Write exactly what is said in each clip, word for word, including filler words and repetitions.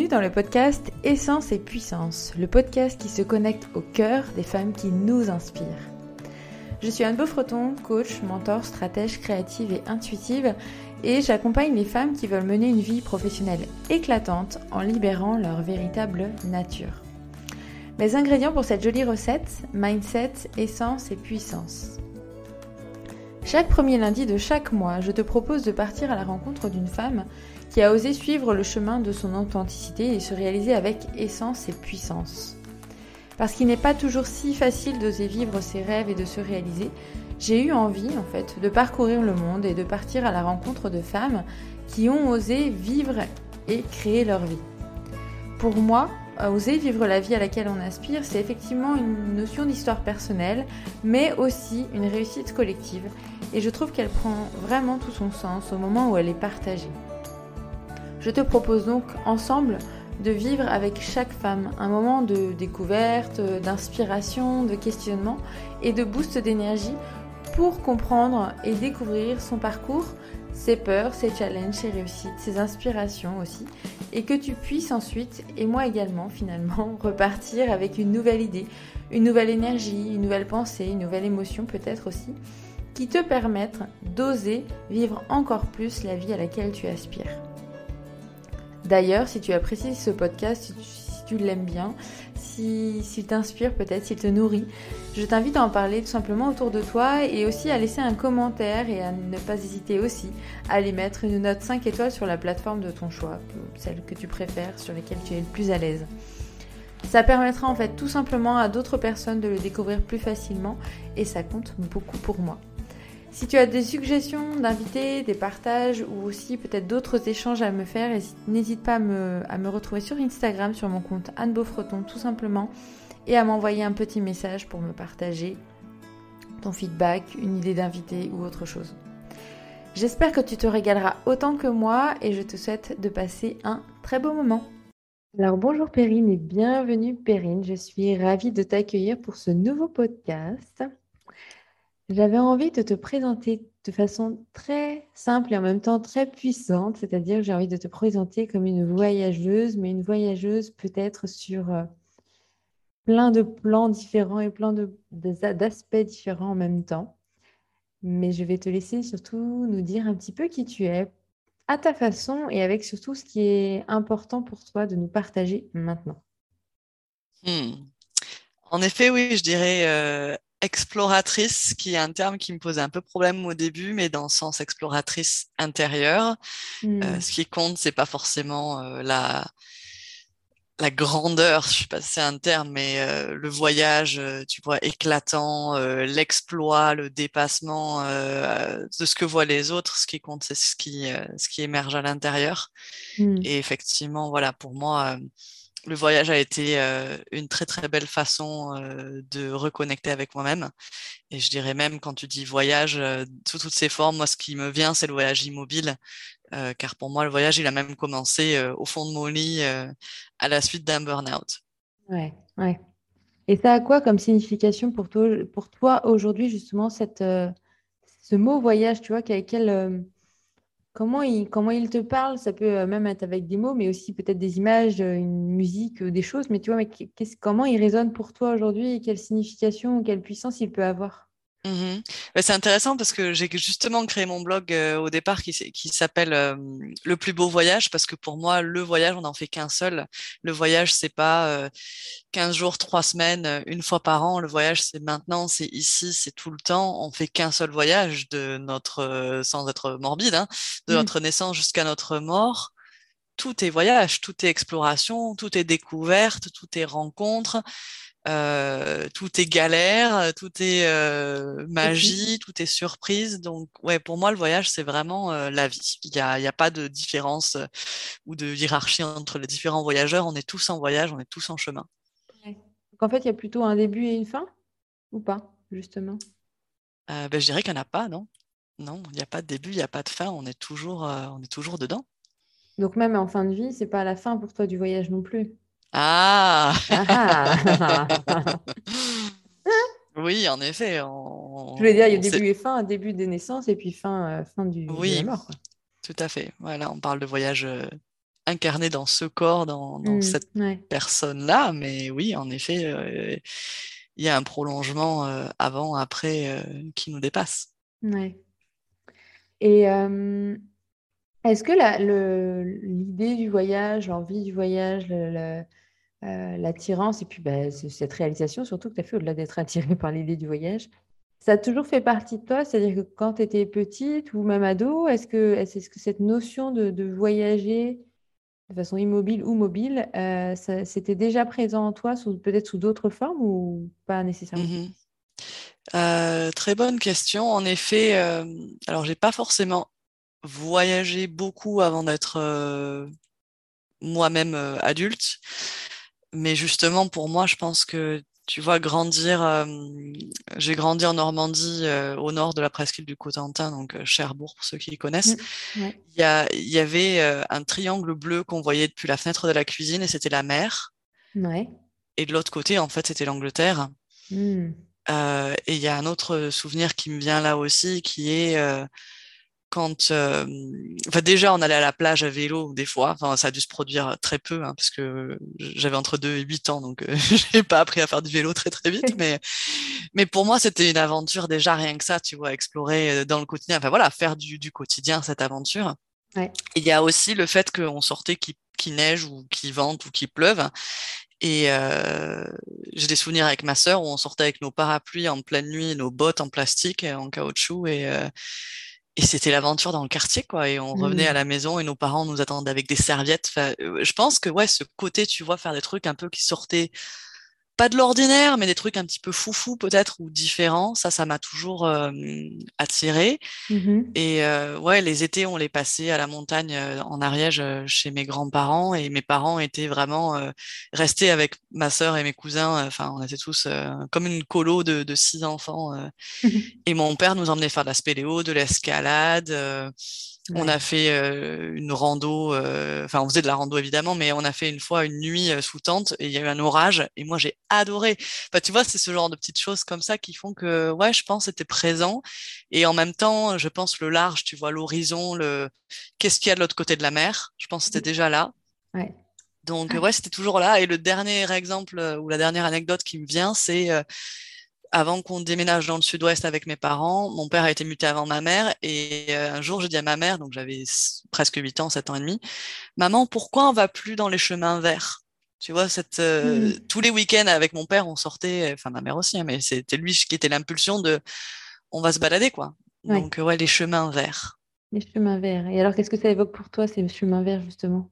dans le podcast Essence et Puissance, le podcast qui se connecte au cœur des femmes qui nous inspirent. Je suis Anne Beaufreton, coach, mentor, stratège créative et intuitive et j'accompagne les femmes qui veulent mener une vie professionnelle éclatante en libérant leur véritable nature. Mes ingrédients pour cette jolie recette, mindset, essence et puissance. Chaque premier lundi de chaque mois, je te propose de partir à la rencontre d'une femme qui a osé suivre le chemin de son authenticité et se réaliser avec essence et puissance. Parce qu'il n'est pas toujours si facile d'oser vivre ses rêves et de se réaliser, j'ai eu envie en fait de parcourir le monde et de partir à la rencontre de femmes qui ont osé vivre et créer leur vie. Pour moi, oser vivre la vie à laquelle on aspire, c'est effectivement une notion d'histoire personnelle, mais aussi une réussite collective. Et je trouve qu'elle prend vraiment tout son sens au moment où elle est partagée. Je te propose donc ensemble de vivre avec chaque femme un moment de découverte, d'inspiration, de questionnement et de boost d'énergie pour comprendre et découvrir son parcours, ses peurs, ses challenges, ses réussites, ses inspirations aussi, et que tu puisses ensuite, et moi également finalement, repartir avec une nouvelle idée, une nouvelle énergie, une nouvelle pensée, une nouvelle émotion peut-être aussi, qui te permettent d'oser vivre encore plus la vie à laquelle tu aspires. D'ailleurs, si tu apprécies ce podcast, si tu, si tu l'aimes bien, si, s'il t'inspire peut-être, s'il te nourrit, je t'invite à en parler tout simplement autour de toi et aussi à laisser un commentaire et à ne pas hésiter aussi à aller mettre une note cinq étoiles sur la plateforme de ton choix, celle que tu préfères, sur laquelle tu es le plus à l'aise. Ça permettra en fait tout simplement à d'autres personnes de le découvrir plus facilement et ça compte beaucoup pour moi. Si tu as des suggestions d'invités, des partages ou aussi peut-être d'autres échanges à me faire, n'hésite pas à me, à me retrouver sur Instagram, sur mon compte Anne Beaufreton tout simplement et à m'envoyer un petit message pour me partager ton feedback, une idée d'invité ou autre chose. J'espère que tu te régaleras autant que moi et je te souhaite de passer un très beau moment. Alors bonjour Perrine et bienvenue Perrine, je suis ravie de t'accueillir pour ce nouveau podcast. J'avais envie de te présenter de façon très simple et en même temps très puissante, c'est-à-dire que j'ai envie de te présenter comme une voyageuse, mais une voyageuse peut-être sur euh, plein de plans différents et plein de, de- d'aspects différents en même temps. Mais je vais te laisser surtout nous dire un petit peu qui tu es, à ta façon et avec surtout ce qui est important pour toi de nous partager maintenant. Hmm. En effet, oui, je dirais euh, exploratrice, qui est un terme qui me posait un peu problème au début, mais dans le sens exploratrice intérieure. Euh, Hmm. ce qui compte, c'est pas forcément euh, la la grandeur, je sais pas si c'est un terme, mais euh, le voyage, euh, tu vois, éclatant, euh, l'exploit, le dépassement euh, de ce que voient les autres. Ce qui compte, c'est ce qui euh, ce qui émerge à l'intérieur. Hmm. Et effectivement, voilà, pour moi. euh, Le voyage a été euh, une très très belle façon euh, de reconnecter avec moi-même. Et je dirais même quand tu dis voyage euh, sous toutes ses formes, moi ce qui me vient c'est le voyage immobile, euh, car pour moi le voyage il a même commencé euh, au fond de mon lit euh, à la suite d'un burn-out. Ouais, ouais. Et ça a quoi comme signification pour toi, pour toi aujourd'hui, justement, cette, euh, ce mot voyage, tu vois, quel, quel, euh, comment il, comment il te parle? Ça peut euh, même être avec des mots, mais aussi peut-être des images, euh, une musique, euh, des choses. Mais tu vois, mais qu'est-ce, comment il résonne pour toi aujourd'hui et quelle signification ou quelle puissance il peut avoir? Mhm. Ouais, c'est intéressant parce que j'ai justement créé mon blog euh, au départ qui, s- qui s'appelle euh, Le plus beau voyage parce que pour moi le voyage on n'en fait qu'un seul. Le voyage c'est pas euh, quinze jours, trois semaines, euh, une fois par an. Le voyage c'est maintenant, c'est ici, c'est tout le temps. On fait qu'un seul voyage de notre, euh, sans être morbide, hein, de Mm. notre naissance jusqu'à notre mort. Tout est voyage, tout est exploration, tout est découverte, tout est rencontre. Euh, tout est galère, tout est euh, Aussi. magie, tout est surprise. Donc, ouais, pour moi, le voyage, c'est vraiment euh, la vie. Il y a, il y a pas de différence euh, ou de hiérarchie entre les différents voyageurs. On est tous en voyage, on est tous en chemin. Ouais. Donc en fait, il y a plutôt un début et une fin, ou pas, justement? Euh, ben, je dirais qu'il n'y en a pas, non? Non, il n'y a pas de début, il n'y a pas de fin. On est toujours, euh, on est toujours dedans. Donc même en fin de vie, c'est pas la fin pour toi du voyage non plus. Ah! Ah ah. Oui, en effet, Je voulais dire, il y a on, on sait- début et fin, début des naissances et puis fin, euh, fin du, de la oui, mort, quoi. tout à fait. Voilà, on parle de voyage euh, incarné dans ce corps, dans, dans Mm, cette ouais, personne-là. Mais oui, en effet, euh, il y a un prolongement euh, avant, après euh, qui nous dépasse. ouais. Et euh, est-ce que la, le, l'idée du voyage, l'envie du voyage, le- le- euh, l'attirance, et puis bah, c- cette réalisation, surtout que tu as fait au-delà d'être attirée par l'idée du voyage, ça a toujours fait partie de toi? C'est-à-dire que quand tu étais petite ou même ado, est-ce que, est-ce est-ce que cette notion de, de voyager de façon immobile ou mobile, euh, ça- c'était déjà présent en toi, sous, peut-être sous d'autres formes ou pas nécessairement? Mhm. Euh, très bonne question. En effet, euh, alors j'ai pas forcément voyagé beaucoup avant d'être euh, moi-même euh, adulte. Mais justement, pour moi, je pense que, tu vois, grandir, euh, j'ai grandi en Normandie, euh, au nord de la presqu'île du Cotentin, donc euh, Cherbourg, pour ceux qui connaissent. Mm. Ouais, Il y a, il y avait euh, un triangle bleu qu'on voyait depuis la fenêtre de la cuisine et c'était la mer. ouais. Et de l'autre côté, en fait, c'était l'Angleterre. Mm. Euh, et il y a un autre souvenir qui me vient là aussi, qui est euh, quand, euh, enfin déjà on allait à la plage à vélo des fois, enfin ça a dû se produire très peu hein, parce que j'avais entre deux et huit ans donc euh, j'ai pas appris à faire du vélo très très vite mais mais pour moi c'était une aventure déjà rien que ça tu vois explorer euh, dans le quotidien enfin voilà faire du, du quotidien cette aventure. Ouais. Il y a aussi le fait qu'on sortait qui qui neige ou qui vente ou qui pleuve et euh, j'ai des souvenirs avec ma sœur où on sortait avec nos parapluies en pleine nuit, nos bottes en plastique, en caoutchouc et euh, et c'était l'aventure dans le quartier, quoi. Et on revenait à Mm. la maison et nos parents nous attendaient avec des serviettes. Enfin, euh, je pense que, ouais, ce côté, tu vois, faire des trucs un peu qui sortaient pas de l'ordinaire, mais des trucs un petit peu foufou, peut-être, ou différents, ça, ça m'a toujours euh, attiré. Mhm. Et euh, ouais, les étés, on les passait à la montagne euh, en Ariège euh, chez mes grands-parents et mes parents étaient vraiment euh, restés avec ma sœur et mes cousins. euh, Enfin, on était tous euh, comme une colo de, de six enfants. euh. Et mon père nous emmenait faire de la spéléo, de l'escalade. euh, on a Ouais. fait euh, une rando, euh, enfin on faisait de la rando évidemment, mais on a fait une fois une nuit euh, sous tente et il y a eu un orage et moi j'ai adoré. Enfin tu vois, c'est ce genre de petites choses comme ça qui font que ouais, je pense c'était présent et en même temps, je pense le large, tu vois l'horizon, le qu'est-ce qu'il y a de l'autre côté de la mer, je pense que c'était déjà là. Ouais. Donc euh, ouais, c'était toujours là et le dernier exemple euh, ou la dernière anecdote qui me vient, c'est euh, avant qu'on déménage dans le sud-ouest avec mes parents, mon père a été muté avant ma mère et euh, un jour j'ai dit à ma mère, donc j'avais s- presque huit ans, sept ans et demi, maman, pourquoi on va plus dans les chemins verts? Tu vois, cette, euh, Mhm. tous les week-ends avec mon père, on sortait, enfin ma mère aussi, hein, mais c'était lui qui était l'impulsion de on va se balader, quoi. Ouais. Donc euh, ouais, les chemins verts. Les chemins verts. Et alors, qu'est-ce que ça évoque pour toi, ces chemins verts, justement?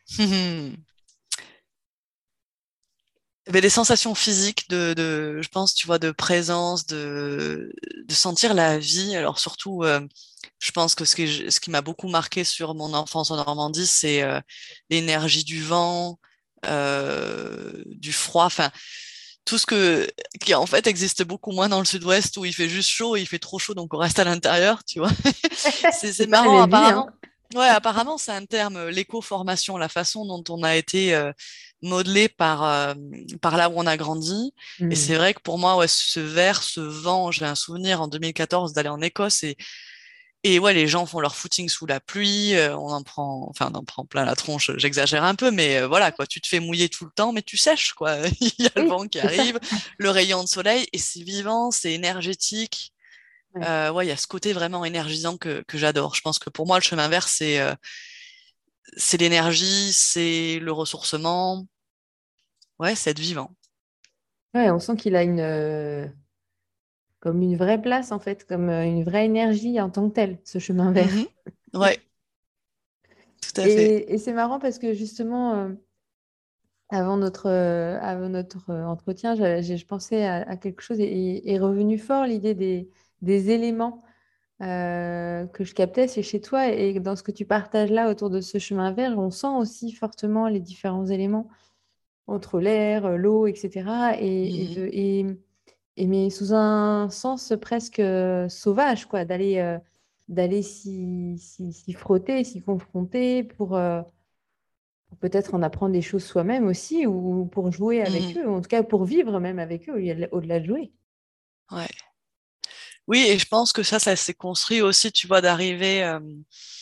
Mais des sensations physiques de, de, je pense, tu vois, de présence, de, de sentir la vie. Alors surtout, euh, je pense que ce qui, ce qui m'a beaucoup marqué sur mon enfance en Normandie, c'est euh, l'énergie du vent, euh, du froid, enfin tout ce que qui en fait existe beaucoup moins dans le sud-ouest où il fait juste chaud, et il fait trop chaud, donc on reste à l'intérieur, tu vois. C'est c'est C'est pas la marrant, même vie, hein? apparemment. Ouais, apparemment, c'est un terme, euh, l'éco-formation, la façon dont on a été euh, modelé par, euh, par là où on a grandi. Et c'est Mm. vrai que pour moi, ouais, ce vert, ce vent, j'ai un souvenir en deux mille quatorze d'aller en Écosse et, et ouais, les gens font leur footing sous la pluie, euh, on en prend, enfin, on en prend plein la tronche, j'exagère un peu, mais euh, voilà, quoi, tu te fais mouiller tout le temps, mais tu sèches, quoi. Il y a le Oui, vent qui c'est ça. arrive, le rayon de soleil, et c'est vivant, c'est énergétique. Ouais. Euh, ouais, il y a ce côté vraiment énergisant que, que j'adore. Je pense que pour moi, le chemin vert, c'est euh, c'est l'énergie, c'est le ressourcement. Ouais, c'est être vivant. Ouais, on sent qu'il a une, euh, comme une vraie place, en fait, comme euh, une vraie énergie en tant que tel, ce chemin vert. Mhm. Ouais, tout à fait. Et, et c'est marrant parce que justement, euh, avant notre, euh, avant notre euh, entretien, je, je- je pensais à, à quelque chose et et est revenu fort l'idée des, des éléments euh, que je captais, c'est chez toi. Et dans ce que tu partages là autour de ce chemin vert, on sent aussi fortement les différents éléments entre l'air, euh, l'eau, et cetera. Et, et, Mhm. de, et, et mais sous un sens presque euh, sauvage, quoi, d'aller euh, d'aller s'y s'y- s'y frotter, s'y confronter pour, euh, pour peut-être en apprendre des choses soi-même aussi, ou pour jouer avec Mhm. eux, ou en tout cas pour vivre même avec eux, au-delà de jouer. Ouais. Oui, et je pense que ça, ça s'est construit aussi, tu vois, d'arriver. euh,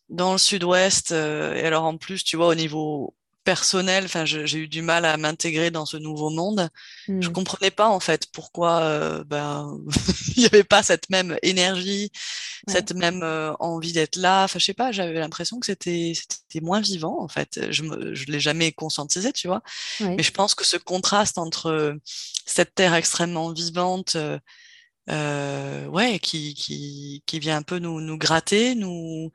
dans le sud-ouest. Euh, et alors en plus, tu vois, au niveau personnel, enfin, je- j'ai eu du mal à m'intégrer dans ce nouveau monde. Je Hmm. comprenais pas en fait pourquoi euh, ben il n'y avait pas cette même énergie, Ouais, cette même euh, envie d'être là. Enfin, je sais pas, j'avais l'impression que c'était c'était moins vivant en fait. Je me, je l'ai jamais conscientisé, tu vois. Mais ouais. je pense que ce contraste entre euh, cette terre extrêmement vivante, euh, euh, ouais, qui, qui, qui vient un peu nous, nous gratter, nous,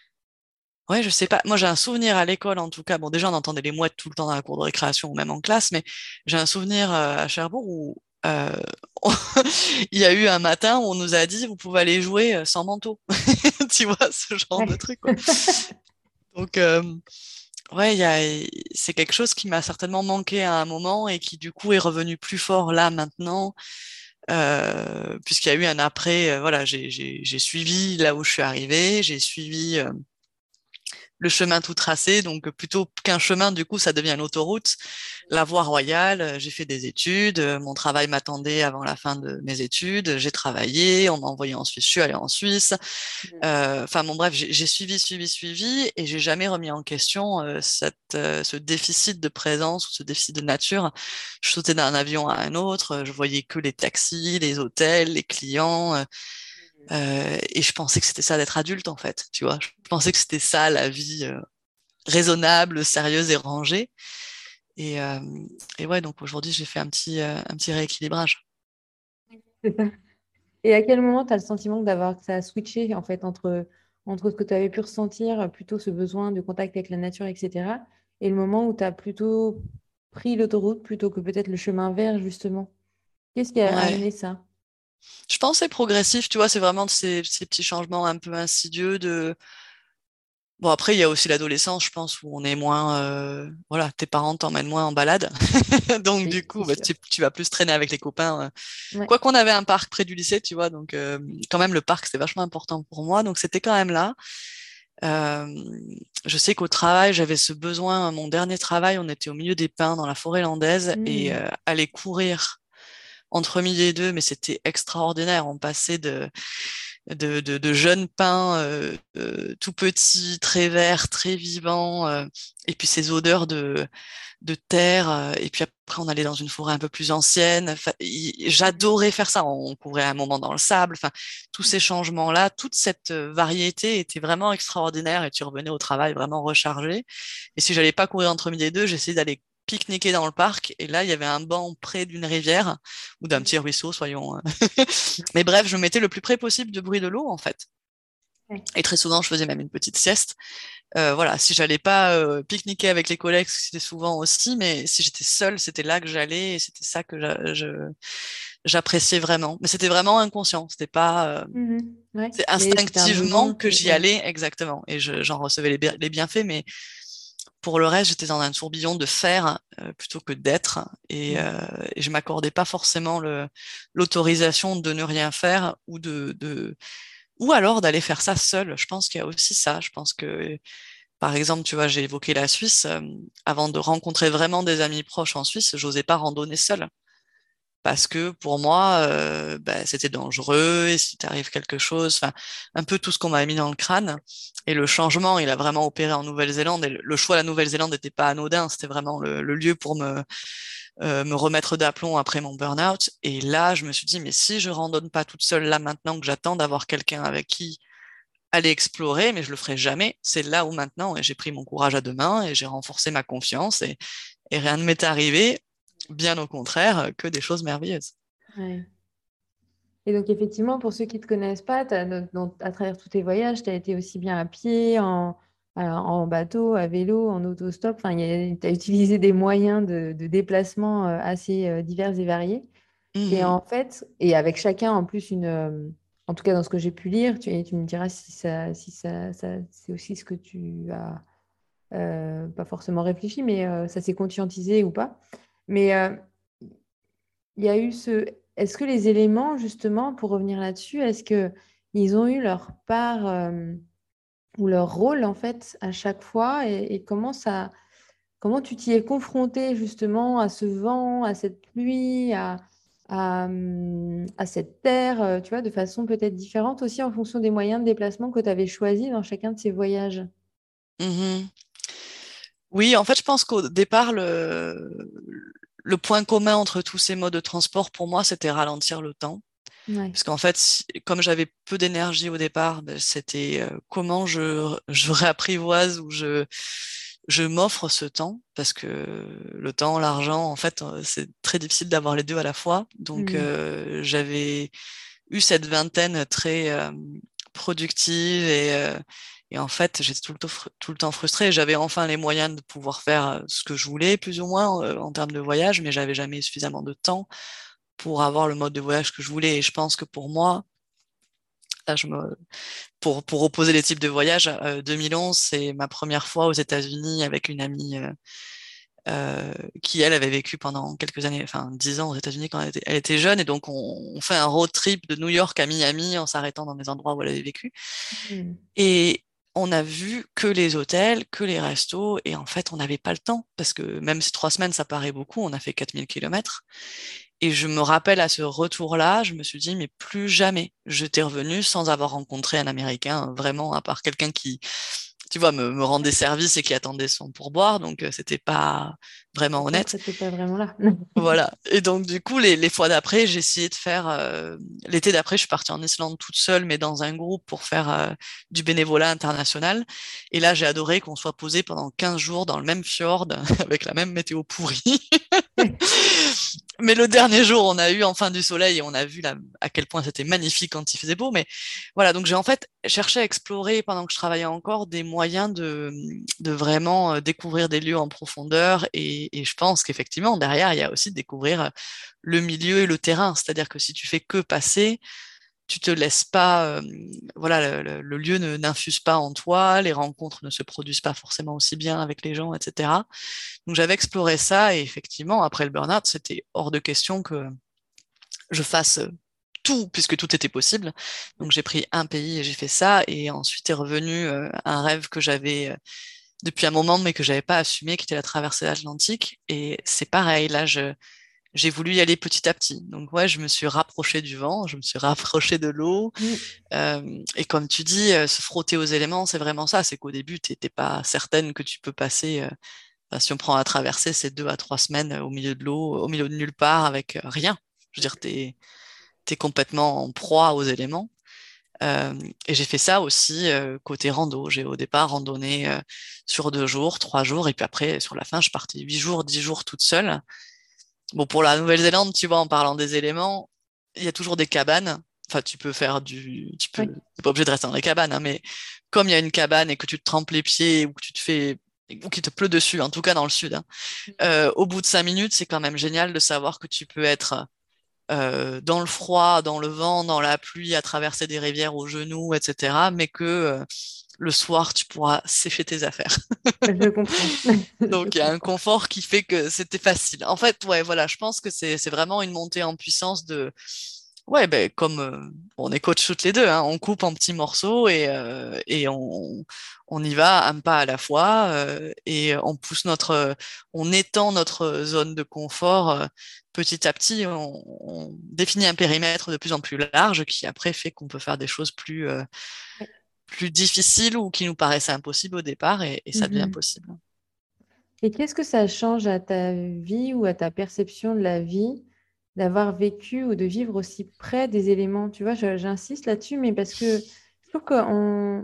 ouais, je sais pas. Moi, j'ai un souvenir à l'école, en tout cas. Bon, déjà, on entendait les mouettes tout le temps dans la cour de récréation ou même en classe, mais j'ai un souvenir euh, à Cherbourg où euh, il y a eu un matin où on nous a dit, vous pouvez aller jouer euh, sans manteau. Tu vois, ce genre de Ouais. truc, quoi. Donc, euh, ouais, il y a, c'est quelque chose qui m'a certainement manqué à un moment et qui, du coup, est revenu plus fort là, maintenant. Euh, puisqu'il y a eu un après, euh, voilà, j'ai, j'ai, j'ai suivi là où je suis arrivée, j'ai suivi euh, le chemin tout tracé, donc plutôt qu'un chemin, du coup, ça devient une autoroute, la voie royale. euh, J'ai fait des études, euh, mon travail m'attendait avant la fin de mes études, j'ai travaillé, on m'a envoyé en Suisse, je suis allée en Suisse. Hmm. Euh, Enfin, bon, bref, j'ai j'ai suivi, suivi, suivi, et j'ai jamais remis en question euh, cette, euh, ce déficit de présence ou ce déficit de nature. Je sautais d'un avion à un autre, euh, je voyais que les taxis, les hôtels, les clients. euh, euh, et je pensais que c'était ça d'être adulte, en fait, tu vois. Je pensais que c'était ça, la vie euh, raisonnable, sérieuse et rangée. Et, euh, et ouais, donc aujourd'hui, j'ai fait un petit, euh, un petit rééquilibrage. C'est ça. Et à quel moment tu as le sentiment d'avoir que ça a switché en fait entre, entre ce que tu avais pu ressentir, euh, plutôt ce besoin de contact avec la nature, et cetera, et le moment où tu as plutôt pris l'autoroute plutôt que peut-être le chemin vert, justement. Qu'est-ce qui a Ouais. amené ça? Je pense que c'est progressif, tu vois, c'est vraiment de ces, ces petits changements un peu insidieux de. Bon, après, il y a aussi l'adolescence, je pense, où on est moins, euh, voilà, tes parents t'emmènent moins en balade. Donc, Oui, du c'est coup, bah, sûr. tu, tu vas plus traîner avec les copains. euh. Ouais. Quoi qu'on avait un parc près du lycée, tu vois, donc, euh, quand même, le parc, c'était vachement important pour moi. Donc, c'était quand même là. Euh, je sais qu'au travail, j'avais ce besoin. Mon dernier travail, on était au milieu des pins dans la forêt landaise et Hmm. euh, aller courir entre midi et deux, mais c'était extraordinaire. On passait de, de, de, de jeunes pins euh, euh, tout petits, très verts, très vivants, euh, et puis ces odeurs de, de terre, euh, et puis après on allait dans une forêt un peu plus ancienne. Enfin, y- j'adorais faire ça. On courait un moment dans le sable. Enfin, tous ces changements-là, toute cette euh, variété était vraiment extraordinaire, et tu revenais au travail vraiment rechargé. Et si j'allais pas courir entre midi et deux, j'essayais d'aller pique-niquer dans le parc. Et là, il y avait un banc près d'une rivière ou d'un petit ruisseau, soyons. euh. Mais bref, je me mettais le plus près possible de bruit de l'eau, en fait. Ouais. Et très souvent, je faisais même une petite sieste. Euh, voilà, si j'allais pas euh, pique-niquer avec les collègues, c'était souvent aussi, mais si j'étais seule, c'était là que j'allais et c'était ça que j'a- je- j'appréciais vraiment. Mais c'était vraiment inconscient, c'était pas, euh, Mhm. Ouais. c'est Mais c'était un instinctivement besoin que que. j'y Ouais. allais exactement et je- j'en recevais les, bien- les bienfaits, mais pour le reste, j'étais dans un tourbillon de faire euh, plutôt que d'être et, Ouais. euh, et je m'accordais pas forcément le, l'autorisation de ne rien faire ou de, de ou alors d'aller faire ça seul. Je pense qu'il y a aussi ça. Je pense que, par exemple, tu vois, j'ai évoqué la Suisse. euh, avant de rencontrer vraiment des amis proches en Suisse, j'osais pas randonner seule parce que pour moi, euh, bah, c'était dangereux et si t'arrive quelque chose, enfin, un peu tout ce qu'on m'a mis dans le crâne. Et le changement, il a vraiment opéré en Nouvelle-Zélande. Et le le choix de la Nouvelle-Zélande n'était pas anodin. C'était vraiment le, le lieu pour me, euh, me remettre d'aplomb après mon burn-out. Et là, je me suis dit, mais si je randonne pas toute seule là maintenant que j'attends d'avoir quelqu'un avec qui aller explorer, mais je le ferai jamais, c'est là où maintenant, et j'ai pris mon courage à deux mains et j'ai renforcé ma confiance et, et rien ne m'est arrivé, bien au contraire, que des choses merveilleuses. Ouais. Et donc, effectivement, pour ceux qui ne te connaissent pas, t'as- donc, donc, à travers tous tes voyages, tu as été aussi bien à pied, en, à- en bateau, à vélo, en autostop. Enfin, tu as utilisé des moyens de, de déplacement euh, assez euh, divers et variés. Et Mhm. en fait, et avec chacun en plus une, euh, en tout cas dans ce que j'ai pu lire, tu, et tu me diras si ça, si ça, ça- c'est aussi ce que tu as euh, pas forcément réfléchi, mais euh, ça s'est conscientisé ou pas. Mais euh, il y a eu ce. Est-ce que les éléments, justement, pour revenir là-dessus, est-ce que ils ont eu leur part euh, ou leur rôle en fait à chaque fois et, et comment ça, comment tu t'y es confronté justement à ce vent, à cette pluie, à, à, hum, à cette terre, euh, tu vois, de façon peut-être différente aussi en fonction des moyens de déplacement que tu avais choisis dans chacun de ces voyages. Mhm. Oui, en fait, je pense qu'au départ, le, le point commun entre tous ces modes de transport, pour moi, c'était ralentir le temps. Ouais. Parce qu'en fait, si- comme j'avais peu d'énergie au départ, ben, c'était euh, comment je, je réapprivoise ou je, je m'offre ce temps. Parce que le temps, l'argent, en fait, euh, c'est très difficile d'avoir les deux à la fois. Donc, Mm. euh, j'avais eu cette vingtaine très euh, productive et, euh, et en fait, j'étais tout le temps, fr- tout le temps frustrée. J'avais enfin les moyens de pouvoir faire euh, ce que je voulais, plus ou moins, euh, en termes de voyage, mais j'avais jamais suffisamment de temps pour avoir le mode de voyage que je voulais. Et je pense que pour moi, là, je me, pour, pour opposer les types de voyages, euh, deux mille onze, c'est ma première fois aux États-Unis avec une amie euh, euh, qui, elle, avait vécu pendant quelques années, enfin dix ans aux États-Unis quand elle était, elle était jeune. Et donc, on, on fait un road trip de New York à Miami en s'arrêtant dans des endroits où elle avait vécu. Mm. Et on a vu que les hôtels, que les restos, et en fait, on n'avait pas le temps, parce que même si trois semaines, ça paraît beaucoup, on a fait quatre mille kilomètres. Et je me rappelle à ce retour-là, je me suis dit, mais plus jamais. J'étais revenue sans avoir rencontré un Américain, vraiment, à part quelqu'un qui, tu vois, me, me rendait service et qui attendait son pourboire, donc euh, c'était pas vraiment Le honnête. centre n'était pas vraiment là. Voilà. Et donc, du coup, les, les fois d'après, j'ai essayé de faire. euh, L'été d'après, je suis partie en Islande toute seule, mais dans un groupe pour faire euh, du bénévolat international. Et là, j'ai adoré qu'on soit posé pendant quinze jours dans le même fjord, avec la même météo pourrie. Mais le dernier jour, on a eu enfin du soleil et on a vu là, à quel point c'était magnifique quand il faisait beau. Mais voilà, donc j'ai en fait cherché à explorer pendant que je travaillais encore des moyens de, de vraiment euh, découvrir des lieux en profondeur. Et, et je pense qu'effectivement, derrière, il y a aussi de découvrir euh, le milieu et le terrain. C'est-à-dire que si tu fais que passer, tu te laisses pas, euh, voilà, le, le- le lieu ne n'infuse pas en toi, les rencontres ne se produisent pas forcément aussi bien avec les gens, et cetera. Donc j'avais exploré ça et effectivement, après le burn-out, c'était hors de question que je fasse tout, puisque tout était possible. Donc j'ai pris un pays et j'ai fait ça. Et ensuite est revenu euh, un rêve que j'avais euh, depuis un moment, mais que j'avais pas assumé, qui était la traversée atlantique. Et c'est pareil, là, je, j'ai voulu y aller petit à petit. Donc ouais, je me suis rapprochée du vent, je me suis rapprochée de l'eau. Mm. Euh, et comme tu dis, euh, se frotter aux éléments, c'est vraiment ça. C'est qu'au début, tu n'étais pas certaine que tu peux passer. euh, Enfin, si on prend la traversée, c'est deux à trois semaines au milieu de l'eau, au milieu de nulle part, avec euh, rien. Je veux dire, t'es, t'es complètement en proie aux éléments. Euh, et j'ai fait ça aussi euh, côté rando. J'ai au départ randonné euh, sur deux jours, trois jours, et puis après, sur la fin, je partais huit jours, dix jours toute seule. Bon, pour la Nouvelle-Zélande, tu vois, en parlant des éléments, il y a toujours des cabanes. Enfin, tu peux faire du, tu peux, Ouais. t'es pas obligé de rester dans les cabanes, hein, mais comme il y a une cabane et que tu te trempes les pieds ou que tu te fais, ou qu'il te pleut dessus, en tout cas dans le sud, hein, euh, au bout de cinq minutes, c'est quand même génial de savoir que tu peux être euh, dans le froid, dans le vent, dans la pluie, à traverser des rivières aux genoux, et cetera. Mais que euh, le soir, tu pourras sécher tes affaires. Je comprends. Je Donc, il y a un comprends. confort qui fait que c'était facile. En fait, ouais, voilà, je pense que c'est c'est vraiment une montée en puissance de, ouais, ben, comme euh, on est coach toutes les deux, hein, on coupe en petits morceaux et, euh, et on, on y va un pas à la fois euh, et on pousse notre, on étend notre zone de confort euh, petit à petit. On, on définit un périmètre de plus en plus large qui après fait qu'on peut faire des choses plus, euh, Ouais. plus difficiles ou qui nous paraissaient impossibles au départ et, et ça devient Mhm. possible. Et qu'est-ce que ça change à ta vie ou à ta perception de la vie d'avoir vécu ou de vivre aussi près des éléments? Tu vois, je- j'insiste là-dessus, mais parce que je trouve que on-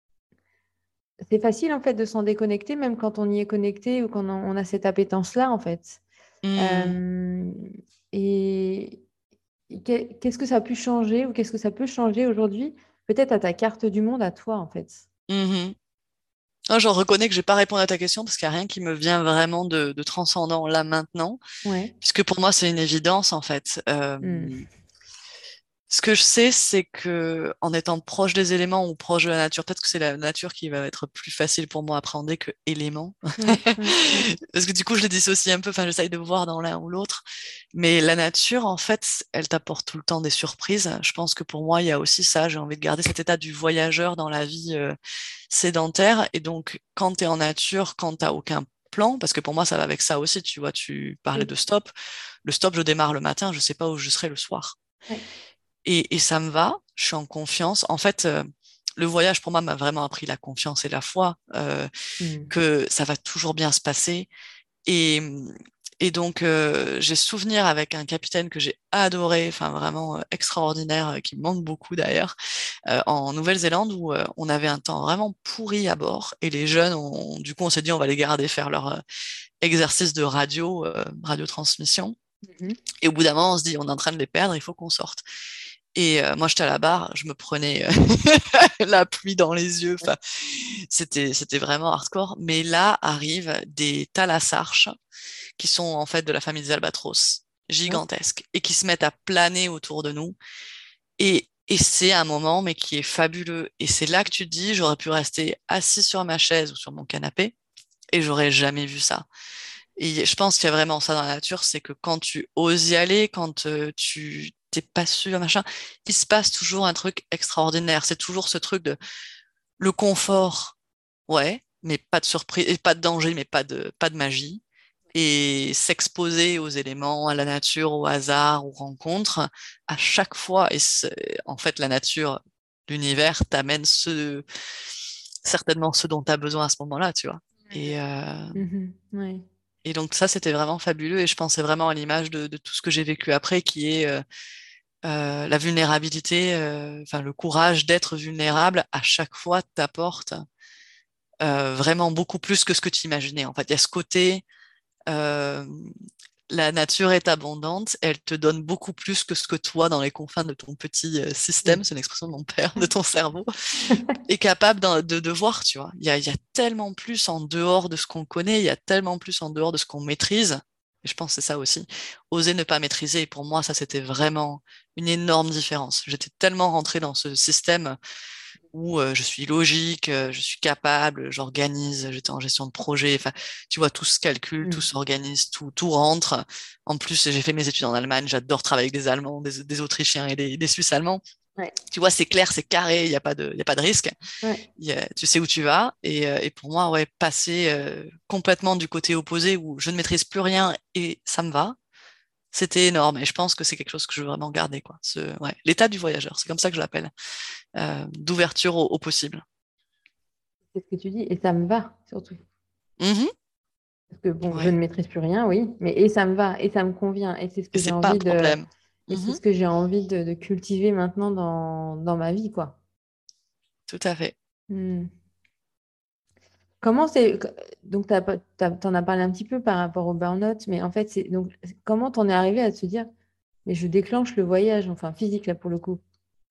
c'est facile en fait de s'en déconnecter, même quand on y est connecté ou quand on on a cette appétence-là, en fait. Hmm. Euh, et qu'est- qu'est-ce que ça a pu changer ou qu'est-ce que ça peut changer aujourd'hui, peut-être à ta carte du monde, à toi, en fait? Mhm. Ah, je reconnais que je vais pas répondre à ta question parce qu'il n'y a rien qui me vient vraiment de, de transcendant là maintenant, Ouais. puisque pour moi c'est une évidence en fait. Euh, Hmm. ce que je sais, c'est que en étant proche des éléments ou proche de la nature, peut-être que c'est la nature qui va être plus facile pour moi à appréhender que éléments, Ouais, ouais, ouais. parce que du coup je les dissocie un peu. Enfin, j'essaye de voir dans l'un ou l'autre, mais la nature en fait, elle t'apporte tout le temps des surprises. Je pense que pour moi il y a aussi ça. J'ai envie de garder cet état du voyageur dans la vie. euh, sédentaire. Et donc, quand tu es en nature, quand tu aucun plan, parce que pour moi, ça va avec ça aussi, tu vois, tu parlais Oui. de stop. Le stop, je démarre le matin, je sais pas où je serai le soir. Ouais. Et, et ça me va, je suis en confiance. En fait, euh, le voyage, pour moi, m'a vraiment appris la confiance et la foi, euh, Mm. que ça va toujours bien se passer. Et, et donc, euh, j'ai souvenir avec un capitaine que j'ai adoré, enfin vraiment euh, extraordinaire, euh, qui me manque beaucoup d'ailleurs, euh, en Nouvelle-Zélande où euh, on avait un temps vraiment pourri à bord et les jeunes, ont, du coup, on s'est dit on va les garder faire leur euh, exercice de radio, euh, radiotransmission. Mhm. Et au bout d'un moment, on se dit on est en train de les perdre, il faut qu'on sorte. Et euh, moi, j'étais à la barre, je me prenais euh, la pluie dans les yeux. Enfin, c'était c'était vraiment hardcore. Mais là arrivent des thalassarches qui sont en fait de la famille des albatros, Hein. gigantesques, et qui se mettent à planer autour de nous. Et, et c'est un moment, mais qui est fabuleux. Et c'est là que tu te dis, j'aurais pu rester assis sur ma chaise ou sur mon canapé, et j'aurais jamais vu ça. Et je pense qu'il y a vraiment ça dans la nature, c'est que quand tu oses y aller, quand euh, tu t'es pas sûr, machin, il se passe toujours un truc extraordinaire. C'est toujours ce truc de le confort, ouais, mais pas de surprise, et pas de danger, mais pas de, pas de magie. Et s'exposer aux éléments, à la nature, au hasard, aux rencontres, à chaque fois. Et c'est- en fait, la nature, l'univers t'amène ce, certainement ce dont tu as besoin à ce moment-là, tu vois. Et, euh, Mhm. Ouais. et donc ça, c'était vraiment fabuleux. Et je pensais vraiment à l'image de, de tout ce que j'ai vécu après, qui est euh, euh, la vulnérabilité, euh, enfin le courage d'être vulnérable à chaque fois t'apporte euh, vraiment beaucoup plus que ce que tu imaginais. En fait, il y a ce côté, euh, la nature est abondante, elle te donne beaucoup plus que ce que toi, dans les confins de ton petit euh, système, Oui. c'est une expression de mon père, de ton cerveau, est capable d'en- de, de voir, tu vois. Il y a, il y a tellement plus en dehors de ce qu'on connaît, il y a tellement plus en dehors de ce qu'on maîtrise. Et je pense que c'est ça aussi. Oser ne pas maîtriser. Et pour moi, ça, c'était vraiment une énorme différence. J'étais tellement rentrée dans ce système où euh, je suis logique, euh, je suis capable, j'organise, j'étais en gestion de projet, enfin, tu vois, tout se calcule, tout Mm. s'organise, tout, tout rentre. En plus, j'ai fait mes études en Allemagne, j'adore travailler avec des Allemands, des, des Autrichiens et des, des Suisses allemands. Ouais. Tu vois, c'est clair, c'est carré, il n'y a pas de, il y a pas de risque. Ouais. Il y a- tu sais où tu vas. Et, euh, et pour moi, ouais, passer euh, complètement du côté opposé où je ne maîtrise plus rien et ça me va, c'était énorme. Et je pense que c'est quelque chose que je veux vraiment garder, quoi. Ce, ouais, l'état du voyageur, c'est comme ça que je l'appelle, euh, d'ouverture au, au possible. C'est ce que tu dis, et ça me va surtout. Mhm. Parce que bon, je ne Ouais. maîtrise plus rien, oui, mais et ça me va, et ça me convient, et c'est ce Et que j'ai c'est pas un envie de, problème. et c'est Mhm. ce que j'ai envie de, de cultiver maintenant dans, dans ma vie, quoi. Tout à fait. Hmm. Comment c'est, donc t'as, pas- t'as- t'en as parlé un petit peu par rapport au burn-out, mais en fait, c'est donc comment t'en es arrivé à te dire, mais je déclenche le voyage, enfin physique là pour le coup.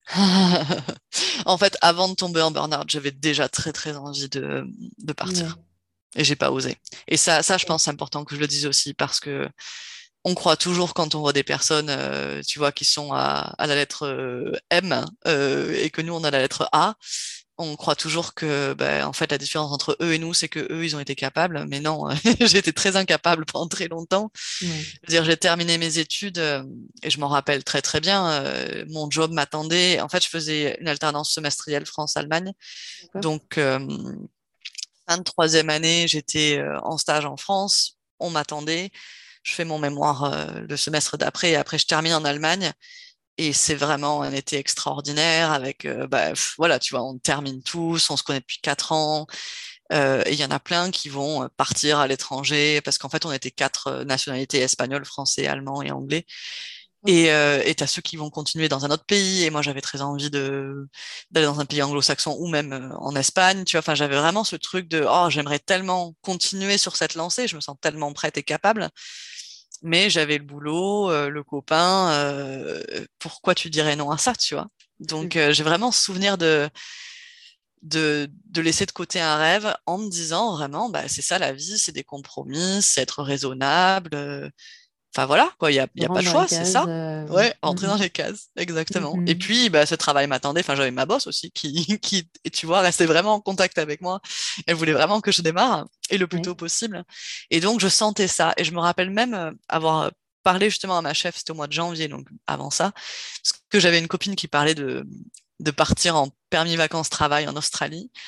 En fait, avant de tomber en burn-out, j'avais déjà très très envie de, de Ouais. partir. Et j'ai pas osé. Et ça, ça, je Ok. pense, c'est important que je le dise aussi parce que on croit toujours quand on voit des personnes, euh, tu vois, qui sont à, à la lettre euh, M euh, et que nous on a la lettre A, on croit toujours que, ben, en fait, la différence entre eux et nous, c'est que eux, ils ont été capables. Mais non, j'ai été très incapable pendant très longtemps. Ouais. Je veux dire, j'ai terminé mes études euh, et je m'en rappelle très très bien. Euh, mon job m'attendait. En fait, je faisais une alternance semestrielle France-Allemagne. D'accord. Donc, euh, fin de troisième année, j'étais euh, en stage en France. On m'attendait. Je fais mon mémoire euh, le semestre d'après et après je termine en Allemagne. Et c'est vraiment un été extraordinaire avec, euh, bah, pff, voilà, tu vois, on termine tous, on se connaît depuis quatre ans. Euh, et il y en a plein qui vont euh, partir à l'étranger parce qu'en fait, on était quatre euh, nationalités espagnoles, français, allemand et anglais. Et euh, et t'as ceux qui vont continuer dans un autre pays. Et moi, j'avais très envie de d'aller dans un pays anglo-saxon ou même euh, en Espagne. Tu vois, enfin, j'avais vraiment ce truc de oh, j'aimerais tellement continuer sur cette lancée. Je me sens tellement prête et capable. Mais j'avais le boulot, euh, le copain. Euh, pourquoi tu dirais non à ça, tu vois? Donc, Mhm. euh, j'ai vraiment souvenir de de, de laisser de côté un rêve en me disant vraiment, bah, c'est ça la vie, c'est des compromis, c'est être raisonnable. euh, Enfin voilà, quoi, il y a, il Je y a pas rentre de dans les choix, c'est cases. ça. euh, Ouais, entrer mhm. dans les cases, exactement. Et Mhm. puis, bah, ce travail m'attendait. Enfin, j'avais ma boss aussi qui, qui, et tu vois, restait vraiment en contact avec moi. Elle voulait vraiment que je démarre et le plus Ouais. tôt possible. Et donc, je sentais ça. Et je me rappelle même euh, avoir parlé justement à ma chef, c'était au mois de janvier, donc avant ça, parce que j'avais une copine qui parlait de, de partir en permis vacances-travail en Australie.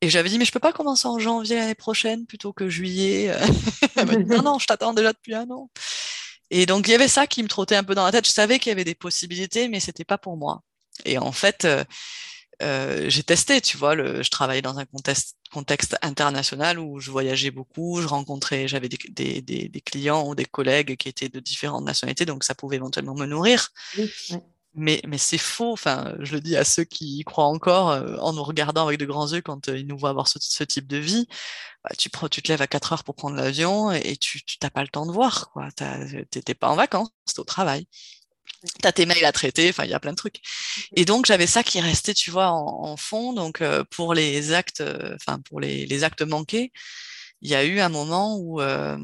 Et j'avais dit, mais je peux pas commencer en janvier l'année prochaine plutôt que juillet. Elle m'a dit, non, non, je t'attends déjà depuis un an. Et donc, il y avait ça qui me trottait un peu dans la tête. Je savais qu'il y avait des possibilités, mais c'était pas pour moi. Et en fait, euh, euh, j'ai testé, tu vois, le, je travaillais dans un contexte, contexte international où je voyageais beaucoup, je rencontrais, j'avais des, des, des, des clients ou des collègues qui étaient de différentes nationalités, donc ça pouvait éventuellement me nourrir. Oui, ouais. Mais, mais c'est faux, enfin, je le dis à ceux qui y croient encore, euh, en nous regardant avec de grands yeux quand euh, ils nous voient avoir ce, ce type de vie, bah, tu, prends, tu te lèves à quatre heures pour prendre l'avion et tu tu t'as pas le temps de voir, quoi. T'as- T'es pas en vacances, t'es au travail. T'as tes mails à traiter, enfin, il y a plein de trucs. Et donc, j'avais ça qui restait, tu vois, en, en fond. Donc, euh, pour les actes, euh, enfin, pour les, les actes manqués, il y a eu un moment où euh,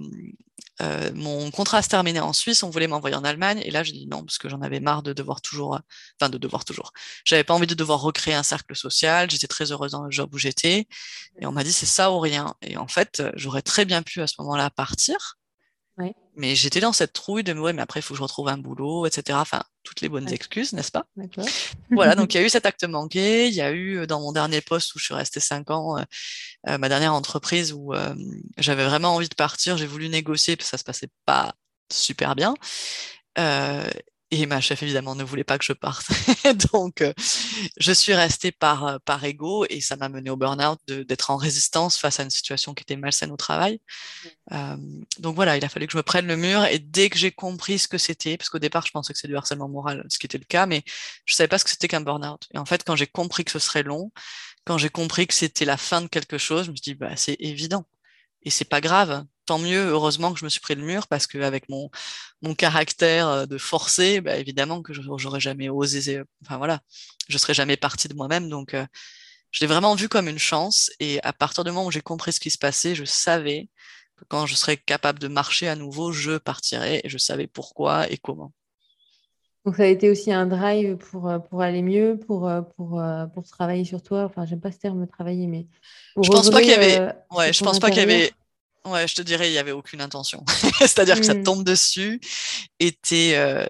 euh, mon contrat se terminait en Suisse, on voulait m'envoyer en Allemagne, et là j'ai dit non parce que j'en avais marre de devoir toujours, euh, enfin de devoir toujours. J'avais pas envie de devoir recréer un cercle social. J'étais très heureuse dans le job où j'étais, et on m'a dit c'est ça ou rien. Et en fait, j'aurais très bien pu à ce moment-là partir, Ouais, mais j'étais dans cette trouille de me ouais mais après il faut que je retrouve un boulot, et cetera. Enfin toutes les bonnes ouais, excuses, n'est-ce pas? d'accord. Voilà, donc il y a eu cet acte manqué, il y a eu euh, dans mon dernier poste où je suis restée cinq ans, euh, euh, ma dernière entreprise où euh, j'avais vraiment envie de partir, j'ai voulu négocier, parce que ça se passait pas super bien. Euh, et ma chef, évidemment, ne voulait pas que je parte. Donc, euh, je suis restée par, euh, par ego et ça m'a mené au burn-out de- d'être en résistance face à une situation qui était malsaine au travail. Euh, donc voilà, il a fallu que je me prenne le mur et dès que j'ai compris ce que c'était, parce qu'au départ, je pensais que c'était du harcèlement moral, ce qui était le cas, mais je savais pas ce que c'était qu'un burn-out. Et en fait, quand j'ai compris que ce serait long, quand j'ai compris que c'était la fin de quelque chose, je me suis dit, bah, c'est évident. Et c'est pas grave. Tant mieux, heureusement que je me suis pris le mur parce qu'avec mon, mon caractère euh, de forcé, bah, évidemment que je- j'aurais jamais osé, euh, enfin voilà, je serais jamais partie de moi-même. Donc, euh, je l'ai vraiment vu comme une chance. Et à partir du moment où j'ai compris ce qui se passait, je savais que quand je serais capable de marcher à nouveau, je partirais et je savais pourquoi et comment. Donc, ça a été aussi un drive pour, euh, pour aller mieux, pour, euh, pour, euh, pour travailler sur toi. Enfin, j'aime pas ce terme travailler, mais Je pour pense pas qu'il y œuvrer avait, euh, ouais, sur je ton pense pas qu'il y avait, intérieur. ouais, je te dirais, il y avait aucune intention. C'est-à-dire que ça te Hmm. tombe dessus et t'es, euh,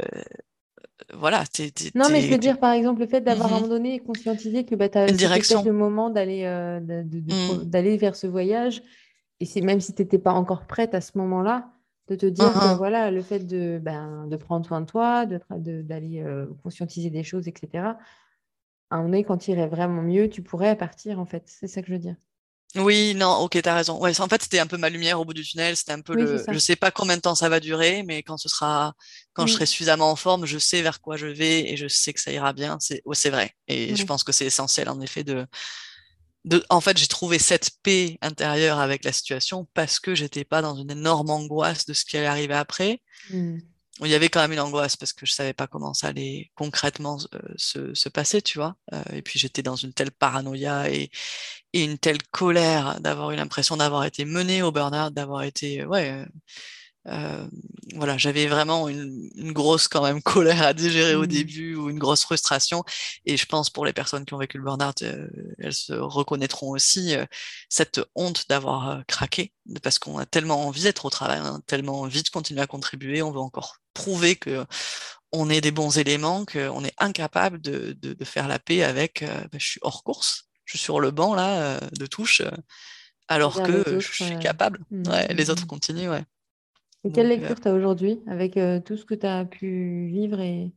voilà, t'es, t'es, Non, mais je t'es- veux t'es- dire, par exemple, le fait d'avoir à un Mhm. moment donné conscientisé que bah, t'as- Une c'était peut-être direction. le moment d'aller euh, de- de- de pro- Mhm. d'aller vers ce voyage. Et c'est même si tu n'étais pas encore prête à ce moment-là, de te dire que Mhm. voilà, le fait de, ben, de prendre soin de toi, de, tra- de- d'aller euh, conscientiser des choses, et cetera, à un moment donné, quand tu irais vraiment mieux, tu pourrais partir, en fait. C'est ça que je veux dire. Oui, non, ok, t'as raison. Ouais, ça, en fait, c'était un peu ma lumière au bout du tunnel. C'était un peu Oui, c'est le, je ça. sais pas combien de temps ça va durer, mais quand ce sera, quand je serai Mm. suffisamment en forme, je sais vers quoi je vais et je sais que ça ira bien. C'est, ouais, c'est vrai. Et je Ouais. pense que c'est essentiel, en effet, de, de, en fait, j'ai trouvé cette paix intérieure avec la situation parce que j'étais pas dans une énorme angoisse de ce qui allait arriver après. Mm. Bon, il y avait quand même une angoisse parce que je savais pas comment ça allait concrètement euh, se, se passer, tu vois. Euh, et puis j'étais dans une telle paranoïa et, et une telle colère d'avoir eu l'impression d'avoir été menée au burn-out, d'avoir été, euh, ouais, euh, euh, voilà, j'avais vraiment une, une grosse quand même colère à digérer au Mm. début ou une grosse frustration. Et je pense pour les personnes qui ont vécu le burn-out, euh, elles se reconnaîtront aussi euh, cette honte d'avoir euh, craqué, parce qu'on a tellement envie d'être au travail, on a tellement envie de continuer à contribuer, on veut encore prouver que on est des bons éléments, qu'on est incapable de, de, de faire la paix avec euh, bah, je suis hors course, je suis sur le banc là euh, de touche, euh, alors C'est-à-dire que les euh, je autres. suis euh, capable. mm, Ouais, mm, les autres mm. continuent, ouais. Et quelle Donc, euh, lecture tu as aujourd'hui avec euh, tout ce que tu as pu vivre et,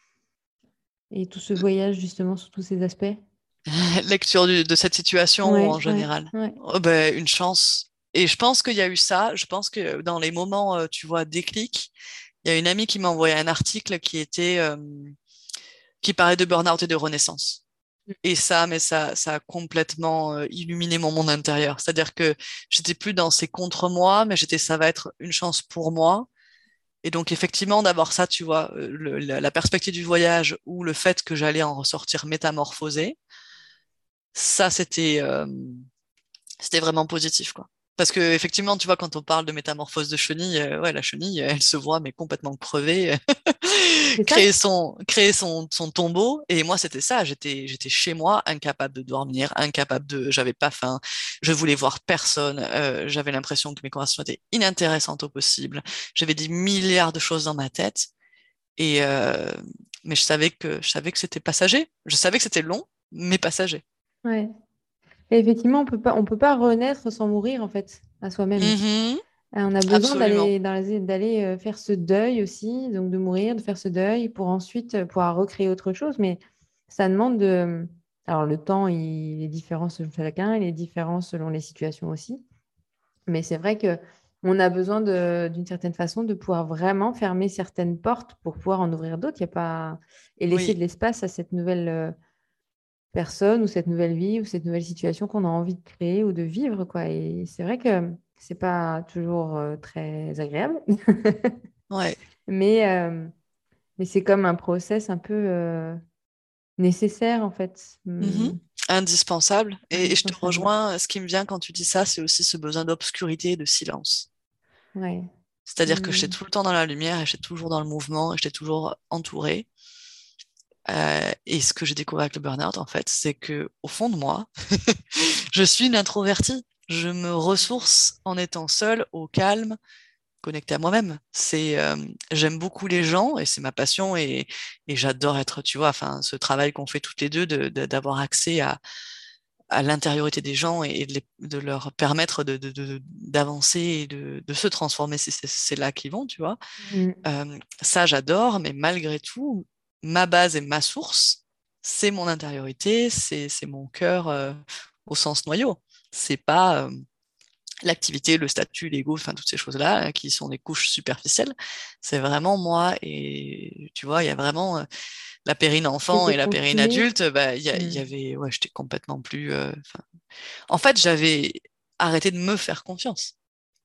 et tout ce voyage justement sur tous ces aspects? lecture du- de cette situation ou Ouais, en ouais, général? ouais. Oh, ben, une chance. Et je pense qu'il y a eu ça. Je pense que dans les moments, euh, tu vois, déclic, il y a une amie qui m'a envoyé un article qui était, euh, qui parlait de burn-out et de renaissance. Et ça, mais ça, ça a complètement euh, illuminé mon monde intérieur. C'est-à-dire que j'étais plus dans ces contre-moi, mais j'étais, ça va être une chance pour moi. Et donc, effectivement, d'avoir ça, tu vois, euh, le- la, la perspective du voyage ou le fait que j'allais en ressortir métamorphosé, ça, c'était, euh, c'était vraiment positif, quoi. Parce que effectivement, tu vois, quand on parle de métamorphose de chenille, euh, ouais, la chenille, elle se voit mais complètement crevée, C'est ça? créer son, créer son, son tombeau. Et moi, c'était ça. J'étais, j'étais chez moi, incapable de dormir, incapable de, j'avais pas faim, je voulais voir personne. Euh, j'avais l'impression que mes conversations étaient inintéressantes au possible. J'avais des milliards de choses dans ma tête. Et euh, mais je savais que, je savais que c'était passager. Je savais que c'était long, mais passager. Ouais. Et effectivement, on peut pas, on peut pas renaître sans mourir, en fait, à soi-même. Mhm, Euh, On a besoin absolument. d'aller dans les- d'aller euh, faire ce deuil aussi, donc de mourir, de faire ce deuil pour ensuite euh, pouvoir recréer autre chose. Mais ça demande de... Alors le temps, il est différent selon chacun, il est différent selon les situations aussi. Mais c'est vrai que on a besoin de, d'une certaine façon de pouvoir vraiment fermer certaines portes pour pouvoir en ouvrir d'autres. Il y a pas... Et laisser Oui, de l'espace à cette nouvelle euh, personne ou cette nouvelle vie ou cette nouvelle situation qu'on a envie de créer ou de vivre, quoi. Et c'est vrai que c'est pas toujours euh, très agréable, ouais. mais, euh, mais c'est comme un process un peu euh, nécessaire, en fait. Mhm. Hum, Indispensable. Et, et je te indispensable. rejoins, ce qui me vient quand tu dis ça, c'est aussi ce besoin d'obscurité et de silence. Ouais. C'est-à-dire que j'étais Hum. tout le temps dans la lumière et j'étais toujours dans le mouvement et j'étais toujours entourée. Euh, et ce que j'ai découvert avec le burn-out, en fait, c'est que au fond de moi, je suis une introvertie. Je me ressource en étant seule, au calme, connectée à moi-même. C'est, euh, j'aime beaucoup les gens et c'est ma passion et, et j'adore être, tu vois, enfin, ce travail qu'on fait toutes les deux, de, de- d'avoir accès à, à l'intériorité des gens et de, les- de leur permettre de, de- de- d'avancer et de, de se transformer, c'est c'est- c'est là qu'ils vont, tu vois. Hum. Euh, Ça, j'adore, mais malgré tout, ma base et ma source, c'est mon intériorité, c'est c'est mon cœur euh, au sens noyau. C'est pas euh, l'activité, le statut, l'ego, enfin toutes ces choses-là euh, qui sont des couches superficielles. C'est vraiment moi et tu vois, il y a vraiment euh, la périne enfant C'était et la périne consumé. adulte. Bah, il y, a- il y Hum. avait, ouais, j'étais complètement plus. euh, enfin, en fait, j'avais arrêté de me faire confiance.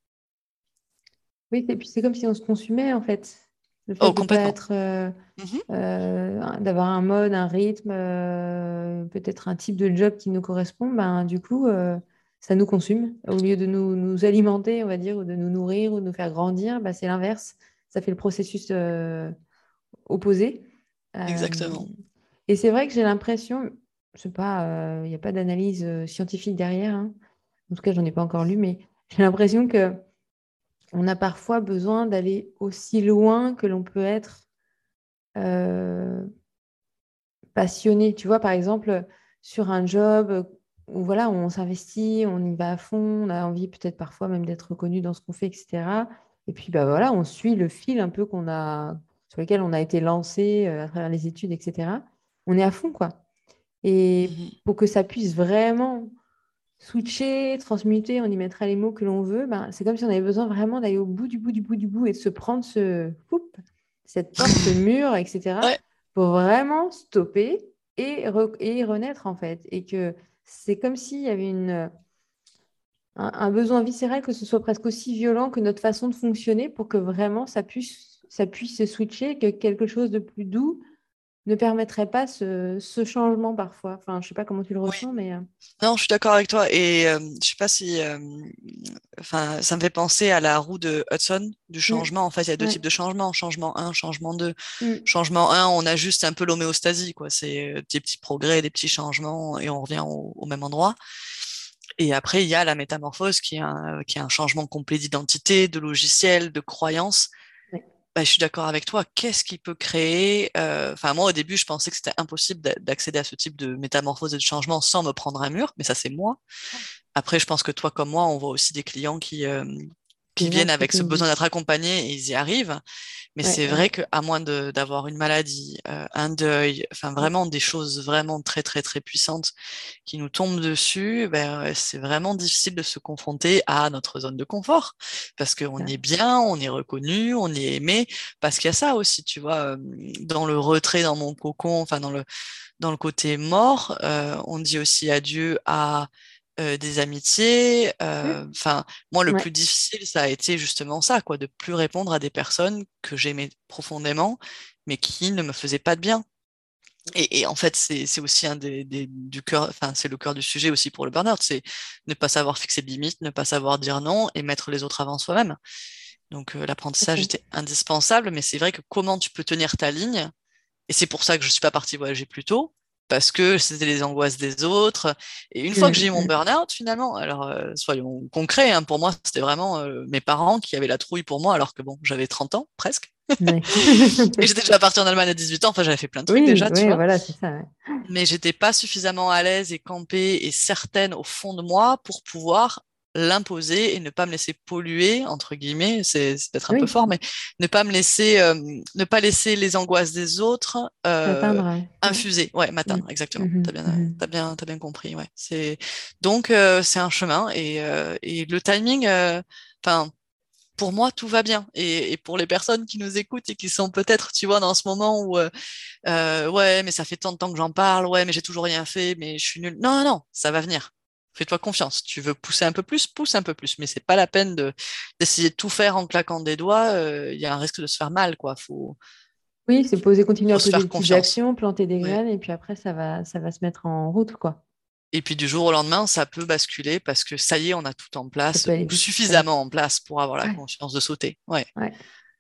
Oui, et puis c'est comme si on se consumait, en fait. Le fait Oh, de pas complètement. être... euh, Mhm. euh, d'avoir un mode, un rythme, euh, peut-être un type de job qui nous correspond, ben, du coup, euh, ça nous consume. Au lieu de nous, nous alimenter, on va dire, ou de nous nourrir, ou de nous faire grandir, ben, c'est l'inverse. Ça fait le processus euh, opposé. Euh, Exactement. et c'est vrai que j'ai l'impression, je sais pas, euh, il n'y a pas d'analyse euh, scientifique derrière, hein. En tout cas, j'en ai pas encore lu, mais j'ai l'impression que on a parfois besoin d'aller aussi loin que l'on peut être. euh, passionné. Tu vois, par exemple, sur un job où voilà, on s'investit, on y va à fond, on a envie peut-être parfois même d'être reconnu dans ce qu'on fait, et cetera. Et puis bah voilà, on suit le fil un peu qu'on a, sur lequel on a été lancé euh, à travers les études, et cetera. On est à fond, quoi. Et Mhm. pour que ça puisse vraiment switcher, transmuter, on y mettra les mots que l'on veut, ben, c'est comme si on avait besoin vraiment d'aller au bout du bout du bout du bout et de se prendre ce, oup, cette porte, ce mur, et cetera, Ouais. pour vraiment stopper et, re- et renaître en fait. Et que c'est comme s'il y avait une, un, un besoin viscéral que ce soit presque aussi violent que notre façon de fonctionner pour que vraiment ça puisse, ça puisse se switcher, que quelque chose de plus doux ne permettrait pas ce, ce changement parfois. Enfin, je sais pas comment tu le Oui. ressens, mais... euh, Non, je suis d'accord avec toi. Et euh, je sais pas si, euh, enfin, ça me fait penser à la roue de Hudson du mm, changement. En fait, il y a deux ouais, types de changements. Changement un, changement deux. mm, Changement un, on a juste un peu l'homéostasie, quoi. C'est euh, des petits progrès, des petits changements, et on revient au, au même endroit. Et après, il y a la métamorphose qui est un, qui est un changement complet d'identité, de logiciel, de croyance. ouais, Bah, je suis d'accord avec toi. Qu'est-ce qui peut créer euh, Enfin, moi, au début, je pensais que c'était impossible d'a- d'accéder à ce type de métamorphose et de changement sans me prendre un mur, mais ça, c'est moi. Après, je pense que toi comme moi, on voit aussi des clients qui, euh, qui qui viennent rentrent, avec qui ce nous besoin disent. d'être accompagnés et ils y arrivent. Mais Ouais, c'est vrai ouais. qu'à moins de, d'avoir une maladie, euh, un deuil, enfin Mm. vraiment des choses vraiment très très très puissantes qui nous tombent dessus, ben, ouais, c'est vraiment difficile de se confronter à notre zone de confort parce qu'on Ça. est bien, on est reconnu, on est aimé, parce qu'il y a ça aussi, tu vois, euh, dans le retrait, dans mon cocon, enfin dans le dans le côté mort, euh, on dit aussi adieu à euh, des amitiés. Mm. euh, Enfin, moi, le Ouais, plus difficile, ça a été justement ça, quoi, de plus répondre à des personnes que j'aimais profondément, mais qui ne me faisaient pas de bien. Et, et en fait, c'est c'est aussi un des, des- du cœur, enfin, c'est le cœur du sujet aussi pour le burn-out, c'est ne pas savoir fixer de limites, ne pas savoir dire non et mettre les autres avant soi-même. Donc, euh, tout à l'apprentissage fait. était indispensable, mais c'est vrai que comment tu peux tenir ta ligne, et c'est pour ça que je suis pas partie voyager plus tôt, parce que c'était les angoisses des autres. Et une fois que j'ai eu mon Mm, burn-out, finalement, alors euh, soyons concrets, hein, pour moi, c'était vraiment euh, mes parents qui avaient la trouille pour moi, alors que bon, j'avais trente ans presque. mm. Ouais. Et j'étais déjà partie en Allemagne à dix-huit ans, enfin, j'avais fait plein de trucs Oui, déjà, tu oui, vois. voilà, c'est ça. Ouais. Mais j'étais pas suffisamment à l'aise et campée et certaine au fond de moi pour pouvoir l'imposer et ne pas me laisser polluer, entre guillemets, c'est c'est peut-être un peu Oui, fort, mais ne pas me laisser, euh, ne pas laisser les angoisses des autres euh, t'atteindre. Ouais. infuser, ouais, Mm, m'atteindre, exactement. mhm, T'as bien, mhm. t'as bien, t'as bien compris, ouais. C'est donc euh, c'est un chemin et, euh, et le timing, euh, enfin pour moi, tout va bien. Et, et pour les personnes qui nous écoutent et qui sont peut-être, tu vois, dans ce moment où, euh, euh, ouais, mais ça fait tant de temps que j'en parle, ouais, mais j'ai toujours rien fait, mais je suis nulle. Non, non, non, ça va venir. Fais-toi confiance. Tu veux pousser un peu plus, pousse un peu plus. Mais c'est pas la peine de d'essayer de tout faire en claquant des doigts. euh, Il y a un risque de se faire mal, quoi. Faut, Oui, c'est poser, continuer à faut se poser faire des petites confiance. actions, planter des Ouais. graines, et puis après, ça va, ça va se mettre en route, quoi. Et puis du jour au lendemain, ça peut basculer parce que ça y est, on a tout en Ça place peut aller ou vite. Ouais. suffisamment en place pour avoir la Ouais. confiance de sauter. Ouais. Ouais.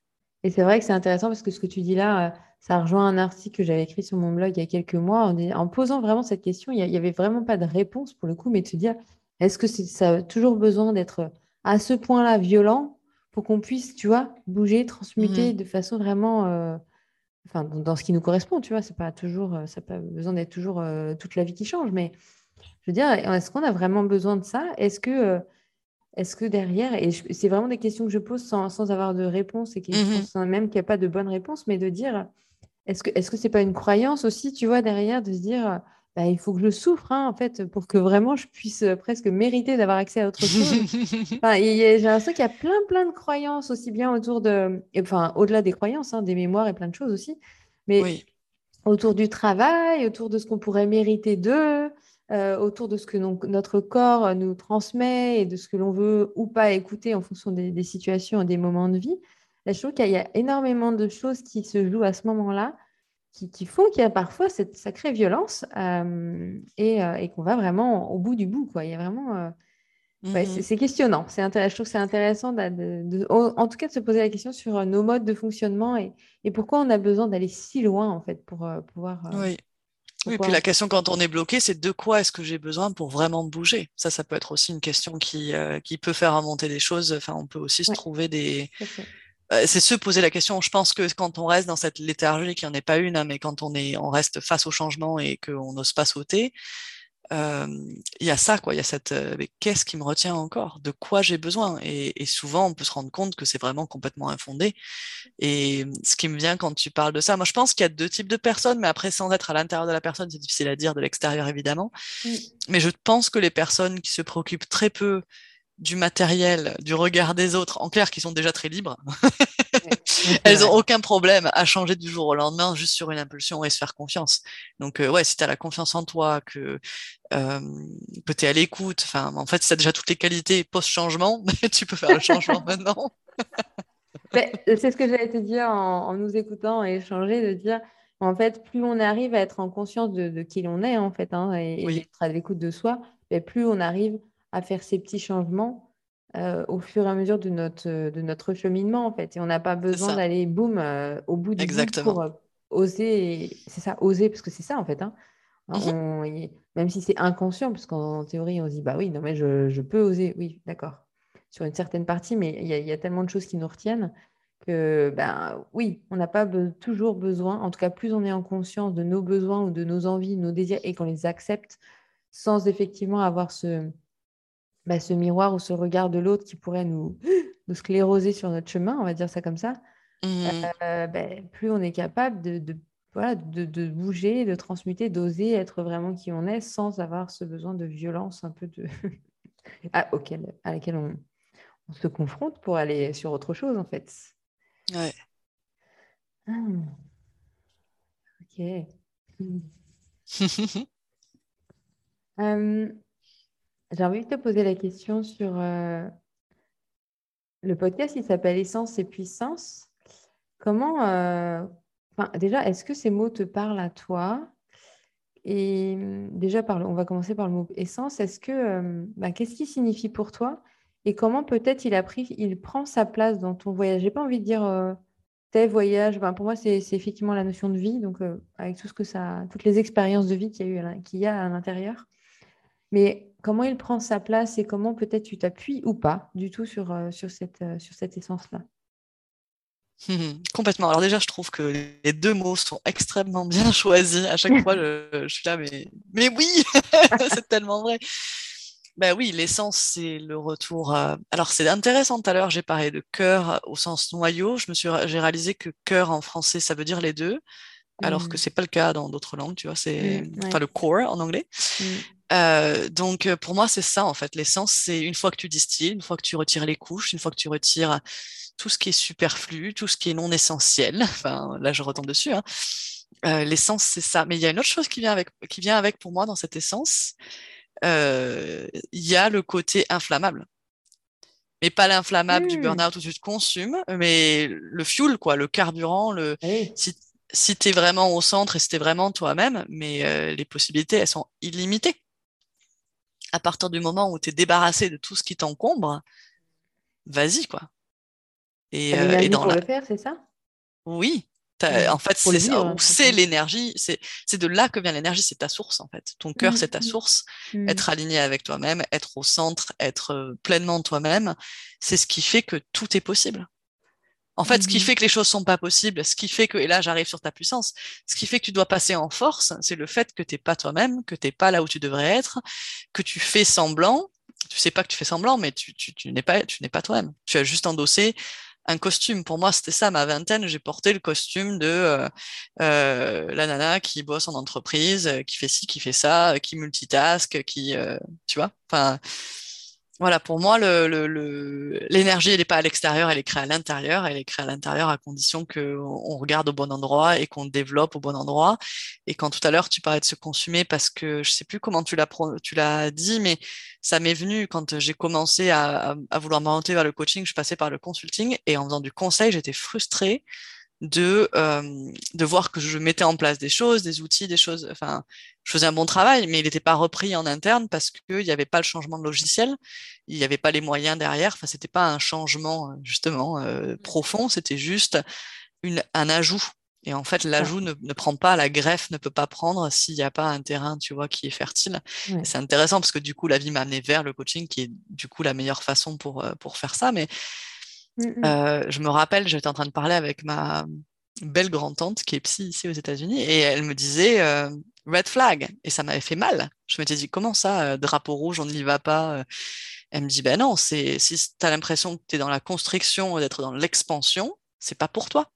Et c'est vrai que c'est intéressant parce que ce que tu dis là, euh, ça rejoint un article que j'avais écrit sur mon blog il y a quelques mois en, dis- en posant vraiment cette question. Il n'y avait vraiment pas de réponse pour le coup, mais de se dire, est-ce que c'est- ça a toujours besoin d'être à ce point-là violent pour qu'on puisse, tu vois, bouger, transmuter Mhm. de façon vraiment, euh, enfin, dans, dans ce qui nous correspond, tu vois, c'est pas toujours, euh, ça n'a pas besoin d'être toujours euh, toute la vie qui change, mais je veux dire, est-ce qu'on a vraiment besoin de ça? Est-ce que, euh, est-ce que derrière, et je- c'est vraiment des questions que je pose sans, sans avoir de réponse et qui, je Mhm. pense même qu'il n'y a pas de bonne réponse, mais de dire, est-ce que est-ce que c'est pas une croyance aussi, tu vois, derrière, de se dire, bah, il faut que je souffre, hein, en fait, pour que vraiment je puisse euh, presque mériter d'avoir accès à autre chose. Enfin, il y a- j'ai l'impression qu'il y a plein, plein de croyances aussi bien autour de, et, enfin, au-delà des croyances, hein, des mémoires et plein de choses aussi, mais Oui. autour du travail, autour de ce qu'on pourrait mériter d'eux, euh, autour de ce que non- notre corps euh, nous transmet et de ce que l'on veut ou pas écouter en fonction des, des situations et des moments de vie. Là, je trouve qu'il y a énormément de choses qui se jouent à ce moment-là, qui, qui font qu'il y a parfois cette sacrée violence euh, et, euh, et qu'on va vraiment au bout du bout, quoi. Il y a vraiment... euh, ouais, c'est Mhm. c'est questionnant. C'est intéressant. Je trouve que c'est intéressant de, de- de- en en tout cas de se poser la question sur euh, nos modes de fonctionnement et, et pourquoi on a besoin d'aller si loin en fait pour euh, pouvoir, euh, Oui. pour Oui, puis pouvoir la être. question quand on est bloqué, c'est de quoi est-ce que j'ai besoin pour vraiment bouger? Ça, ça peut être aussi une question qui, euh, qui peut faire remonter des choses. Enfin, on peut aussi se Ouais, trouver des... tout à fait. euh, c'est se poser la question. Je pense que quand on reste dans cette léthargie, qui en est pas une, hein, mais quand on est, on reste face au changement et qu'on n'ose pas sauter, euh, il y a ça, quoi. Il y a cette, euh, mais qu'est-ce qui me retient encore? De quoi j'ai besoin? Et, et souvent, on peut se rendre compte que c'est vraiment complètement infondé. Et ce qui me vient quand tu parles de ça, moi je pense qu'il y a deux types de personnes, mais après sans être à l'intérieur de la personne, c'est difficile à dire de l'extérieur évidemment. Mm. Mais je pense que les personnes qui se préoccupent très peu du matériel, du regard des autres, en clair, qui sont déjà très libres, Ouais, ouais, c'est elles ont vrai. aucun problème à changer du jour au lendemain juste sur une impulsion et se faire confiance. Donc euh, ouais, si tu as la confiance en toi, que, euh, que tu es à l'écoute, enfin en fait si tu as déjà toutes les qualités post-changement, tu peux faire le changement maintenant. Mais euh, c'est ce que j'allais te dire en, en nous écoutant et échanger, de dire en fait, plus on arrive à être en conscience de, de qui l'on est en fait, hein, et, et Oui, d'être à l'écoute de soi, et plus on arrive à faire ces petits changements euh, au fur et à mesure de notre, de notre cheminement en fait. Et on n'a pas c'est besoin ça, d'aller boum euh, au bout du bout exactement. pour euh, oser. et- C'est ça, oser, parce que c'est ça en fait. Hein. Mhm. On, y- même si c'est inconscient, parce qu'en théorie, on se dit, bah oui, non, mais je, je peux oser, oui, d'accord, sur une certaine partie, mais il y, a il y a tellement de choses qui nous retiennent que, ben oui, on n'a pas be- toujours besoin, en tout cas, plus on est en conscience de nos besoins ou de nos envies, de nos désirs, et qu'on les accepte sans effectivement avoir ce, bah, ce miroir ou ce regard de l'autre qui pourrait nous, nous scléroser sur notre chemin, on va dire ça comme ça, Mhm. euh, ben, plus on est capable de, de, voilà, de, de bouger, de transmuter, d'oser être vraiment qui on est sans avoir ce besoin de violence un peu de... à, auquel, à laquelle on, on se confronte pour aller sur autre chose en fait. Ouais. Ah, ok. Euh, j'ai envie de te poser la question sur euh, le podcast, il s'appelle Essence et Puissance. Comment, euh, enfin, déjà, est-ce que ces mots te parlent à toi? Et hum, déjà, par le- on va commencer par le mot essence. Est-ce que, euh, bah, qu'est-ce qu'il signifie pour toi? Et comment peut-être il a pris, il prend sa place dans ton voyage? J'ai pas envie de dire euh, tes voyages, ben, pour moi, c'est, c'est effectivement la notion de vie, donc euh, avec tout ce que ça, toutes les expériences de vie qu'il y a eu à l'in- qu'il y a à l'intérieur. Mais comment il prend sa place et comment peut-être tu t'appuies ou pas du tout sur, euh, sur cette, euh, sur cette essence-là. Mhm, complètement. Alors déjà, je trouve que les deux mots sont extrêmement bien choisis. À chaque fois, je, je suis là, mais, mais oui, c'est tellement vrai. Ben oui, l'essence, c'est le retour. à- Alors, c'est intéressant. Tout à l'heure, j'ai parlé de cœur au sens noyau. Je me suis, j'ai réalisé que cœur en français, ça veut dire les deux, alors que Mm. c'est pas le cas dans d'autres langues. Tu vois, c'est Mm, enfin ouais. le core en anglais. Mm. Euh, donc, euh, pour moi, c'est ça en fait. L'essence, c'est une fois que tu distilles, une fois que tu retires les couches, une fois que tu retires tout ce qui est superflu, tout ce qui est non essentiel. Enfin, là, je retombe dessus. Hein. Euh, l'essence, c'est ça. Mais il y a une autre chose qui vient avec, qui vient avec pour moi dans cette essence. Euh, Il y a le côté inflammable. Mais pas l'inflammable du Mm. burn-out où tu te consumes, mais le fuel, quoi, le carburant, le, Ah oui. si, si t'es vraiment au centre et si t'es vraiment toi-même, mais euh, les possibilités, elles sont illimitées. À partir du moment où t'es débarrassé de tout ce qui t'encombre, vas-y, quoi. T'as Et, euh, et l'énergie dans pour la, le faire, c'est ça? Oui, t'as- Mm. en fait, Pour le c'est ça, vivre, où hein, c'est simplement. l'énergie, c'est c'est de là que vient l'énergie, c'est ta source en fait. Ton cœur, c'est ta Mm. source. Mm. Être aligné avec toi-même, être au centre, être euh, pleinement toi-même, c'est ce qui fait que tout est possible. En fait, ce qui Mhm. fait que les choses sont pas possibles, ce qui fait que, et là j'arrive sur ta puissance, ce qui fait que tu dois passer en force, c'est le fait que t'es pas toi-même, que t'es pas là où tu devrais être, que tu fais semblant. Tu sais pas que tu fais semblant, mais tu, tu, tu n'es pas, tu n'es pas toi-même. Tu as juste endossé un costume. Pour moi, c'était ça, ma vingtaine, j'ai porté le costume de euh, euh, la nana qui bosse en entreprise, euh, qui fait ci, qui fait ça, euh, qui multitask, qui, euh, tu vois. Enfin, voilà, pour moi, le, le, le- l'énergie, elle n'est pas à l'extérieur, elle est créée à l'intérieur. Elle est créée à l'intérieur à condition qu'on regarde au bon endroit et qu'on développe au bon endroit. Et quand tout à l'heure, tu parlais de se consumer parce que je sais plus comment tu l'as, pro- tu l'as dit, mais ça m'est venu quand j'ai commencé à, à, à vouloir m'orienter vers le coaching, je passais par le consulting et en faisant du conseil, j'étais frustrée de, euh, de voir que je mettais en place des choses, des outils, des choses, enfin, je faisais un bon travail, mais il n'était pas repris en interne parce qu'il n'y avait pas le changement de logiciel, il n'y avait pas les moyens derrière, enfin, c'était pas un changement, euh, justement, euh, profond, c'était juste une, un ajout. Et en fait, Ah, l'ajout ne, ne prend pas, la greffe ne peut pas prendre s'il n'y a pas un terrain, tu vois, qui est fertile. Et ouais. c'est intéressant parce que du coup, la vie m'a amené vers le coaching, qui est du coup la meilleure façon pour, euh, pour faire ça. Mais Mm, mm. euh, je me rappelle, j'étais en train de parler avec ma belle grand-tante qui est psy ici aux États-Unis et elle me disait euh, red flag et ça m'avait fait mal. Je m'étais dit comment ça, euh, drapeau rouge, on n'y va pas. euh. Elle me dit ben non, c'est si tu as l'impression que tu es dans la constriction, d'être dans l'expansion, c'est pas pour toi.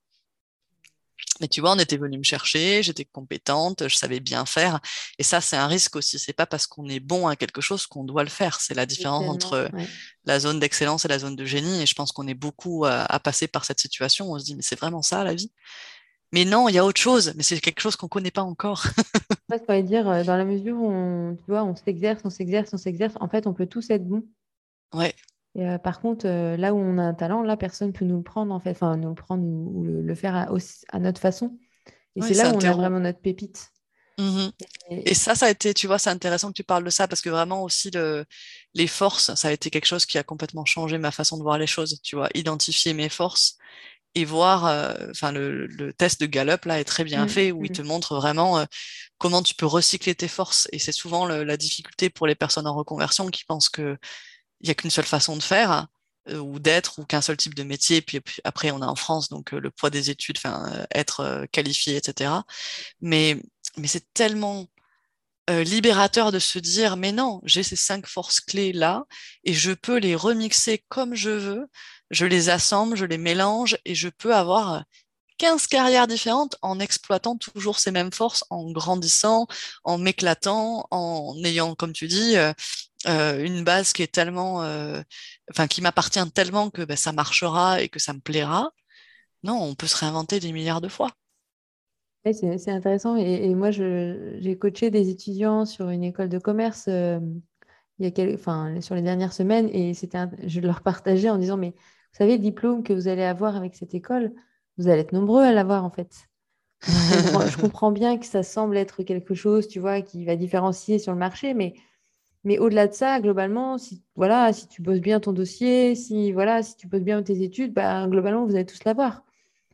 Mais tu vois, on était venu me chercher, j'étais compétente, je savais bien faire. Et ça, c'est un risque aussi. C'est pas parce qu'on est bon à quelque chose qu'on doit le faire. C'est la C'est différence tellement, entre ouais. la zone d'excellence et la zone de génie. Et je pense qu'on est beaucoup à, à passer par cette situation. On se dit, mais c'est vraiment ça, la vie? Mais non, il y a autre chose. Mais c'est quelque chose qu'on connaît pas encore. Presque, on va dire, euh, dans la mesure où on, tu vois, on s'exerce, on s'exerce, on s'exerce, en fait, on peut tous être bons. Ouais, Et, euh, par contre, euh, là où on a un talent, là, personne ne peut nous le prendre, en fait, enfin, nous le prendre ou, ou le, le faire à, aussi- à notre façon. Et ouais, c'est c'est là où un on a terreau. vraiment notre pépite. Mhm. Et Et, ça, ça a été, tu vois, c'est intéressant que tu parles de ça parce que vraiment aussi le, les forces, ça a été quelque chose qui a complètement changé ma façon de voir les choses. Tu vois, identifier mes forces et voir, euh, enfin le, le test de Gallup là est très bien mm, fait où il te mm. montre vraiment euh, comment tu peux recycler tes forces et c'est souvent le- la difficulté pour les personnes en reconversion qui pensent que il y a qu'une seule façon de faire euh, ou d'être ou qu'un seul type de métier puis, puis après on est en France donc euh, le poids des études, enfin euh, être euh, qualifié et cetera. Mais mais c'est tellement euh, libérateur de se dire, mais non, j'ai ces cinq forces clés là et je peux les remixer comme je veux, je les assemble, je les mélange et je peux avoir quinze carrières différentes en exploitant toujours ces mêmes forces, en grandissant, en m'éclatant, en ayant, comme tu dis, euh, euh, une base qui est tellement, euh, enfin, qui m'appartient tellement que ben, ça marchera et que ça me plaira. Non, on peut se réinventer des milliards de fois. Ouais, c'est c'est intéressant. Et, et moi, je, j'ai coaché des étudiants sur une école de commerce euh, il y a quel- enfin, sur les dernières semaines et c'était un- je leur partageais en disant, mais vous savez, le diplôme que vous allez avoir avec cette école, vous allez être nombreux à l'avoir en fait. Donc, je comprends, je comprends bien que ça semble être quelque chose, tu vois, qui va différencier sur le marché, mais, mais au-delà de ça, globalement, si, voilà, si tu bosses bien ton dossier, si, voilà, si tu bosses bien tes études, bah, globalement, vous allez tous l'avoir.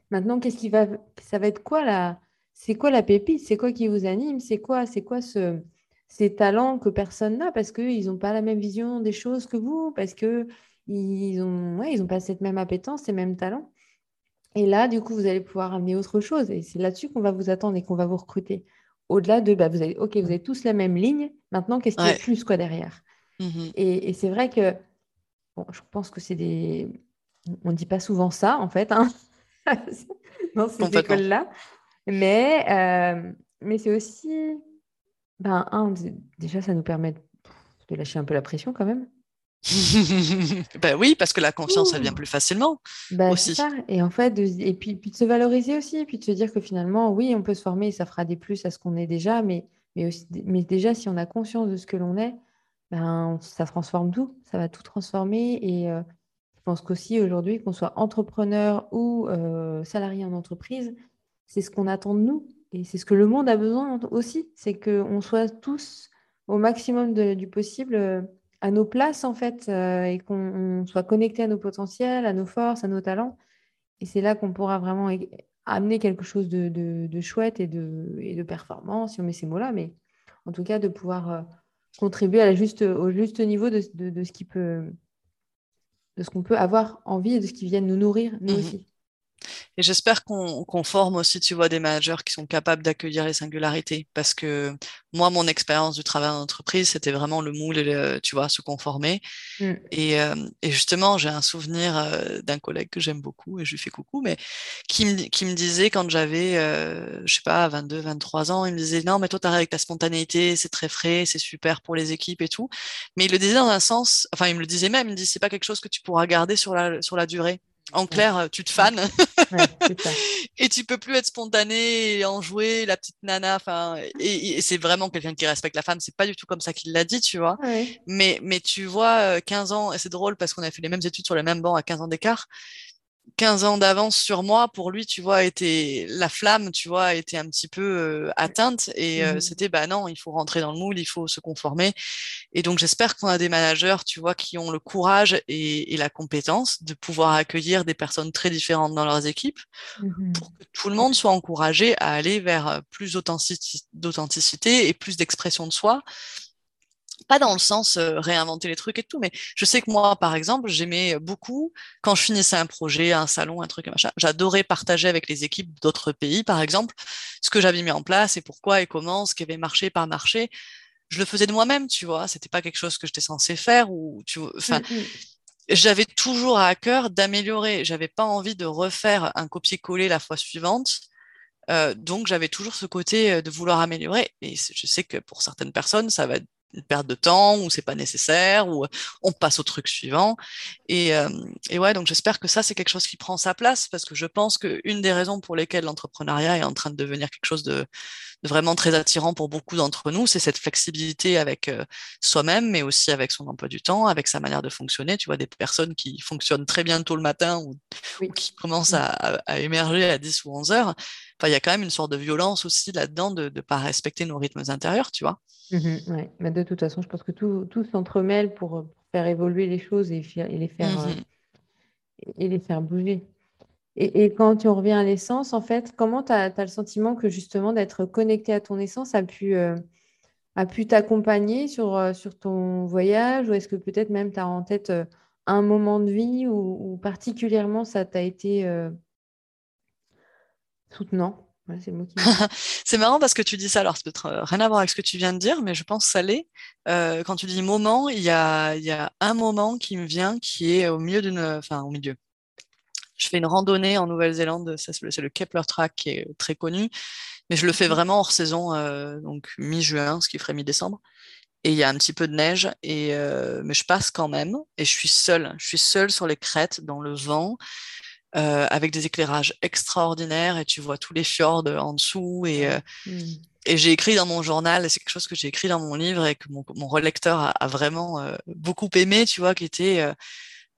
Maintenant, qu'est-ce qui va, ça va être quoi là? C'est quoi la pépite? C'est quoi qui vous anime? C'est quoi, c'est quoi ce, ces talents que personne n'a parce qu'ils n'ont pas la même vision des choses que vous, parce que ils ont, ouais, ils ont pas cette même appétence, ces mêmes talents. Et là, du coup, vous allez pouvoir amener autre chose. Et c'est là-dessus qu'on va vous attendre et qu'on va vous recruter. Au-delà de, bah, vous avez, OK, vous avez tous la même ligne. Maintenant, qu'est-ce qu'il y a de Ouais. plus quoi derrière? Mhm. Et, et c'est vrai que, bon, je pense que c'est des... On ne dit pas souvent ça, en fait, hein, dans ces Complètement. écoles-là. Mais, euh, mais c'est aussi, ben, un, d- déjà, ça nous permet de de lâcher un peu la pression quand même. Ben oui, parce que la confiance, elle vient Ouh. plus facilement Bah, c'est aussi. ça. Et en fait, de- et puis, puis de se valoriser aussi, puis de se dire que finalement, oui, on peut se former et ça fera des plus à ce qu'on est déjà, mais, mais, aussi, mais déjà, si on a conscience de ce que l'on est, ben, ça transforme tout. Ça va tout transformer. Et euh, je pense qu'aussi aujourd'hui, qu'on soit entrepreneur ou euh, salarié en entreprise, c'est ce qu'on attend de nous. Et c'est ce que le monde a besoin aussi. C'est qu'on soit tous au maximum de- du possible euh, à nos places, en fait, euh, et qu'on on soit connecté à nos potentiels, à nos forces, à nos talents. Et c'est là qu'on pourra vraiment é- amener quelque chose de, de- de chouette et de, et de performant, si on met ces mots-là, mais en tout cas de pouvoir euh, contribuer à la juste, au juste niveau de, de- de ce qui peut, de ce qu'on peut avoir envie et de ce qui vient nous nourrir, nous Mhm. aussi. Et j'espère qu'on qu'on forme aussi, tu vois, des managers qui sont capables d'accueillir les singularités. Parce que moi, mon expérience du travail en entreprise, c'était vraiment le moule, et le- tu vois, se conformer. Mm. Et, euh, et justement, j'ai un souvenir euh, d'un collègue que j'aime beaucoup, et je lui fais coucou, mais qui me, qui me disait quand j'avais, euh, je sais pas, vingt-deux, vingt-trois ans, il me disait, non, mais toi, t'arrives avec ta spontanéité, c'est très frais, c'est super pour les équipes et tout. Mais il le disait dans un sens, enfin, il me le disait même, il me dit, c'est pas quelque chose que tu pourras garder sur la, sur la durée. En Ouais. clair, tu te Mm. fanes Ouais, c'est ça. et tu peux plus être spontané et en jouer la petite nana. Enfin, et, et c'est vraiment quelqu'un qui respecte la femme. C'est pas du tout comme ça qu'il l'a dit, tu vois. Ouais. Mais, mais tu vois, euh, quinze ans, et c'est drôle parce qu'on a fait les mêmes études sur le même banc à quinze ans d'écart. quinze ans d'avance sur moi, pour lui, tu vois, était la flamme, tu vois, était un petit peu euh, atteinte. Et euh, Mhm. c'était, bah non, il faut rentrer dans le moule, il faut se conformer. Et donc, j'espère qu'on a des managers, tu vois, qui ont le courage et, et la compétence de pouvoir accueillir des personnes très différentes dans leurs équipes Mhm. pour que tout le monde soit encouragé à aller vers euh, plus d'authenticité d'authenticité et plus d'expression de soi. Pas dans le sens euh, réinventer les trucs et tout, mais je sais que moi, par exemple, j'aimais beaucoup, quand je finissais un projet, un salon, un truc, un machin, j'adorais partager avec les équipes d'autres pays, par exemple, ce que j'avais mis en place et pourquoi et comment, ce qui avait marché, pas marché. Je le faisais de moi-même, tu vois, c'était pas quelque chose que j'étais censée faire ou, tu vois, enfin, Mhm. j'avais toujours à cœur d'améliorer. J'avais pas envie de refaire un copier-coller la fois suivante. Euh, donc j'avais toujours ce côté euh, de vouloir améliorer. Et c- je sais que pour certaines personnes, ça va être une perte de temps ou c'est pas nécessaire ou euh, on passe au truc suivant. Et, euh, et ouais, donc j'espère que ça c'est quelque chose qui prend sa place parce que je pense que une des raisons pour lesquelles l'entrepreneuriat est en train de devenir quelque chose de, de vraiment très attirant pour beaucoup d'entre nous, c'est cette flexibilité avec euh, soi-même, mais aussi avec son emploi du temps, avec sa manière de fonctionner. Tu vois, des personnes qui fonctionnent très bien tôt le matin ou, ou Oui. qui commencent à, à, à émerger à dix ou onze heures. Enfin, il y a quand même une sorte de violence aussi là-dedans de ne pas respecter nos rythmes intérieurs, tu vois. Mhm. Ouais. Mais de toute façon, je pense que tout, tout s'entremêle pour, euh, pour faire évoluer les choses et, fi- et les faire, euh, Mhm. et les faire bouger. Et, et quand tu reviens à l'essence, en fait, comment tu as, le sentiment que justement d'être connecté à ton essence a pu, euh, a pu t'accompagner sur, euh, sur ton voyage ou est-ce que peut-être même tu as en tête euh, un moment de vie où, où particulièrement ça t'a été euh, soutenant? Voilà, c'est le mot qui me vient. C'est marrant parce que tu dis ça, alors ça peut être euh, rien à voir avec ce que tu viens de dire, mais je pense que ça l'est. Euh, quand tu dis moment, il y a, il y a un moment qui me vient qui est au milieu d'une, enfin au milieu. Je fais une randonnée en Nouvelle-Zélande, ça, c'est le c'est le Kepler Track qui est très connu, mais je le fais Mhm. vraiment hors saison, euh, donc mi-juin, ce qui ferait mi-décembre. Et il y a un petit peu de neige, et euh, mais je passe quand même, et je suis seule. Je suis seule sur les crêtes, dans le vent, euh, avec des éclairages extraordinaires, et tu vois tous les fjords en dessous. Et, euh, Ouais. Mhm. et j'ai écrit dans mon journal, et c'est quelque chose que j'ai écrit dans mon livre, et que mon, mon relecteur a, a vraiment euh, beaucoup aimé, tu vois, qui était... euh,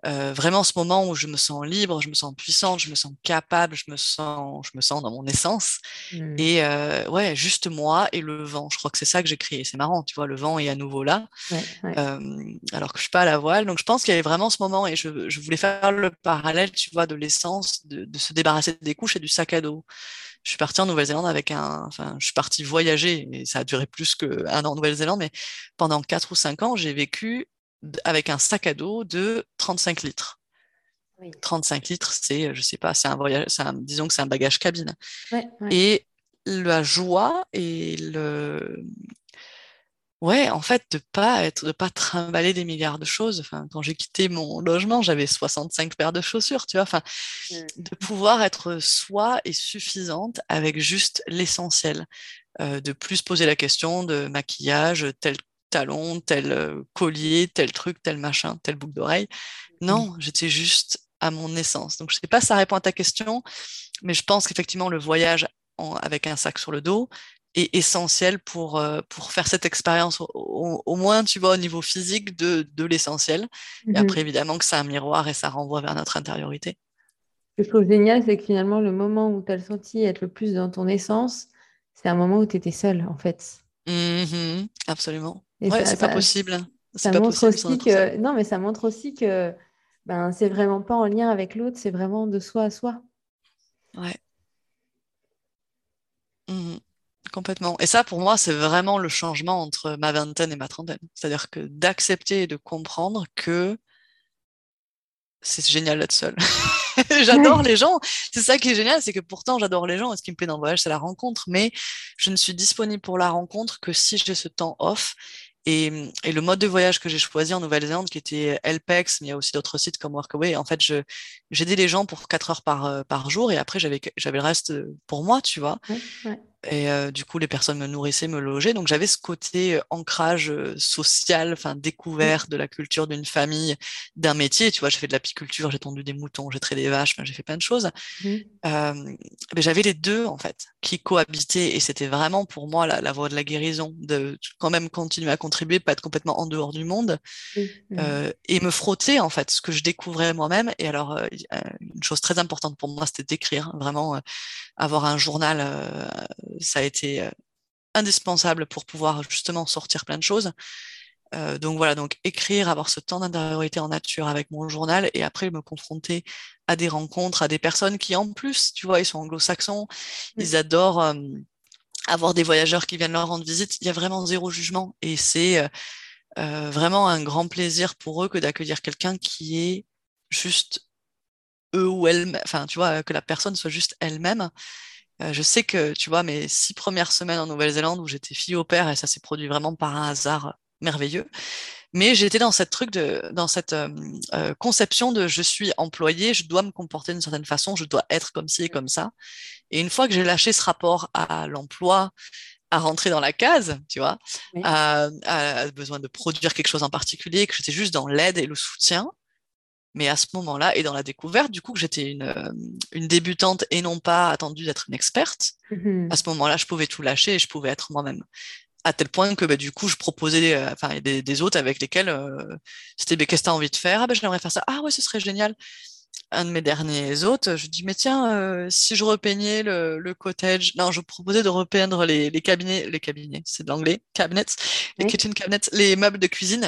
Euh, vraiment ce moment où je me sens libre, je me sens puissante, je me sens capable, je me sens, je me sens dans mon essence. Mm. Et euh, ouais, juste moi et le vent. Je crois que c'est ça que j'ai créé. C'est marrant, tu vois, le vent est à nouveau là, Ouais, ouais. euh, alors que je suis pas à la voile. Donc je pense qu'il y avait vraiment ce moment et je, je voulais faire le parallèle, tu vois, de l'essence, de, de se débarrasser des couches et du sac à dos. Je suis partie en Nouvelle-Zélande avec un, enfin, je suis partie voyager et ça a duré plus qu'un an en Nouvelle-Zélande, mais pendant quatre ou cinq ans, j'ai vécu d- avec un sac à dos de trente-cinq litres. Oui. trente-cinq litres, c'est, je sais pas, c'est un voyage, c'est un- disons que c'est un bagage cabine. Ouais, ouais. Et la joie et le, ouais, en fait, de pas être, de pas trimballer des milliards de choses. Enfin, quand j'ai quitté mon logement, j'avais soixante-cinq paires de chaussures, tu vois. Enfin, Mm. de pouvoir être soi et suffisante avec juste l'essentiel. Euh, de plus se poser la question de maquillage, tel talon, tel euh, collier, tel truc, tel machin, telle boucle d'oreille. Mm. Non, j'étais juste à mon essence. Donc, je sais pas si ça répond à ta question, mais je pense qu'effectivement, le voyage en- avec un sac sur le dos est essentiel pour, euh, pour faire cette expérience, au, au- au moins, tu vois, au niveau physique de, de l'essentiel. Et après, Mhm. évidemment, que c'est un miroir et ça renvoie vers notre intériorité. Ce que je trouve génial, c'est que finalement, le moment où tu as le senti être le plus dans ton essence, c'est un moment où tu étais seule, en fait. Mhm, absolument. Et Ouais, ça, c'est pas ça, possible. C'est ça pas montre possible sans aussi être seul. que, non, mais ça montre aussi que ben, c'est vraiment pas en lien avec l'autre, c'est vraiment de soi à soi. Ouais. Mhm. Complètement. Et ça, pour moi, c'est vraiment le changement entre ma vingtaine et ma trentaine. C'est-à-dire que d'accepter et de comprendre que c'est génial d'être seul. J'adore les gens. C'est ça qui est génial, c'est que pourtant j'adore les gens. Et ce qui me plaît dans le voyage, c'est la rencontre. Mais je ne suis disponible pour la rencontre que si j'ai ce temps off. Et, et le mode de voyage que j'ai choisi en Nouvelle-Zélande, qui était Helpex, mais il y a aussi d'autres sites comme Workaway. En fait, je, j'aidais les gens pour quatre heures par, euh, par jour et après j'avais, j'avais le reste pour moi, tu vois. Ouais, ouais. Et euh, du coup, les personnes me nourrissaient, me logeaient. Donc, j'avais ce côté euh, ancrage euh, social, enfin, Mm. découverte de la culture d'une famille, d'un métier. Tu vois, j'ai fait de l'apiculture, j'ai tondu des moutons, j'ai traité des vaches, enfin, j'ai fait plein de choses. Mhm. Euh, mais j'avais les deux, en fait, qui cohabitaient. Et c'était vraiment pour moi la, la voie de la guérison, de quand même continuer à contribuer, pas être complètement en dehors du monde, Oui. Mm. euh, et me frotter, en fait, ce que je découvrais moi-même. Et alors, euh, y a une chose très importante pour moi, c'était d'écrire, hein, vraiment, euh, avoir un journal, euh, ça a été euh, indispensable pour pouvoir justement sortir plein de choses. Euh, donc voilà, donc écrire, avoir ce temps d'intériorité en nature avec mon journal et après me confronter à des rencontres, à des personnes qui en plus, tu vois, ils sont anglo-saxons, ils Mm. adorent euh, avoir des voyageurs qui viennent leur rendre visite. Il y a vraiment zéro jugement et c'est euh, euh, vraiment un grand plaisir pour eux que d'accueillir quelqu'un qui est juste eux ou elle, enfin tu vois, que la personne soit juste elle-même. Euh, je sais que, tu vois, mes six premières semaines en Nouvelle-Zélande où j'étais fille au père et ça s'est produit vraiment par un hasard merveilleux. Mais j'étais dans cette truc de, dans cette euh, euh, conception de je suis employée, je dois me comporter d'une certaine façon, je dois être comme ci et comme ça. Et une fois que j'ai lâché ce rapport à l'emploi, à rentrer dans la case, tu vois, Oui. à, à besoin de produire quelque chose en particulier, que j'étais juste dans l'aide et le soutien, mais à ce moment-là, et dans la découverte, du coup, que j'étais une, euh, une débutante et non pas attendue d'être une experte, à ce Mhm. moment-là, je pouvais tout lâcher et je pouvais être moi-même. À tel point que bah, du coup, je proposais euh, enfin, des, des hôtes avec lesquels euh, c'était bah, qu'est-ce que tu as envie de faire? Ah ben j'aimerais faire ça. Ah ouais, ce serait génial. Un de mes derniers hôtes, je dis, mais tiens, euh, si je repeignais le, le cottage, non, je proposais de repeindre les, les cabinets, les cabinets, c'est de l'anglais, cabinets, les Oui. kitchen cabinets, les meubles de cuisine.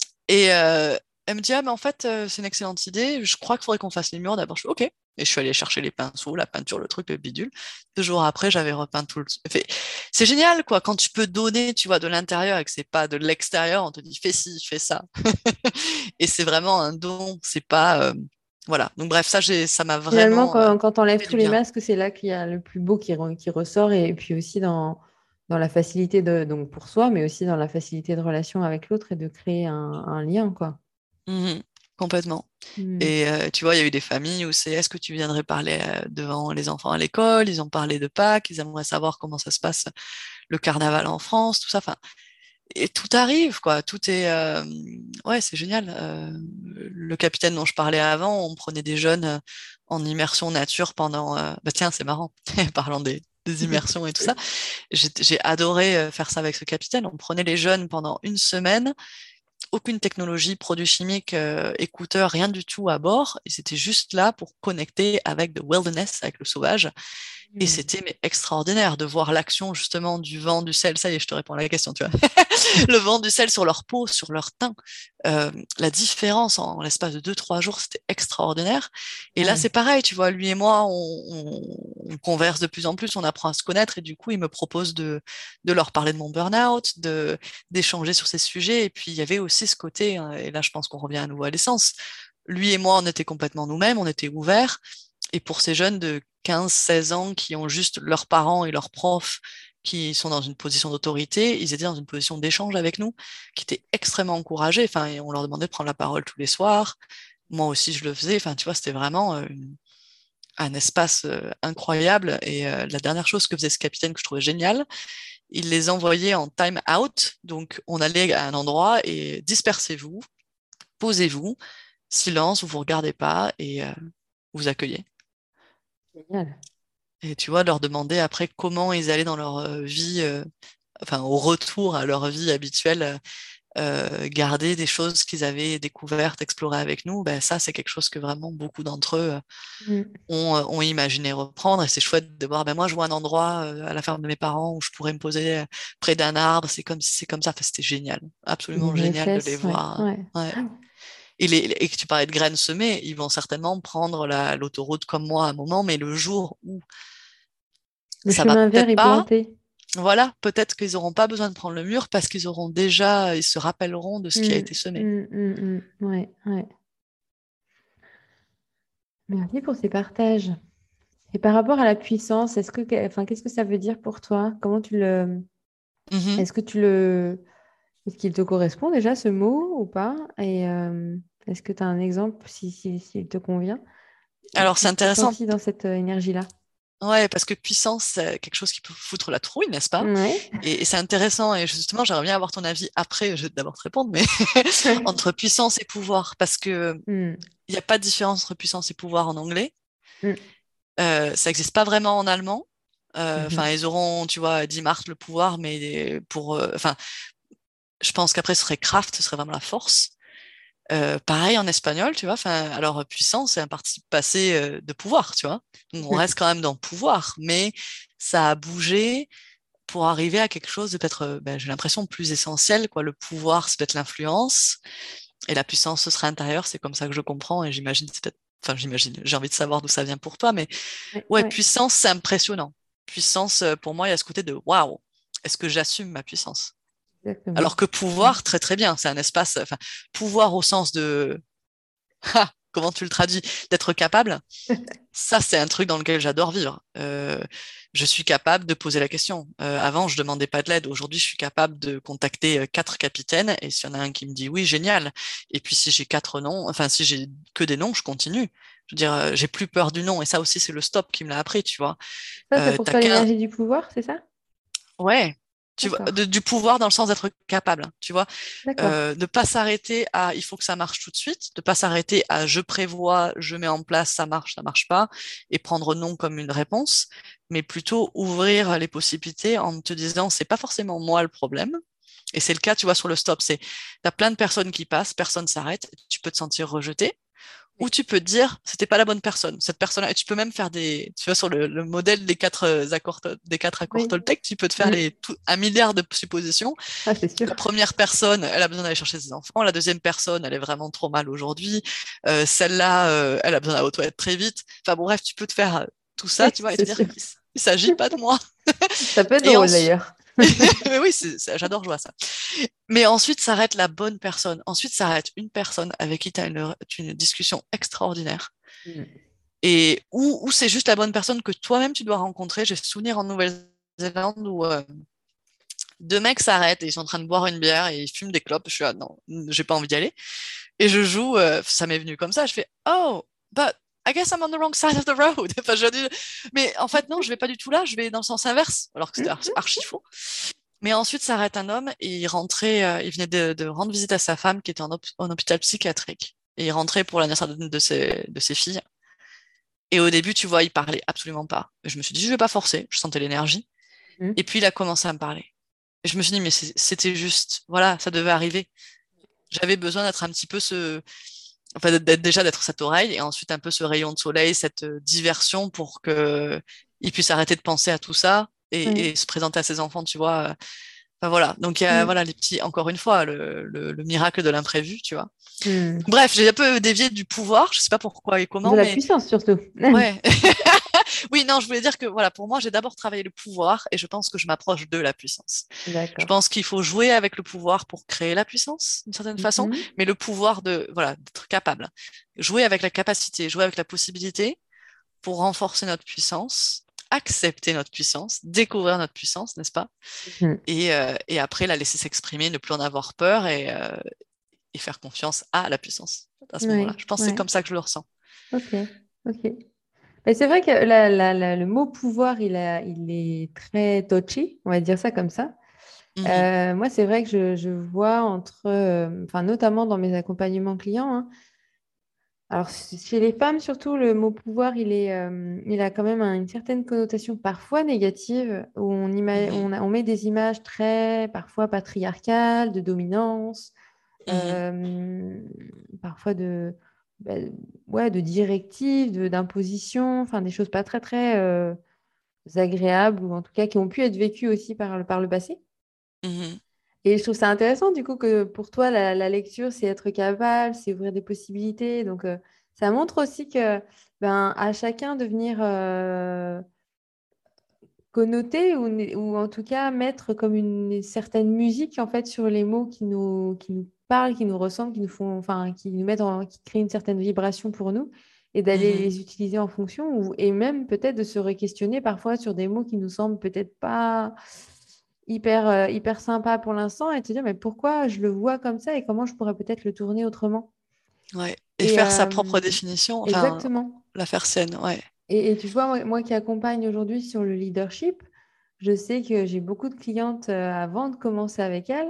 Et euh, elle me dit, ah, mais en fait, euh, c'est une excellente idée. Je crois qu'il faudrait qu'on fasse les murs d'abord. Je fais, OK. Et je suis allée chercher les pinceaux, la peinture, le truc, le bidule. Deux jours après, j'avais repeint tout le. Fait- C'est génial, quoi. Quand tu peux donner, tu vois, de l'intérieur et que c'est pas de l'extérieur, on te dit, fais ci, fais ça. Et c'est vraiment un don. C'est pas. euh, Voilà. Donc, bref, ça, j'ai, ça m'a Finalement, vraiment euh, quand, quand on enlève fait tous du les bien. masques, c'est là qu'il y a le plus beau qui, re- qui ressort et puis aussi dans, dans la facilité de, donc pour soi, mais aussi dans la facilité de relation avec l'autre et de créer un, un lien, quoi. Mhm. Complètement. Mm. Et euh, tu vois, il y a eu des familles où c'est est-ce que tu viendrais parler euh, devant les enfants à l'école? Ils ont parlé de Pâques, ils aimeraient savoir comment ça se passe le carnaval en France, tout ça. Enfin, et tout arrive, quoi. Tout est, euh, ouais, c'est génial. Euh, le capitaine dont je parlais avant, on prenait des jeunes euh, en immersion nature pendant. euh, Bah tiens, c'est marrant. Parlant des, des immersions et tout ça, j'ai j'ai adoré euh, faire ça avec ce capitaine. On prenait les jeunes pendant une semaine aucune technologie, produits chimiques, euh, écouteurs, rien du tout à bord. Ils étaient juste là pour connecter avec the wilderness, avec le sauvage. Et Mm. c'était mais extraordinaire de voir l'action justement du vent, du sel. Ça y est, je te réponds à la question, tu vois. Le vent, du sel sur leur peau, sur leur teint. Euh, la différence en, en l'espace de deux, trois jours, c'était extraordinaire. Et là, c'est Ouais. pareil, tu vois, lui et moi, on, on, on converse de plus en plus, on apprend à se connaître et du coup, il me propose de, de leur parler de mon burn-out, de, d'échanger sur ces sujets. Et puis, il y avait aussi ce côté, hein, et là, je pense qu'on revient à nouveau à l'essence. Lui et moi, on était complètement nous-mêmes, on était ouverts. Et pour ces jeunes de quinze seize ans qui ont juste leurs parents et leurs profs qui sont dans une position d'autorité, ils étaient dans une position d'échange avec nous, qui étaient extrêmement encouragés. Enfin, et on leur demandait de prendre la parole tous les soirs. Moi aussi, je le faisais. Enfin, tu vois, c'était vraiment euh, une- un espace euh, incroyable. Et euh, la dernière chose que faisait ce capitaine que je trouvais génial, il les envoyait en time out. Donc, on allait à un endroit et dispersez-vous, posez-vous, silence, vous vous regardez pas et euh, vous accueillez. Génial. Et tu vois, leur demander après comment ils allaient dans leur euh, vie, euh, enfin au retour à leur vie habituelle, euh, garder des choses qu'ils avaient découvertes, explorées avec nous, ben ça c'est quelque chose que vraiment beaucoup d'entre eux euh, Mm. ont, euh, ont imaginé reprendre. Et c'est chouette de voir, ben moi je vois un endroit euh, à la ferme de mes parents où je pourrais me poser euh, près d'un arbre, c'est comme si c'est comme ça. Enfin, c'était génial, C'est absolument d'une génial de les richesse, ouais. voir. Ouais. Ouais. Et, les, et que tu parlais de graines semées, ils vont certainement prendre la, l'autoroute comme moi à un moment, mais le jour où Le ça va chemin vert peut-être est pas. planté. Voilà, peut-être qu'ils n'auront pas besoin de prendre le mur parce qu'ils auront déjà, ils se rappelleront de ce qui a Mm, été semé. mm, mm, mm. Ouais, ouais. Merci pour ces partages. Et par rapport à la puissance, est-ce que, enfin, qu'est-ce que ça veut dire pour toi? Comment tu le, Mhm. est-ce que tu le, est-ce qu'il te correspond déjà ce mot ou pas? Et euh, est-ce que tu as un exemple si, si, s'il te convient? Et Alors c'est tu t'es intéressant, senti dans cette euh, énergie-là? ouais, parce que puissance, c'est quelque chose qui peut foutre la trouille, n'est-ce pas? Ouais. Et, et c'est intéressant, et justement, j'aimerais bien avoir ton avis après, je vais d'abord te répondre, mais entre puissance et pouvoir, parce que Mm, il n'y a pas de différence entre puissance et pouvoir en anglais. mm, Euh, ça n'existe pas vraiment en allemand. Euh, Enfin, mhm. ils auront, tu vois, dit Marthe le pouvoir, mais pour, euh, enfin, je pense qu'après ce serait Kraft, ce serait vraiment la force. Euh, pareil en espagnol, tu vois. Enfin, alors puissance, c'est un participe passé euh, de pouvoir, tu vois. Donc, on reste quand même dans pouvoir, mais ça a bougé pour arriver à quelque chose de peut-être, euh, ben, j'ai l'impression, plus essentiel, quoi. Le pouvoir, c'est peut-être l'influence, et la puissance, ce serait intérieur. C'est comme ça que je comprends, et j'imagine, c'est peut-être, enfin, j'imagine, j'ai envie de savoir d'où ça vient pour toi, mais Ouais, ouais, ouais, puissance, c'est impressionnant. Puissance, euh, pour moi, il y a ce côté de waouh, est-ce que j'assume ma puissance? exactement. Alors que pouvoir, très très bien, c'est un espace, enfin, pouvoir au sens de, ah, comment tu le traduis, d'être capable, ça c'est un truc dans lequel j'adore vivre. Euh, je suis capable de poser la question. Euh, avant, je demandais pas de l'aide. Aujourd'hui, je suis capable de contacter euh, quatre capitaines et s'il y en a un qui me dit oui, génial. Et puis si j'ai quatre noms, enfin si j'ai que des noms, je continue. Je veux dire, euh, j'ai plus peur du non. Et ça aussi, c'est le stop qui me l'a appris, tu vois. Ça, c'est Euh, pour t'as toi qu'un, l'énergie du pouvoir, c'est ça? ouais. Tu vois, D'accord, de- du pouvoir dans le sens d'être capable, hein, tu vois. d'accord. Euh, de pas s'arrêter à il faut que ça marche tout de suite, de pas s'arrêter à je prévois, je mets en place, ça marche, ça marche pas, et prendre non comme une réponse, mais plutôt ouvrir les possibilités en te disant c'est pas forcément moi le problème. Et c'est le cas, tu vois, sur le stop, c'est t'as plein de personnes qui passent, personne s'arrête, tu peux te sentir rejeté. Ou Oui. tu peux te dire, c'était pas la bonne personne. Cette personne-là, et tu peux même faire des, tu vois, sur le, le modèle des quatre euh, accords, Tol- des quatre accords Oui. Toltec, tu peux te faire Mm. les, tout, un milliard de suppositions. Ah, c'est sûr. La première personne, elle a besoin d'aller chercher ses enfants. La deuxième personne, elle est vraiment trop mal aujourd'hui. Euh, celle-là, euh, elle a besoin d'aller aux toilettes très vite. Enfin bon, bref, tu peux te faire euh, tout ça, Oui, tu vois, et te c'est dire sûr. qu'il s- il s'agit pas de moi. Ça peut être Et drôle ensuite, d'ailleurs. mais oui, c'est, c'est- j'adore jouer à ça. Mais ensuite s'arrête la bonne personne. Ensuite s'arrête une personne avec qui tu as une, une discussion extraordinaire. Mm. Et ou, ou c'est juste la bonne personne que toi-même tu dois rencontrer. J'ai souvenir en Nouvelle-Zélande où euh, deux mecs s'arrêtent et ils sont en train de boire une bière et ils fument des clopes. Je suis ah non, j'ai pas envie d'y aller. Et je joue, euh, ça m'est venu comme ça. Je fais oh, but I guess I'm on the wrong side of the road. Enfin, je dis, mais en fait non, je vais pas du tout là. Je vais dans le sens inverse, alors que c'était ar- Mm. archi faux. Mais ensuite s'arrête un homme et il rentrait, euh, il venait de, de rendre visite à sa femme qui était en, hôp- en hôpital psychiatrique. Et il rentrait pour l'anniversaire de, de ses, de ses filles. Et au début, tu vois, il parlait absolument pas. Et je me suis dit, je vais pas forcer. Je sentais l'énergie. Mm. Et puis, il a commencé à me parler. Et je me suis dit, mais c'est- c'était juste, voilà, ça devait arriver. J'avais besoin d'être un petit peu ce, enfin, d'être déjà d'être cette oreille et ensuite un peu ce rayon de soleil, cette euh, diversion pour que il puisse arrêter de penser à tout ça et, Ouais. et se présenter à ses enfants, tu vois. Enfin, voilà. Donc, il y a, Mm. voilà, les petits, encore une fois, le, le, le miracle de l'imprévu, tu vois. Mm. Bref, j'ai un peu dévié du pouvoir. Je sais pas pourquoi et De comment, la mais puissance surtout. ouais. Oui, non, je voulais dire que voilà, pour moi, j'ai d'abord travaillé le pouvoir et je pense que je m'approche de la puissance. Je D'accord. pense qu'il faut jouer avec le pouvoir pour créer la puissance, d'une certaine façon, Mhm. mais le pouvoir de, voilà, d'être capable. Jouer avec la capacité, jouer avec la possibilité pour renforcer notre puissance, accepter notre puissance, découvrir notre puissance, n'est-ce pas? Mhm. Et, euh, et après, la laisser s'exprimer, ne plus en avoir peur et, euh, et faire confiance à la puissance à ce moment-là. Ouais, Je pense que c'est ouais. comme ça que je le ressens. Ok, ok. Mais c'est vrai que la- la- la- le mot pouvoir, il a, il est très touchy, on va dire ça comme ça. Mhm, Euh, moi, c'est vrai que je, je vois entre, euh, enfin, notamment dans mes accompagnements clients, hein. Alors, c- chez les femmes, surtout, le mot pouvoir, il est, euh, il a quand même un- une certaine connotation parfois négative, où on, ima- mhm, on, a- on met des images très, parfois patriarcales, de dominance, mhm, euh, parfois de, bah, ouais, de directives, de- d'impositions, enfin, des choses pas très, très euh, agréables, ou en tout cas qui ont pu être vécues aussi par le, par le passé. mhm. Et je trouve ça intéressant, du coup, que pour toi, la, la lecture, c'est être capable, c'est ouvrir des possibilités. Donc, euh, ça montre aussi que, ben, à chacun de venir euh, connoter ou, ou en tout cas mettre comme une certaine musique, en fait, sur les mots qui nous, qui nous parlent, qui nous ressemblent, qui nous font, enfin, qui nous mettent en, qui créent une certaine vibration pour nous et d'aller Mhm. les utiliser en fonction ou, et même peut-être de se re-questionner parfois sur des mots qui nous semblent peut-être pas hyper, euh, hyper sympa pour l'instant et te dire, mais pourquoi je le vois comme ça et comment je pourrais peut-être le tourner autrement. Ouais. Et Et faire sa propre euh, définition, enfin, exactement. la faire saine, ouais. Et, et tu vois, moi, moi qui accompagne aujourd'hui sur le leadership, je sais que j'ai beaucoup de clientes euh, avant de commencer avec elles.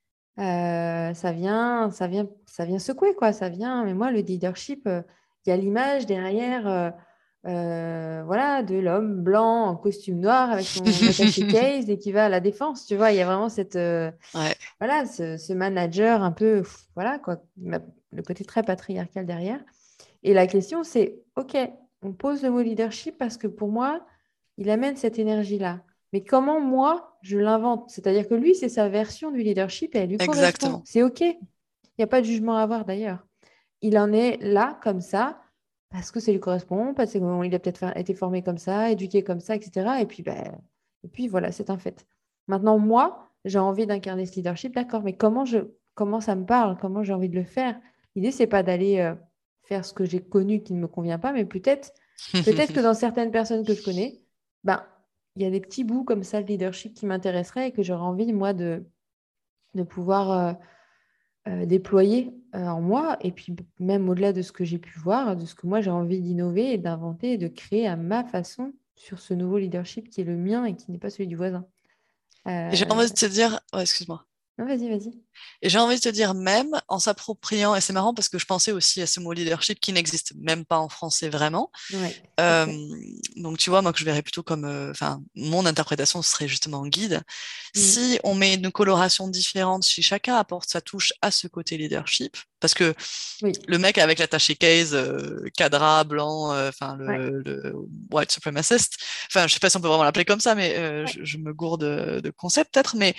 euh, ça vient, ça vient, ça vient secouer, quoi. Ça vient, mais moi, le leadership, euh, il y a l'image derrière. euh, euh, voilà, de l'homme blanc en costume noir avec son attaché case et qui va à la défense. Tu vois, il y a vraiment cette, euh, Ouais. voilà, ce, ce manager un peu, pff, voilà, quoi, ma- le côté très patriarcal derrière. Et la question, c'est, OK, on pose le mot leadership parce que pour moi, il amène cette énergie-là. Mais comment moi, je l'invente? C'est-à-dire que lui, c'est sa version du leadership et elle lui correspond. Exactement. C'est OK. Il n'y a pas de jugement à avoir d'ailleurs. Il en est là, comme ça, parce que ça lui correspond, parce qu'il a peut-être fa- été formé comme ça, éduqué comme ça, et cetera. Et puis, ben, et puis voilà, c'est un fait. Maintenant, moi, j'ai envie d'incarner ce leadership, d'accord, mais comment je, comment ça me parle, comment j'ai envie de le faire? L'idée, c'est pas d'aller euh, faire ce que j'ai connu qui ne me convient pas, mais peut-être, peut-être que dans certaines personnes que je connais, ben, il y a des petits bouts comme ça de leadership qui m'intéresseraient et que j'aurais envie, moi, de, de pouvoir euh, euh, déployer euh, en moi. Et puis, même au-delà de ce que j'ai pu voir, de ce que moi j'ai envie d'innover et d'inventer et de créer à ma façon sur ce nouveau leadership qui est le mien et qui n'est pas celui du voisin. Et j'ai Euh, envie de te dire, ouais, excuse-moi. Non, vas-y, vas-y. Et j'ai envie de te dire même en s'appropriant, et c'est marrant parce que je pensais aussi à ce mot leadership qui n'existe même pas en français vraiment. Ouais, tout à Euh, fait. donc tu vois, moi que je verrais plutôt comme, euh, enfin, mon interprétation serait justement guide. Mm. Si on met une coloration différente, si chacun apporte sa touche à ce côté leadership, parce que Oui, le mec avec l'attaché case, euh, cadra, blanc, euh, enfin ouais, le, le white supremacist, enfin je sais pas si on peut vraiment l'appeler comme ça, mais euh, ouais. je, je me gourde de, de concept peut-être, mais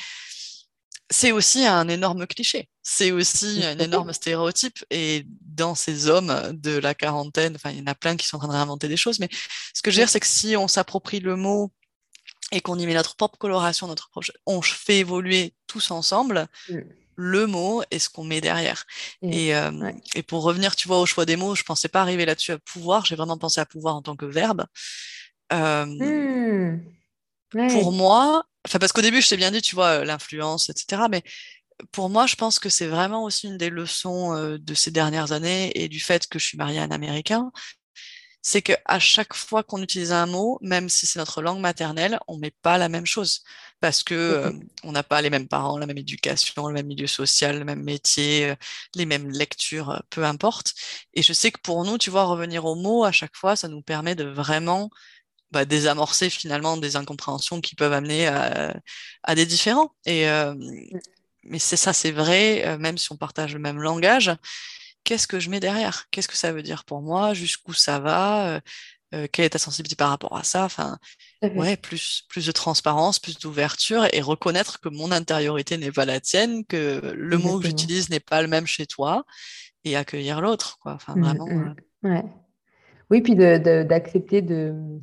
c'est aussi un énorme cliché. C'est aussi un Tout à fait. énorme stéréotype. Et dans ces hommes de la quarantaine, enfin, il y en a plein qui sont en train de réinventer des choses. Mais ce que je veux dire, Ouais. c'est que si on s'approprie le mot et qu'on y met notre propre coloration, notre propre, on fait évoluer tous ensemble Mm. le mot et ce qu'on met derrière. Et, Et, euh, ouais. et pour revenir, tu vois, au choix des mots, je pensais pas arriver là-dessus à pouvoir. J'ai vraiment pensé à pouvoir en tant que verbe. Euh, Mm. pour Ouais. moi, enfin, parce qu'au début, je t'ai bien dit, tu vois, l'influence, et cetera. Mais pour moi, je pense que c'est vraiment aussi une des leçons euh, de ces dernières années et du fait que je suis mariée à un Américain, c'est que à chaque fois qu'on utilise un mot, même si c'est notre langue maternelle, on met pas la même chose parce que Tout à euh, fait. on n'a pas les mêmes parents, la même éducation, le même milieu social, le même métier, euh, les mêmes lectures, euh, peu importe. Et je sais que pour nous, tu vois, revenir aux mots à chaque fois, ça nous permet de vraiment bah, désamorcer finalement des incompréhensions qui peuvent amener à, à des différends. Et, euh, Mm. mais c'est ça, c'est vrai, euh, même si on partage le même langage, qu'est-ce que je mets derrière? Qu'est-ce que ça veut dire pour moi? Jusqu'où ça va? Euh, euh, quelle est ta sensibilité par rapport à ça? Enfin, Tout à fait. ouais, plus, plus de transparence, plus d'ouverture et reconnaître que mon intériorité n'est pas la tienne, que le mot que Exactement. j'utilise n'est pas le même chez toi et accueillir l'autre, quoi. Enfin, Mm, vraiment. mm. euh, Ouais. Oui, puis de, de- d'accepter de,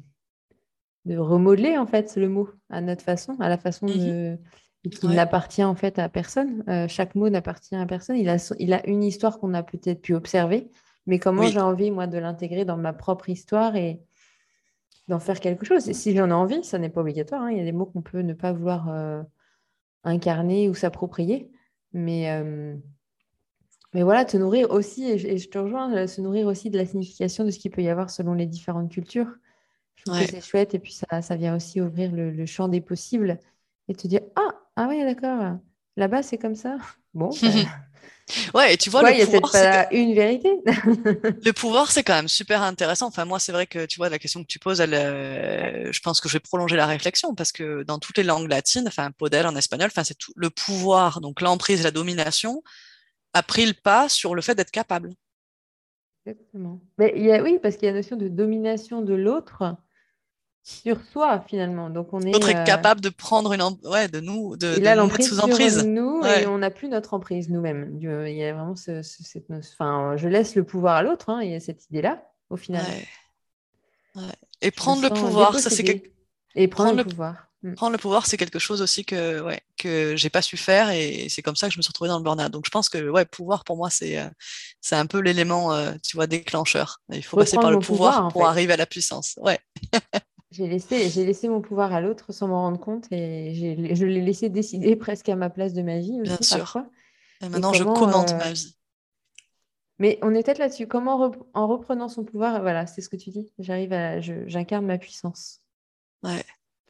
de remodeler en fait le mot à notre façon, à la façon mhm, de et qu'il ouais, n'appartient en fait à personne. Euh, chaque mot n'appartient à personne. Il a, son- il a une histoire qu'on a peut-être pu observer, mais comment oui, j'ai envie moi de l'intégrer dans ma propre histoire et d'en faire quelque chose. Et si j'en ai envie, ça n'est pas obligatoire, hein. Il y a des mots qu'on peut ne pas vouloir euh, incarner ou s'approprier, mais euh, mais voilà, te nourrir aussi, et je, et je te rejoins, euh, se nourrir aussi de la signification de ce qu'il peut y avoir selon les différentes cultures. Je trouve que ouais. c'est chouette et puis ça, ça vient aussi ouvrir le, le champ des possibles et te dire, ah, ah ouais, d'accord, là-bas c'est comme ça. Bon, ben, Ouais, et tu vois, quoi, le il n'y a peut-être pouvoir, c'est pas une vérité. Le pouvoir, c'est quand même super intéressant. Enfin, moi, c'est vrai que tu vois, la question que tu poses, elle, euh, je pense que je vais prolonger la réflexion parce que dans toutes les langues latines, enfin, poder en espagnol, enfin, c'est tout le pouvoir, donc l'emprise, la domination, a pris le pas sur le fait d'être capable. Exactement. Mais il y a, oui, parce qu'il y a la notion de domination de l'autre sur soi finalement. Donc on L'autre est, est euh, capable de prendre une, em- ouais, de nous, de, il de a nous mettre l'emprise sous sur emprise. nous et Ouais, on n'a plus notre emprise nous-mêmes. Du- Il y a vraiment ce, ce- cette notion. Enfin, je laisse le pouvoir à l'autre, hein, il y a cette idée-là au final. ouais, ouais. Et Je me prendre le sens pouvoir, ça, c'est quelque, dépossédée et prendre le prendre le pouvoir. Mm. Prendre le pouvoir, c'est quelque chose aussi que ouais, que j'ai pas su faire et c'est comme ça que je me suis retrouvée dans le burn-out. Donc je pense que ouais, pouvoir pour moi c'est euh, c'est un peu l'élément euh, tu vois déclencheur. Il faut passer Reprendre par le mon pouvoir pouvoir en pour fait. arriver à la puissance. Ouais, J'ai laissé, j'ai laissé mon pouvoir à l'autre sans m'en rendre compte et j'ai- je l'ai laissé décider presque à ma place de ma vie bien aussi sûr. parfois. Et Et maintenant je comment, commande euh, ma vie. mais on est peut-être là-dessus. Comment, rep- en reprenant son pouvoir, voilà, c'est ce que tu dis. J'arrive à, je- j'incarne ma puissance. Ouais.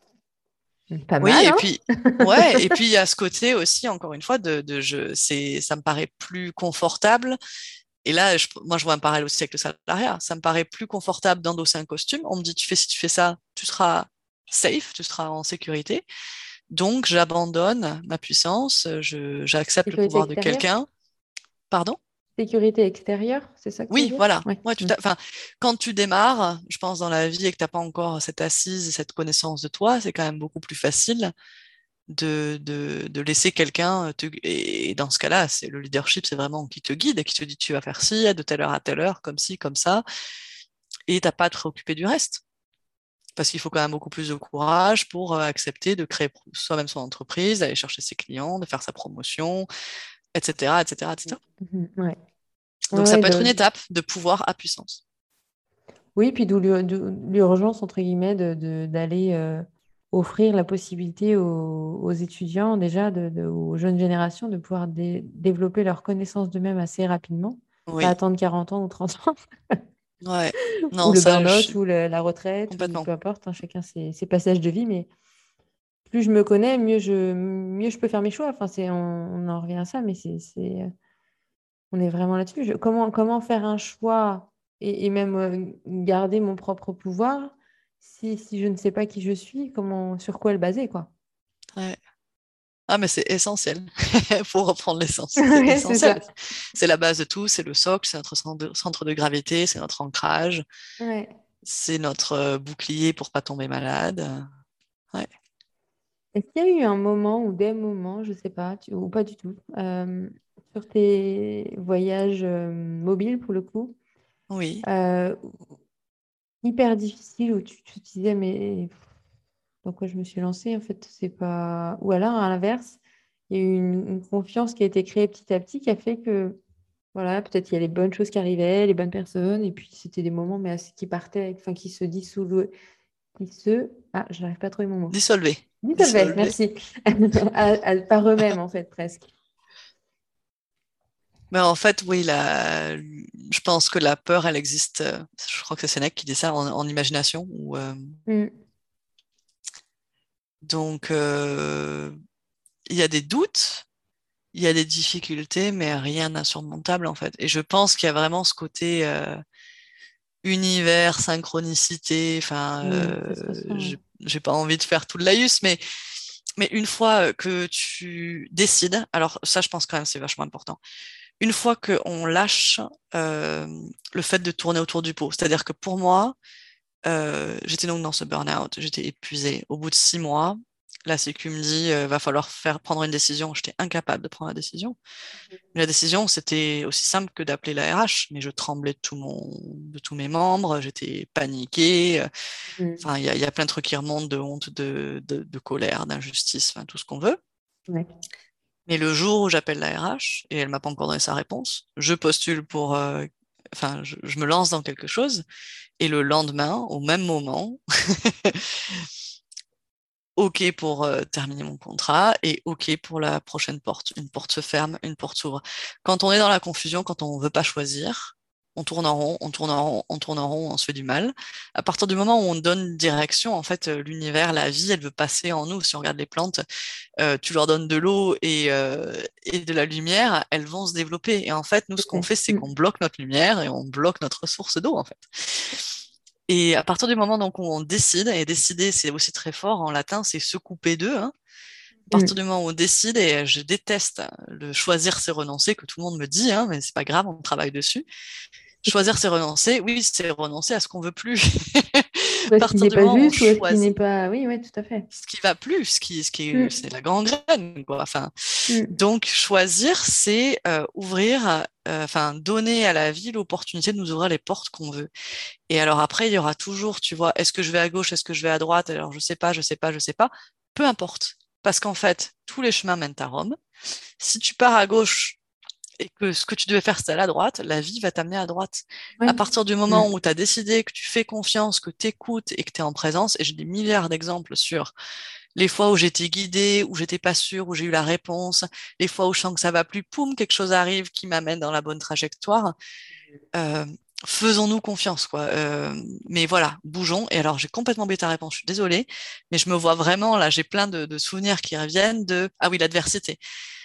Pas Oui, mal, et hein? puis ouais, et puis il y a ce côté aussi encore une fois de de je c'est ça me paraît plus confortable. Et là, je- moi, je vois un parallèle aussi avec le salariat. Ça me paraît plus confortable d'endosser un costume. On me dit, tu fais, si tu fais ça, tu seras safe, tu seras en sécurité. Donc, j'abandonne ma puissance, je, j'accepte le Sécurité pouvoir de extérieure? quelqu'un. Pardon? Sécurité extérieure, c'est ça que tu veux Oui, dire? voilà. Oui. Ouais, tout Mm. à... enfin, quand tu démarres, je pense dans la vie et que tu n'as pas encore cette assise, cette connaissance de toi, c'est quand même beaucoup plus facile de, de, de laisser quelqu'un te... Et dans ce cas-là, c'est le leadership, c'est vraiment qui te guide et qui te dit tu vas faire ci, de telle heure à telle heure, comme ci, comme ça. Et t'as pas à te préoccuper du reste. Parce qu'il faut quand même beaucoup plus de courage pour euh, accepter de créer soi-même son entreprise, d'aller chercher ses clients, de faire sa promotion, et cetera, et cetera, et cetera. Mhm. Ouais. Ouais, Donc ça ouais, peut être une de- étape de pouvoir à puissance. Oui, puis d'où l'ur- d'où l'urgence, entre guillemets, de, de- d'aller euh, offrir la possibilité aux, aux étudiants, déjà, de, de- aux jeunes générations, de pouvoir dé- développer leur connaissance d'eux-mêmes assez rapidement, pas Oui, attendre quarante ans ou trente ans, ouais. ou Non, le ça, je burn-out, suis ou le- la retraite, ou complètement. peu importe, hein, chacun ses, ses passages de vie, mais plus je me connais, mieux je, mieux je peux faire mes choix. Enfin, c'est, on, on en revient à ça, mais c'est, c'est, euh, on est vraiment là-dessus. Je- comment, comment faire un choix et, et même euh, garder mon propre pouvoir si, si je ne sais pas qui je suis, comment, sur quoi le baser, quoi. Ouais. Ah, mais c'est essentiel. Pour reprendre l'essence, c'est Ouais, c'est essentiel. ça. C'est la base de tout, c'est le socle, c'est notre centre de, centre de gravité, c'est notre ancrage, Ouais. c'est notre euh, bouclier pour pas tomber malade. Ouais. Est-ce qu'il y a eu un moment ou des moments, je sais pas, tu- ou pas du tout, euh, sur tes voyages euh, mobiles pour le coup, Oui. euh, hyper difficiles où tu, tu te disais, mais dans quoi je me suis lancée, en fait, c'est pas. Ou alors, à l'inverse, il y a eu une, une confiance qui a été créée petit à petit qui a fait que, voilà, peut-être il y a les bonnes choses qui arrivaient, les bonnes personnes, et puis c'était des moments, mais assez- qui partaient, enfin, qui se dissolvaient, qui se. Ah, je n'arrive pas à trouver mon mot. Dissolver. Dissolvaient, Dissolver. merci. À- à- par eux-mêmes, en fait, presque. Mais en fait, oui, la... je pense que la peur, elle existe. euh, Je crois que c'est Sénèque qui dit ça en, en imagination. Ou, euh, Mm. Donc, euh, il y a des doutes, il y a des difficultés, mais rien d'insurmontable en fait. Et je pense qu'il y a vraiment ce côté euh, univers, synchronicité. Enfin, Oui, euh, ça se ressent, j'ai ouais. j'ai pas envie de faire tout le laïus, mais mais une fois que tu décides, alors ça, je pense quand même, c'est vachement important. Une fois qu'on lâche euh, le fait de tourner autour du pot, c'est-à-dire que pour moi, euh, j'étais donc dans ce burn-out, j'étais épuisée. Au bout de six mois, la Sécu me dit, euh, va falloir faire prendre une décision. J'étais incapable de prendre la décision. La décision, c'était aussi simple que d'appeler la R H, mais je tremblais de tout mon, de tous mes membres, j'étais paniquée. euh, Mm. Enfin, il y a, il y a plein de trucs qui remontent de honte, de, de, de colère, d'injustice, enfin, tout ce qu'on veut. Ouais. Mais le jour où j'appelle la R H, et elle m'a pas encore donné sa réponse, je postule pour, euh, enfin, je, je me lance dans quelque chose, et le lendemain, au même moment, OK pour euh, terminer mon contrat et OK pour la prochaine porte. Une porte se ferme, une porte s'ouvre. Quand on est dans la confusion, quand on veut pas choisir, on tourne en rond, on tourne en rond, on tourne en rond, on se fait du mal. À partir du moment où on donne une direction, en fait, euh, l'univers, la vie, elle veut passer en nous. Si on regarde les plantes, euh, tu leur donnes de l'eau et, euh, et de la lumière, elles vont se développer. Et en fait, nous, ce qu'on Ok. fait, c'est qu'on Mm. bloque notre lumière et on bloque notre source d'eau, en fait. Et à partir du moment donc où on décide, et décider, c'est aussi très fort en latin, c'est se couper d'eux, hein. À partir du Mm. moment où on décide, et je déteste le choisir, c'est renoncer, que tout le monde me dit, hein, mais c'est pas grave, on travaille dessus. Choisir, c'est renoncer. Oui, c'est renoncer à ce qu'on veut plus. Ou À est-ce qu'il partir n'est du pas moment où on juste, ou est-ce qu'il n'est choisit pas. Oui, oui, tout à fait. ce qui va plus, ce qui, ce qui est, Mm. c'est la gangrène, quoi. Enfin, Mm. donc choisir, c'est euh, ouvrir, euh, enfin donner à la vie l'opportunité de nous ouvrir les portes qu'on veut. Et alors après, il y aura toujours, tu vois, est-ce que je vais à gauche, est-ce que je vais à droite? Alors je sais pas, je sais pas, je sais pas. Peu importe. Parce qu'en fait, tous les chemins mènent à Rome. Si tu pars à gauche et que ce que tu devais faire, c'est aller à droite, la vie va t'amener à droite. À Oui. partir du moment Mm. où tu as décidé que tu fais confiance, que tu écoutes et que tu es en présence, et j'ai des milliards d'exemples sur les fois où j'étais guidée, où j'étais pas sûre, où j'ai eu la réponse, les fois où je sens que ça va plus, poum, quelque chose arrive qui m'amène dans la bonne trajectoire. Euh, Faisons-nous confiance, quoi. Euh, mais voilà, bougeons. Et alors, j'ai complètement oublié ta réponse, je suis désolée, mais je me vois vraiment, là, j'ai plein de, de souvenirs qui reviennent de, ah oui, l'adversité.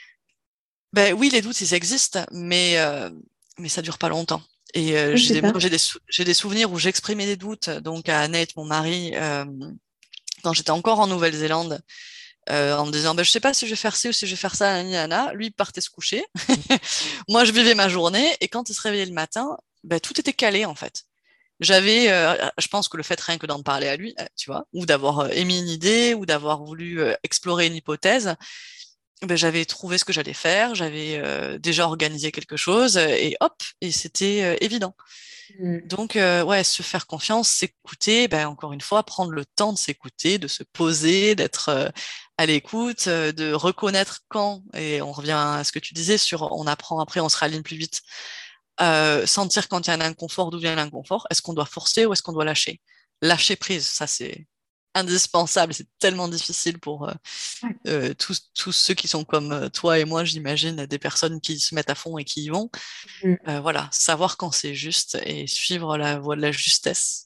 Ben oui, les doutes, ils existent, mais, euh, mais ça dure pas longtemps. Et euh, Oui, j'ai c'est des, moi, ça. j'ai des, sou- j'ai des souvenirs où j'exprimais des doutes, donc à Nate, mon mari, euh, quand j'étais encore en Nouvelle-Zélande, euh, en me disant, ben, je sais pas si je vais faire ci ou si je vais faire ça, Annie, Anna. Lui, il partait se coucher. Moi, je vivais ma journée, et quand il se réveillait le matin, ben, tout était calé, en fait. J'avais, euh, je pense que le fait rien que d'en parler à lui, euh, tu vois, ou d'avoir euh, émis une idée, ou d'avoir voulu euh, explorer une hypothèse, ben, j'avais trouvé ce que j'allais faire, j'avais euh, déjà organisé quelque chose, euh, et hop, et c'était euh, évident. Mm. Donc, euh, ouais, se faire confiance, s'écouter, ben, encore une fois, prendre le temps de s'écouter, de se poser, d'être euh, à l'écoute, euh, de reconnaître quand, et on revient à ce que tu disais sur on apprend après, on se raligne plus vite. Euh, sentir quand il y a un inconfort, d'où vient l'inconfort, est-ce qu'on doit forcer ou est-ce qu'on doit lâcher? Lâcher prise, ça c'est indispensable, c'est tellement difficile pour euh, Ouais. euh, tous, tous ceux qui sont comme euh, toi et moi, j'imagine, des personnes qui se mettent à fond et qui y vont. Mm. Euh, voilà, savoir quand c'est juste et suivre la voie de la justesse.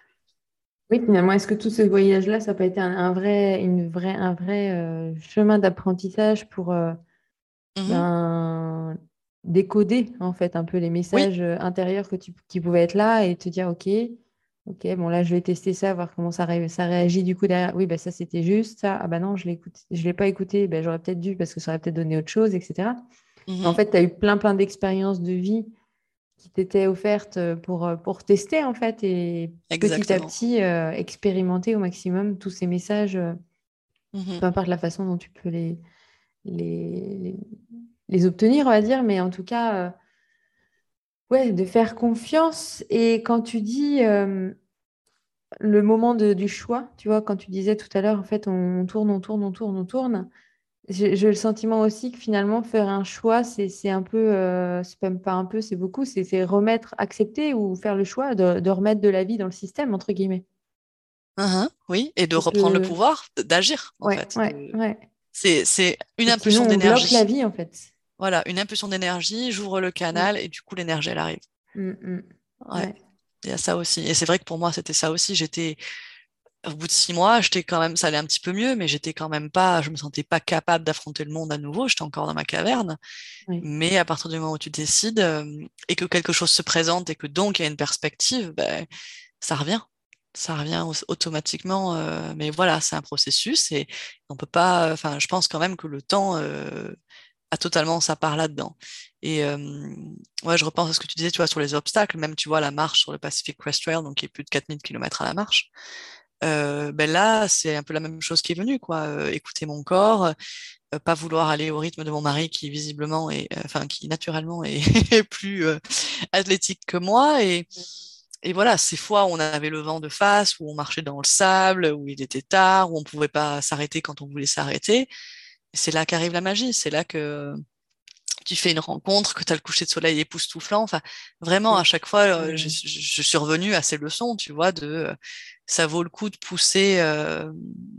Oui, finalement, est-ce que tout ce voyage-là, ça n'a pas été un, un vrai, une vraie, un vrai euh, chemin d'apprentissage pour euh, Mhm. ben, décoder en fait un peu les Oui. messages euh, intérieurs que tu, qui pouvaient être là et te dire, OK, OK, bon là, je vais tester ça, voir comment ça, ré- ça réagit du coup derrière. Oui, bah, ça c'était juste, ça. Ah bah non, je l'écoute, je l'ai pas écouté, bah, j'aurais peut-être dû parce que ça aurait peut-être donné autre chose, et cetera. En Mhm. fait, tu as eu plein, plein d'expériences de vie qui t'étaient offertes euh, pour, euh, pour tester en fait et petit à Exactement. petit euh, expérimenter au maximum tous ces messages, euh, Mhm. peu importe la façon dont tu peux les, les, les, les obtenir, on va dire, mais en tout cas, euh, ouais, de faire confiance. Et quand tu dis euh, le moment de- du choix, tu vois, quand tu disais tout à l'heure, en fait, on tourne, on tourne, on tourne, on tourne. J'ai j'ai le sentiment aussi que finalement, faire un choix, c'est c'est un peu, euh, c'est même pas un peu, c'est beaucoup, c'est c'est remettre, accepter ou faire le choix de, de remettre de la vie dans le système, entre guillemets. Mhm. Oui, et de Parce reprendre le que, pouvoir, d'agir en ouais, fait. ouais, De... ouais. C'est, c'est une Parce que sinon, impulsion on bloque la d'énergie. vie, en fait. Voilà, une impulsion d'énergie, j'ouvre le Mm, canal et du coup l'énergie elle arrive. mm, mm. Ouais, Ouais. il y a ça aussi. Et c'est vrai que pour moi c'était ça aussi. J'étais au bout de six mois, j'étais quand même, ça allait un petit peu mieux, mais j'étais quand même pas, je me sentais pas capable d'affronter le monde à nouveau. J'étais encore dans ma caverne. Ouais. Mais à partir du moment où tu décides euh, et que quelque chose se présente et que donc il y a une perspective, ben, ça revient. ça revient automatiquement. Euh, mais voilà, c'est un processus et on peut pas. Enfin, je pense quand même que le temps euh, a totalement sa part là-dedans. Et euh, ouais, je repense à ce que tu disais, tu vois, sur les obstacles, même tu vois la marche sur le Pacific Crest Trail, donc qui est plus de quatre mille kilomètres à la marche. Euh, ben là, c'est un peu la même chose qui est venue, quoi. Euh, écouter mon corps, euh, pas vouloir aller au rythme de mon mari qui visiblement est, euh, enfin qui naturellement est, est plus euh, athlétique que moi. Et, et voilà, ces fois où on avait le vent de face, où on marchait dans le sable, où il était tard, où on pouvait pas s'arrêter quand on voulait s'arrêter, c'est là qu'arrive la magie. C'est là que tu fais une rencontre, que tu as le coucher de soleil époustouflant. Enfin, vraiment, à Mm. chaque fois, euh, je, Mm. je- je suis revenue à ces leçons, tu vois, de euh, ça vaut le coup de pousser. euh,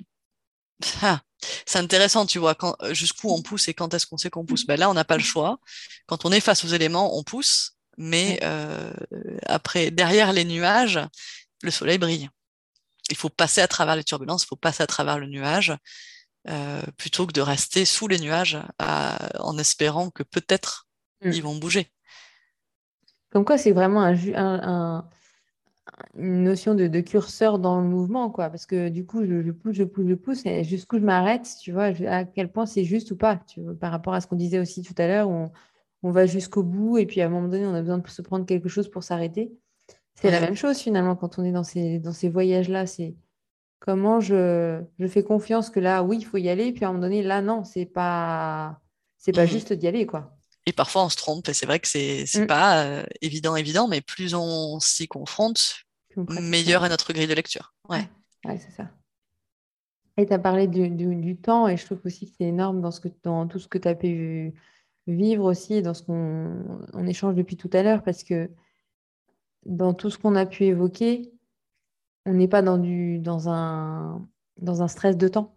ah, c'est intéressant, tu vois, quand, euh, jusqu'où on pousse et quand est-ce qu'on sait qu'on pousse. Ben là, on n'a pas le choix. Quand on est face aux éléments, on pousse, mais Ouais. euh, après, derrière les nuages, le soleil brille. Il faut passer à travers les turbulences, il faut passer à travers le nuage, euh, plutôt que de rester sous les nuages à- en espérant que peut-être ils Mm. vont bouger. Comme quoi, c'est vraiment un, ju- un- un- une notion de, de curseur dans le mouvement, quoi. Parce que du coup, je, je pousse, je pousse, je pousse, et jusqu'où je m'arrête, tu vois, je- à quel point c'est juste ou pas, tu vois, par rapport à ce qu'on disait aussi tout à l'heure, où on, on va jusqu'au bout, et puis à un moment donné, on a besoin de se prendre quelque chose pour s'arrêter. C'est la Ouais. même chose finalement quand on est dans ces, dans ces voyages-là. C'est comment je, je fais confiance que là, oui, il faut y aller, puis à un moment donné, là, non, c'est pas, c'est pas Mhm. juste d'y aller, quoi. Et parfois on se trompe, et c'est vrai que c'est c'est Mm. pas euh, évident, évident, mais plus on s'y confronte, Puis on pratique, ouais. meilleure est notre grille de lecture. Ouais. Ouais, ouais, c'est ça. Et tu as parlé du, du- du temps, et je trouve aussi que c'est énorme dans, ce que, dans tout ce que tu as pu vivre aussi, et dans ce qu'on on échange depuis tout à l'heure, parce que dans tout ce qu'on a pu évoquer, on n'est pas dans, du, dans, un, dans un stress de temps.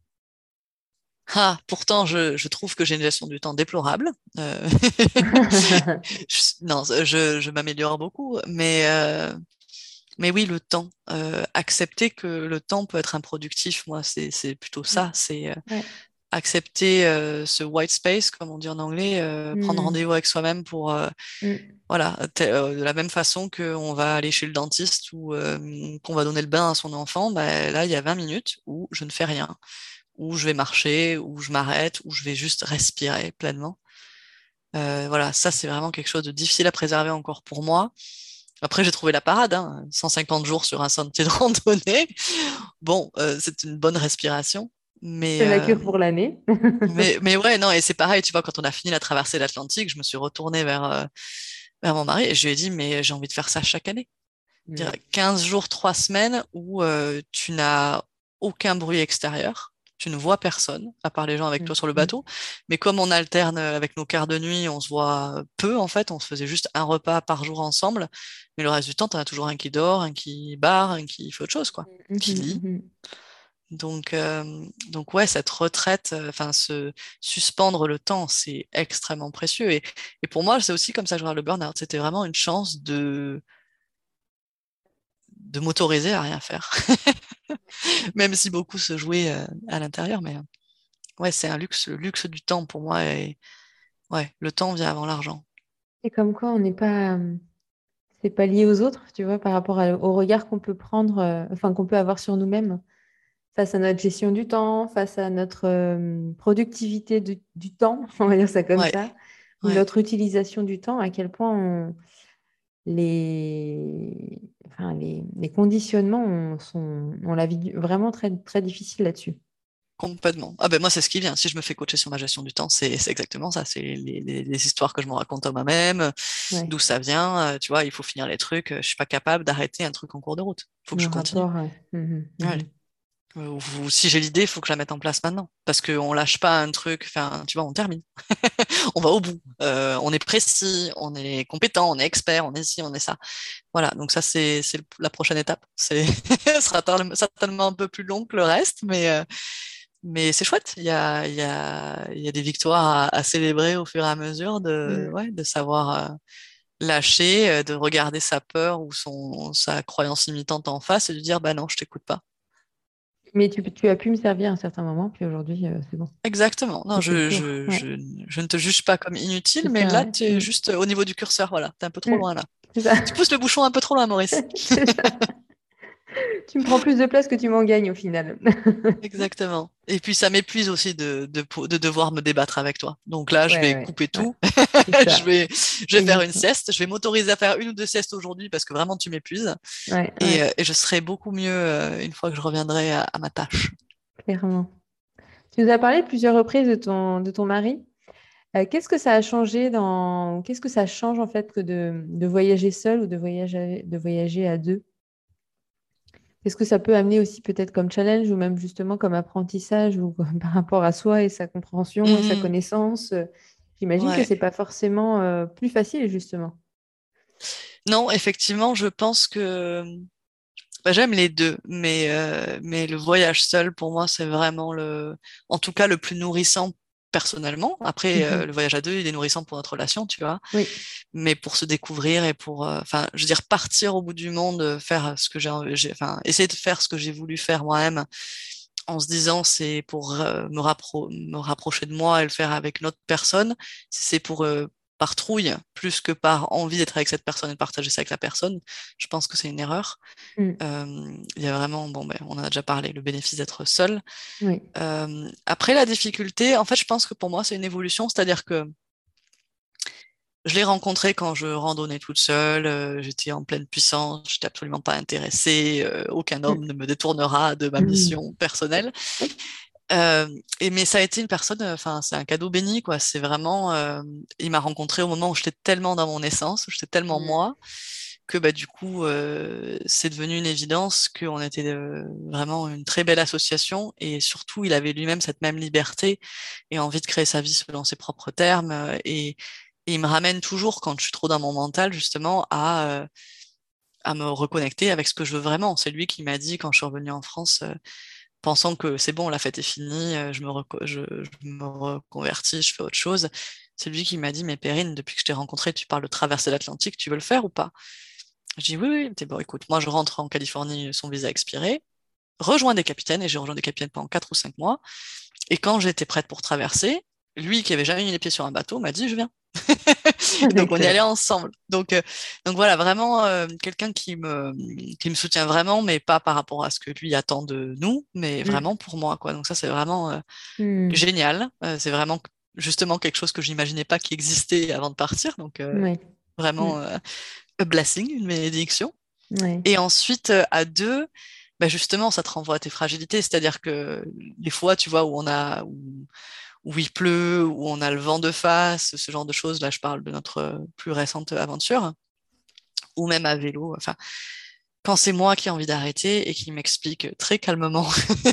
Ah, pourtant, je, je trouve que j'ai une gestion du temps déplorable. Euh, je- non, je, je m'améliore beaucoup, mais, euh, mais oui, le temps. Euh, accepter que le temps peut être improductif, moi, c'est, c'est plutôt ça. C'est euh, Ouais. accepter euh, ce white space, comme on dit en anglais, euh, prendre Mm, rendez-vous avec soi-même pour, euh, mm, voilà, te- euh, de la même façon qu'on va aller chez le dentiste ou euh, qu'on va donner le bain à son enfant, bah, là, il y a vingt minutes où je ne fais rien, où je vais marcher, où je m'arrête, où je vais juste respirer pleinement. Euh, voilà, ça c'est vraiment quelque chose de difficile à préserver encore pour moi. Après, j'ai trouvé la parade, hein, cent cinquante jours sur un sentier de randonnée. Bon, euh, c'est une bonne respiration, mais, c'est la euh, cure pour l'année. mais, mais ouais, non, et c'est pareil, tu vois, quand on a fini la traversée de l'Atlantique, je me suis retournée vers, euh, vers mon mari et je lui ai dit, mais j'ai envie de faire ça chaque année. Dire Mm, quinze jours, trois semaines où euh, tu n'as aucun bruit extérieur, tu ne vois personne, à part les gens avec toi mm, sur le mm, bateau. Mais comme on alterne avec nos quarts de nuit, on se voit peu en fait, on se faisait juste un repas par jour ensemble. Mais le reste du temps, t'en as toujours un qui dort, un qui barre, un qui fait autre chose, quoi, qui mhm, lit. mhm. Donc, euh, donc ouais, cette retraite, euh, enfin, se suspendre le temps, c'est extrêmement précieux. Et, et pour moi, c'est aussi comme ça que je regarde le burn-out. C'était vraiment une chance de, de m'autoriser à rien faire. Même si beaucoup se jouait euh, à l'intérieur, mais euh, ouais, c'est un luxe, le luxe du temps pour moi. Et ouais, le temps vient avant l'argent. Et comme quoi, on n'est pas, euh, c'est pas lié aux autres, tu vois, par rapport à- au regard qu'on peut prendre, euh, enfin, qu'on peut avoir sur nous-mêmes, face à notre gestion du temps, face à notre euh, productivité du, du temps, on va dire ça comme Ouais, ça, ou ouais, notre utilisation du temps, à quel point on- les, enfin, les, les conditionnements ont, sont, ont la vie vraiment très, très difficile là-dessus. complètement. Ah ben moi, c'est ce qui vient. Si je me fais coacher sur ma gestion du temps, c'est c'est exactement ça. C'est les, les- les histoires que je me raconte à moi-même, euh, Ouais, d'où ça vient. euh, Tu vois, il faut finir les trucs. euh, Je suis pas capable d'arrêter un truc en cours de route. Il faut que nos je continue. rapports, ouais. Mhm, Ouais. mhm. Euh, Ou, ou si j'ai l'idée, il faut que je la mette en place maintenant. Parce qu'on lâche pas un truc, enfin, tu vois, on termine. On va au bout. Euh, on est précis, on est compétent, on est expert, on est ci, on est ça. Voilà, donc ça, c'est c'est le- la prochaine étape. C'est ce sera tar- certainement un peu plus long que le reste, mais, euh, mais c'est chouette. Il y a, il y a, il y a des victoires à, à célébrer au fur et à mesure de, Mhm. ouais, de savoir euh, lâcher, euh, de regarder sa peur ou son, sa croyance limitante en face et de dire, bah non, je t'écoute pas. Mais tu, tu as pu me servir à un certain moment, puis aujourd'hui, euh, c'est bon. Exactement. Non, J'ai fait le je, tour. je, Ouais, je, je ne te juge pas comme inutile, c'est mais ça, là, ouais. tu es Mm. juste au niveau du curseur. Voilà, t'es un peu trop Mm. loin là. C'est ça. Tu pousses le bouchon un peu trop loin, Maurice. C'est ça. Tu me prends plus de place que tu m'en gagnes au final. Exactement. Et puis ça m'épuise aussi de, de, de devoir me débattre avec toi. Donc là, je Ouais, vais ouais, couper ouais. tout. C'est Je ça. vais, je vais faire une Exactement. sieste. Je vais m'autoriser à faire une ou deux siestes aujourd'hui parce que vraiment tu m'épuises. Ouais, Et, ouais, euh, et je serai beaucoup mieux euh, une fois que je reviendrai à, à ma tâche. clairement. Tu nous as parlé plusieurs reprises de ton, de ton mari. Euh, qu'est-ce que ça a changé dans... Qu'est-ce que ça change en fait que de, de voyager seul ou de voyager, de voyager à deux? Qu'est-ce que ça peut amener aussi peut-être comme challenge ou même justement comme apprentissage ou par rapport à soi et sa compréhension et sa Mhm. connaissance? euh, J'imagine que Ouais. c'est pas forcément euh, plus facile justement. Non, effectivement, je pense que bah, j'aime les deux, mais, euh, mais le voyage seul, pour moi, c'est vraiment le, en tout cas, le plus nourrissant personnellement. Après, euh, Mhm. le voyage à deux, il est nourrissant pour notre relation, tu vois. Oui. Mais pour se découvrir et pour, euh, enfin, je veux dire, partir au bout du monde, euh, faire ce que j'ai, j'ai- enfin, essayer de faire ce que j'ai voulu faire moi-même, en se disant c'est pour euh, me, rappro me rapprocher de moi et le faire avec une autre personne, si c'est pour euh, par trouille plus que par envie d'être avec cette personne et de partager ça avec la personne, je pense que c'est une erreur. Mm. Euh, il y a vraiment, bon, ben, on en a déjà parlé, le bénéfice d'être seul. Oui. Euh, après, la difficulté, en fait, je pense que pour moi, c'est une évolution, c'est-à-dire que je l'ai rencontré quand je randonnais toute seule, euh, j'étais en pleine puissance, j'étais absolument pas intéressée, euh, aucun Mm. homme ne me détournera de ma Mhm. mission personnelle. Euh, et mais ça a été une personne, euh, enfin, c'est un cadeau béni, quoi. C'est vraiment, euh, il m'a rencontré au moment où j'étais tellement dans mon essence, où j'étais tellement Mm. moi, que bah du coup, euh, c'est devenu une évidence qu'on était euh, vraiment une très belle association. Et surtout, il avait lui-même cette même liberté et envie de créer sa vie selon ses propres termes. euh, Et, et il me ramène toujours, quand je suis trop dans mon mental, justement, à euh, à me reconnecter avec ce que je veux vraiment. C'est lui qui m'a dit quand je suis revenue en France. euh, pensant que c'est bon, la fête est finie, euh, je me, reco- je, je me reconvertis, je fais autre chose. C'est lui qui m'a dit, mais Perrine, depuis que je t'ai rencontré, tu parles de traverser l'Atlantique, tu veux le faire ou pas? Je dis oui, oui. Il dit, bon, écoute, moi je rentre en Californie, son visa a expiré, rejoins des capitaines, et j'ai rejoint des capitaines pendant quatre ou cinq mois. Et quand j'étais prête pour traverser, lui qui avait jamais mis les pieds sur un bateau m'a dit, je viens. Donc on y allait Excellent. ensemble. Donc, euh, donc voilà, vraiment euh, quelqu'un qui me, qui me soutient vraiment, mais pas par rapport à ce que lui attend de nous, mais Mm. vraiment pour moi, quoi. Donc ça, c'est vraiment euh, Mm. génial. Euh, c'est vraiment justement quelque chose que je n'imaginais pas qui existait avant de partir. Donc euh, Ouais. Mm. vraiment euh, a blessing, une bénédiction. Ouais. Et ensuite, euh, à deux, bah justement, ça te renvoie à tes fragilités. C'est-à-dire que les fois, tu vois, où on a, où, où il pleut, où on a le vent de face, ce genre de choses, là, je parle de notre euh, plus récente aventure, ou même à vélo. Enfin, quand c'est moi qui ai envie d'arrêter et qui m'explique très calmement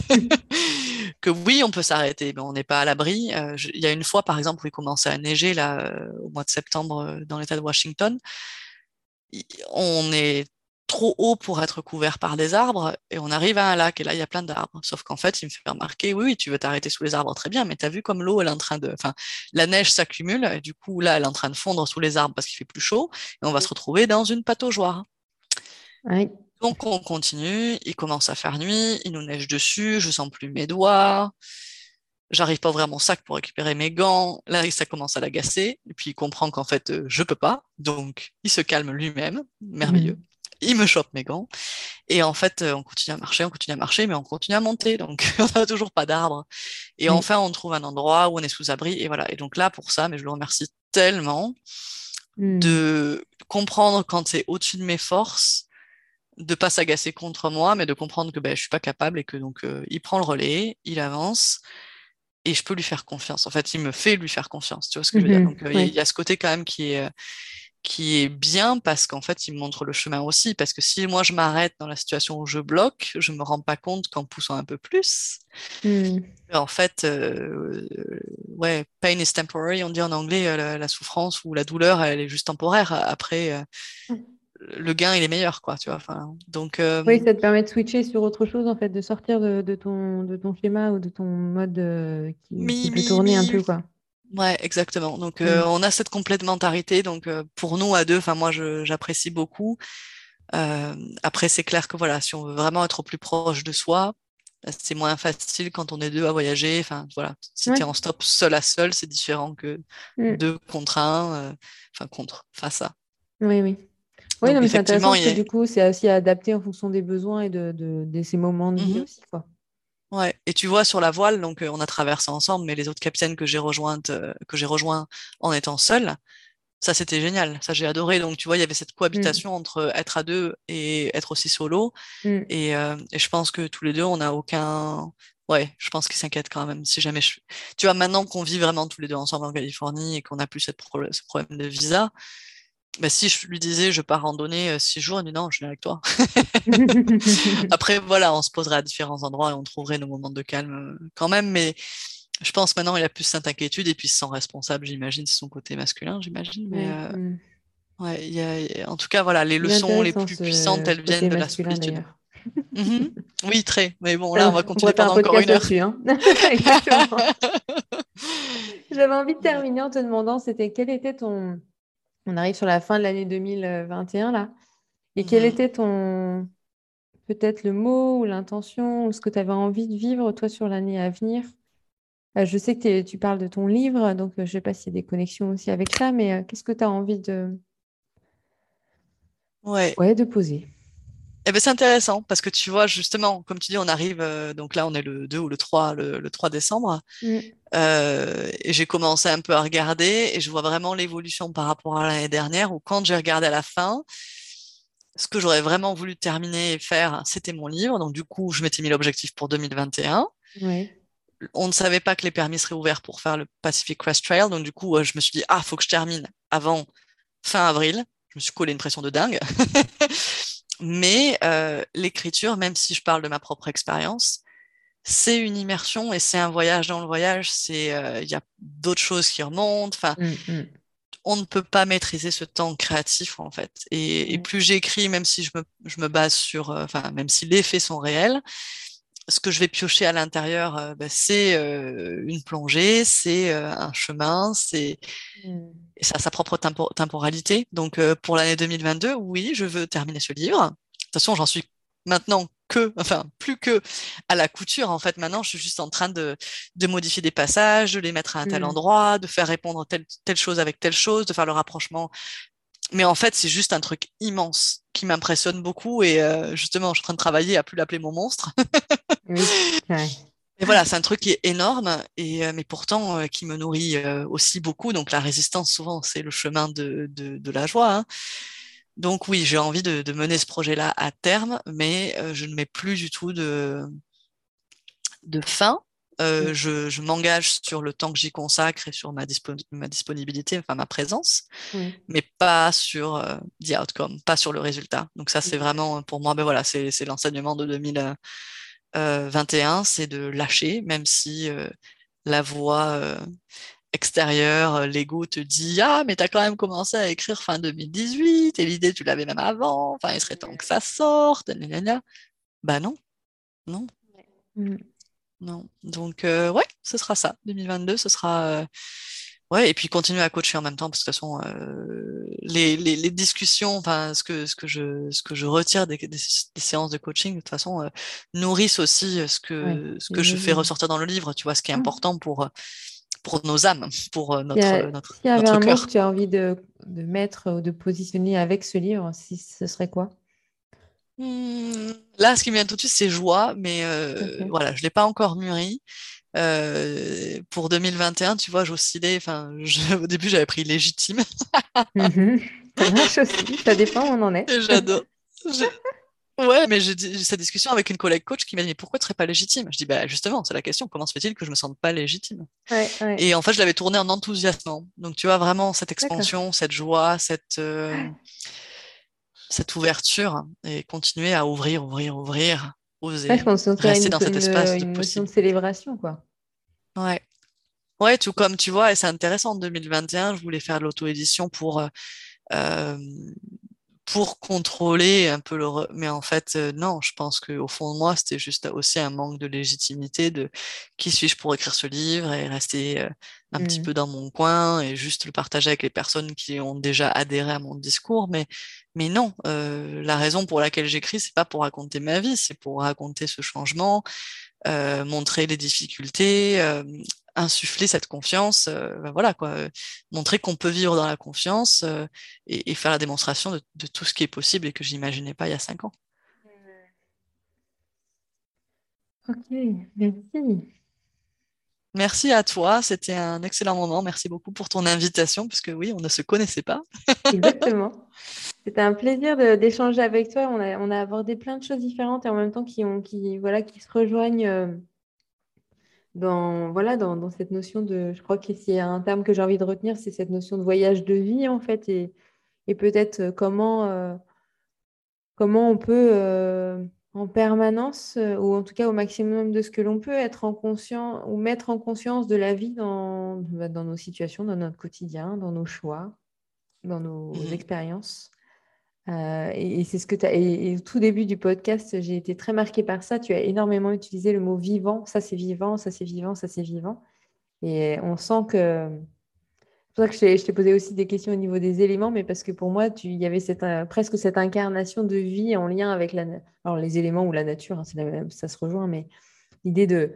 que oui, on peut s'arrêter, mais on n'est pas à l'abri. Euh, je- il y a une fois, par exemple, où il commençait à neiger là, euh, au mois de septembre euh, dans l'État de Washington. Il- On est trop haut pour être couvert par des arbres et on arrive à un lac et là, il y a plein d'arbres. Sauf qu'en fait, il me fait remarquer, oui, oui, tu veux t'arrêter sous les arbres, très bien, mais tu as vu comme l'eau, elle est en train de... Enfin, la neige s'accumule et du coup, là, elle est en train de fondre sous les arbres parce qu'il fait plus chaud et on va se retrouver dans une pataugeoire. Ouais. Donc on continue, il commence à faire nuit, il nous neige dessus, je sens plus mes doigts, j'arrive pas à ouvrir mon sac pour récupérer mes gants, là ça commence à l'agacer, et puis il comprend qu'en fait euh, je peux pas, donc il se calme lui-même, merveilleux. Mm. Il me chope mes gants, et en fait euh, on continue à marcher, on continue à marcher, mais on continue à monter, donc on n'a toujours pas d'arbre. Et Oui. enfin on trouve un endroit où on est sous abri, et voilà. Et donc là pour ça, mais je le remercie tellement Mm. de comprendre quand c'est au-dessus de mes forces de pas s'agacer contre moi, mais de comprendre que ben, je suis pas capable et que donc euh, il prend le relais, il avance et je peux lui faire confiance. En fait, il me fait lui faire confiance. Tu vois ce que je veux dire? Mhm. Donc euh, il Oui. y a ce côté quand même qui est euh, qui est bien parce qu'en fait il me montre le chemin aussi. Parce que si moi je m'arrête dans la situation où je bloque, je me rends pas compte qu'en poussant un peu plus, Mm. en fait, euh, ouais, pain is temporary, on dit en anglais, euh, la, la souffrance ou la douleur, elle est juste temporaire. Après, euh, le gain, il est meilleur, quoi, tu vois. Enfin, donc, Oui, euh, ça te permet de switcher sur autre chose, en fait, de sortir de, de ton, de ton schéma ou de ton mode euh, qui, qui mi, peut mi, tourner un mi. peu, quoi. Ouais, exactement. Donc, euh, Mm. on a cette complémentarité. Donc, euh, pour nous, à deux, enfin, moi, je, j'apprécie beaucoup. Euh, après, c'est clair que voilà, si on veut vraiment être au plus proche de soi, c'est moins facile quand on est deux à voyager. Enfin, voilà, si tu es Ouais. en stop seul à seul, c'est différent que Mm. deux contre un, euh, enfin, contre, face à. Oui, oui. Oui, non, Donc mais c'est intéressant effectivement, parce il que y a... du coup, c'est aussi adapté en fonction des besoins et de, de, de ces moments de vie Mhm. aussi, quoi. Ouais. Et tu vois, sur la voile, donc euh, on a traversé ensemble, mais les autres capitaines que j'ai rejointes, euh, que j'ai rejoints en étant seule, ça c'était génial. Ça j'ai adoré. Donc tu vois, il y avait cette Mm, cohabitation entre être à deux et être aussi solo. mm. Et, euh, et je pense que tous les deux, on n'a aucun. Ouais, je pense qu'ils s'inquiètent quand même. Si jamais je... Tu vois, maintenant qu'on vit vraiment tous les deux ensemble en Californie et qu'on n'a plus cette pro- ce problème de visa, bah, si je lui disais je pars randonner euh, six jours, il me dit non, je viens avec toi. Après, voilà, on se poserait à différents endroits et on trouverait nos moments de calme euh, quand même. Mais je pense maintenant, il a plus cette inquiétude et puis il se sent responsable, j'imagine, c'est son côté masculin, j'imagine. Mais Ouais, euh, mm. ouais, il y a... il y a- en tout cas, voilà, les Il est leçons les intéressant plus puissantes, ce elles viennent côté de la masculin solitude. d'ailleurs. Mhm. Oui, très. Mais bon, là, Ça, on va on pourrait continuer faire un pendant encore podcast une heure. là-dessus, hein. Exactement. J'avais envie de terminer en te demandant, c'était quel était ton... On arrive sur la fin de l'année deux mille vingt et un là. Et quel Mhm. était ton... Peut-être le mot ou l'intention ou ce que tu avais envie de vivre toi sur l'année à venir? Euh, je sais que t'es- tu parles de ton livre, donc euh, je ne sais pas s'il y a des connexions aussi avec ça, mais euh, qu'est-ce que tu as envie de... Ouais. Ouais, de poser. Eh ben, c'est intéressant parce que tu vois, justement, comme tu dis, on arrive, euh, donc là, on est le deux ou le trois, le, le trois décembre, Mm, euh, et j'ai commencé un peu à regarder et je vois vraiment l'évolution par rapport à l'année dernière où quand j'ai regardé à la fin, ce que j'aurais vraiment voulu terminer et faire, c'était mon livre. Donc, du coup, je m'étais mis l'objectif pour deux mille vingt et un. ouais. On ne savait pas que les permis seraient ouverts pour faire le Pacific Crest Trail. Donc, du coup, euh, je me suis dit, ah, faut que je termine avant fin avril. Je me suis collé une pression de dingue. Mais euh, l'écriture, même si je parle de ma propre expérience, c'est une immersion et c'est un voyage dans le voyage. C'est, euh, il y a d'autres choses qui remontent. Enfin, Mm, mm, on ne peut pas maîtriser ce temps créatif en fait. Et, et ouais. plus j'écris, même si je me, je me base sur, euh, enfin, même si les faits sont réels, ce que je vais piocher à l'intérieur, euh, bah, c'est euh, une plongée, c'est euh, un chemin, c'est Mm, et ça a sa propre tempo- temporalité. Donc euh, pour l'année deux mille vingt-deux, oui, je veux terminer ce livre. De toute façon, j'en suis maintenant que, enfin, plus que à la couture. En fait, maintenant, je suis juste en train de, de modifier des passages, de les mettre à un tel mm. endroit, de faire répondre telle, telle chose avec telle chose, de faire le rapprochement. Mais en fait, c'est juste un truc immense qui m'impressionne beaucoup. Et euh, justement, je suis en train de travailler à plus l'appeler mon monstre. Oui, ouais. Et voilà, c'est un truc qui est énorme, et, euh, mais pourtant euh, qui me nourrit euh, aussi beaucoup. Donc la résistance, souvent, c'est le chemin de, de, de la joie, hein. Donc oui, j'ai envie de, de mener ce projet-là à terme, mais euh, je ne mets plus du tout de, de fin. Mm, Euh, je je m'engage sur le temps que j'y consacre et sur ma, dispo- ma disponibilité, enfin ma présence, ouais. mais pas sur euh, the outcome, pas sur le résultat. Donc ça, c'est Mm, vraiment pour moi, ben voilà, c'est c'est l'enseignement de deux mille vingt et un, c'est de lâcher, même si euh, la voix euh, extérieure, euh, l'ego te dit ah mais t'as quand même commencé à écrire fin deux mille dix-huit et l'idée tu l'avais même avant, enfin il serait temps que ça sorte, gna, gna, gna. Bah non, non, mm. non. Donc euh, ouais, ce sera ça. deux mille vingt-deux, ce sera euh, ouais, et puis continuer à coacher en même temps, parce que de toute façon, euh, les, les, les discussions, enfin, ce que, ce que je, ce que je retire des, des, des séances de coaching, de toute façon, euh, nourrissent aussi euh, ce Ouais, que, ce que je fais j'imagine. ressortir dans le livre, tu vois, ce qui est Mm. important pour, euh, pour nos âmes, pour euh, S'il y notre, a- notre, s'il y avait notre un mot que cœur. tu as envie de, de mettre ou de positionner avec ce livre, si ce serait quoi? Hmm, là, ce qui me vient tout de suite, c'est joie, mais euh, Ok. voilà, je l'ai pas encore mûri. Euh, pour deux mille vingt et un, tu vois, j'oscillais, enfin, je- au début, j'avais pris légitime, Mhm. Ça marche aussi, ça dépend où on en est. et j'adore. Ouais, mais j'ai dit- j'ai cette discussion avec une collègue coach qui m'a dit, mais pourquoi tu serais pas légitime? Je dis, bah, justement, c'est la question. Comment se fait-il que je me sente pas légitime? Ouais, ouais, Et en fait, je l'avais tourné en enthousiasme. Donc, tu vois, vraiment, cette d'accord. expansion, cette joie, cette, euh, cette ouverture et continuer à ouvrir, ouvrir, ouvrir, Ouais, je oser, pense que c'est rester une, dans cet une, espace de une notion de possibilité. célébration, quoi. Ouais. Ouais, tout comme tu vois, et c'est intéressant, en deux mille vingt et un, je voulais faire de l'auto-édition pour, euh, euh, pour contrôler un peu le... re- Mais en fait, euh, non, je pense qu'au fond de moi, c'était juste aussi un manque de légitimité de qui suis-je pour écrire ce livre et rester euh, un petit peu Mm. dans mon coin et juste le partager avec les personnes qui ont déjà adhéré à mon discours. Mais, mais non, euh, la raison pour laquelle j'écris, c'est pas pour raconter ma vie, c'est pour raconter ce changement, euh, montrer les difficultés, euh, insuffler cette confiance, euh, ben voilà quoi, euh, montrer qu'on peut vivre dans la confiance euh, et, et faire la démonstration de, de tout ce qui est possible et que j'imaginais pas il y a cinq ans. Ok, merci. Merci à toi, c'était un excellent moment. Merci beaucoup pour ton invitation, puisque oui, on ne se connaissait pas. Exactement. C'était un plaisir de- d'échanger avec toi. On a, on a abordé plein de choses différentes et en même temps qui, ont, qui, voilà, qui se rejoignent euh, dans, voilà, dans, dans cette notion de, je crois que s'il y a un terme que j'ai envie de retenir, c'est cette notion de voyage de vie en fait et, et peut-être euh, comment, euh, comment on peut euh, en permanence, euh, ou en tout cas au maximum de ce que l'on peut, être en conscient ou mettre en conscience de la vie dans, bah, dans nos situations, dans notre quotidien, dans nos choix, dans nos Mhm. expériences. Euh, et, et c'est ce que tu as. Et, et au tout début du podcast, j'ai été très marquée par ça. Tu as énormément utilisé le mot vivant. Ça, c'est vivant, ça, c'est vivant, ça, c'est vivant. Et on sent que. C'est pour ça que je t'ai je t'ai posé aussi des questions au niveau des éléments, mais parce que pour moi, tu, il y avait cette, euh, presque cette incarnation de vie en lien avec la, na- alors les éléments ou la nature, hein, c'est la même- ça se rejoint, mais l'idée de.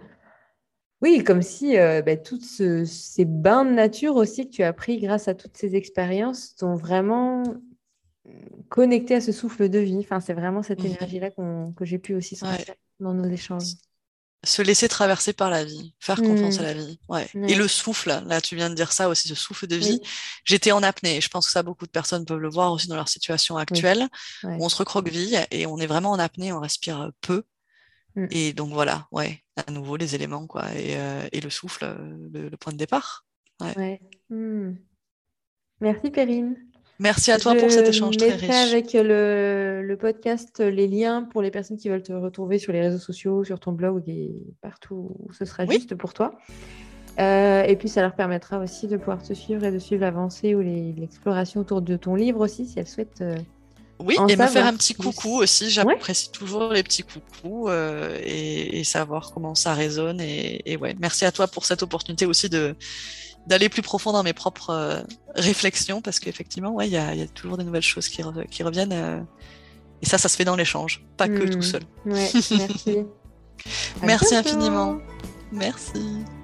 Oui, comme si euh, bah, toutes ce- ces bains de nature aussi que tu as pris grâce à toutes ces expériences t'ont vraiment connecté à ce souffle de vie. Enfin, c'est vraiment cette Mhm. énergie-là qu'on- que j'ai pu aussi Ouais. sentir dans nos échanges. Se laisser traverser par la vie, faire confiance à Hmm, la vie. Ouais. Et ouais, le souffle, là, tu viens de dire ça aussi, ce souffle de vie. oui, J'étais en apnée. Je pense que ça, beaucoup de personnes peuvent le voir aussi dans leur situation oui, actuelle, où ouais. on se recroqueville et on est vraiment en apnée, on respire peu. Hmm, Et donc voilà, ouais, à nouveau les éléments, quoi. Et, euh, et le souffle, euh, le, le point de départ. Ouais. ouais. Hmm. Merci Perrine. Merci à toi pour cet Je échange très mettrai riche. avec le, le podcast les liens pour les personnes qui veulent te retrouver sur les réseaux sociaux, sur ton blog et partout où ce sera Oui, juste pour toi. Euh, et puis ça leur permettra aussi de pouvoir te suivre et de suivre l'avancée ou les- l'exploration autour de ton livre aussi, si elles souhaitent euh, oui, en et me faire un savoir petit coucou plus. aussi. Ouais. J'apprécie toujours les petits coucous euh, et, et savoir comment ça résonne. Et, et ouais, merci à toi pour cette opportunité aussi de d'aller plus profond dans mes propres euh, réflexions parce qu'effectivement, ouais, il y a, il y a toujours des nouvelles choses qui, re- qui reviennent. euh, et ça, ça se fait dans l'échange, pas que tout Hmm. seul. Ouais, merci. À Merci infiniment. bientôt. Merci.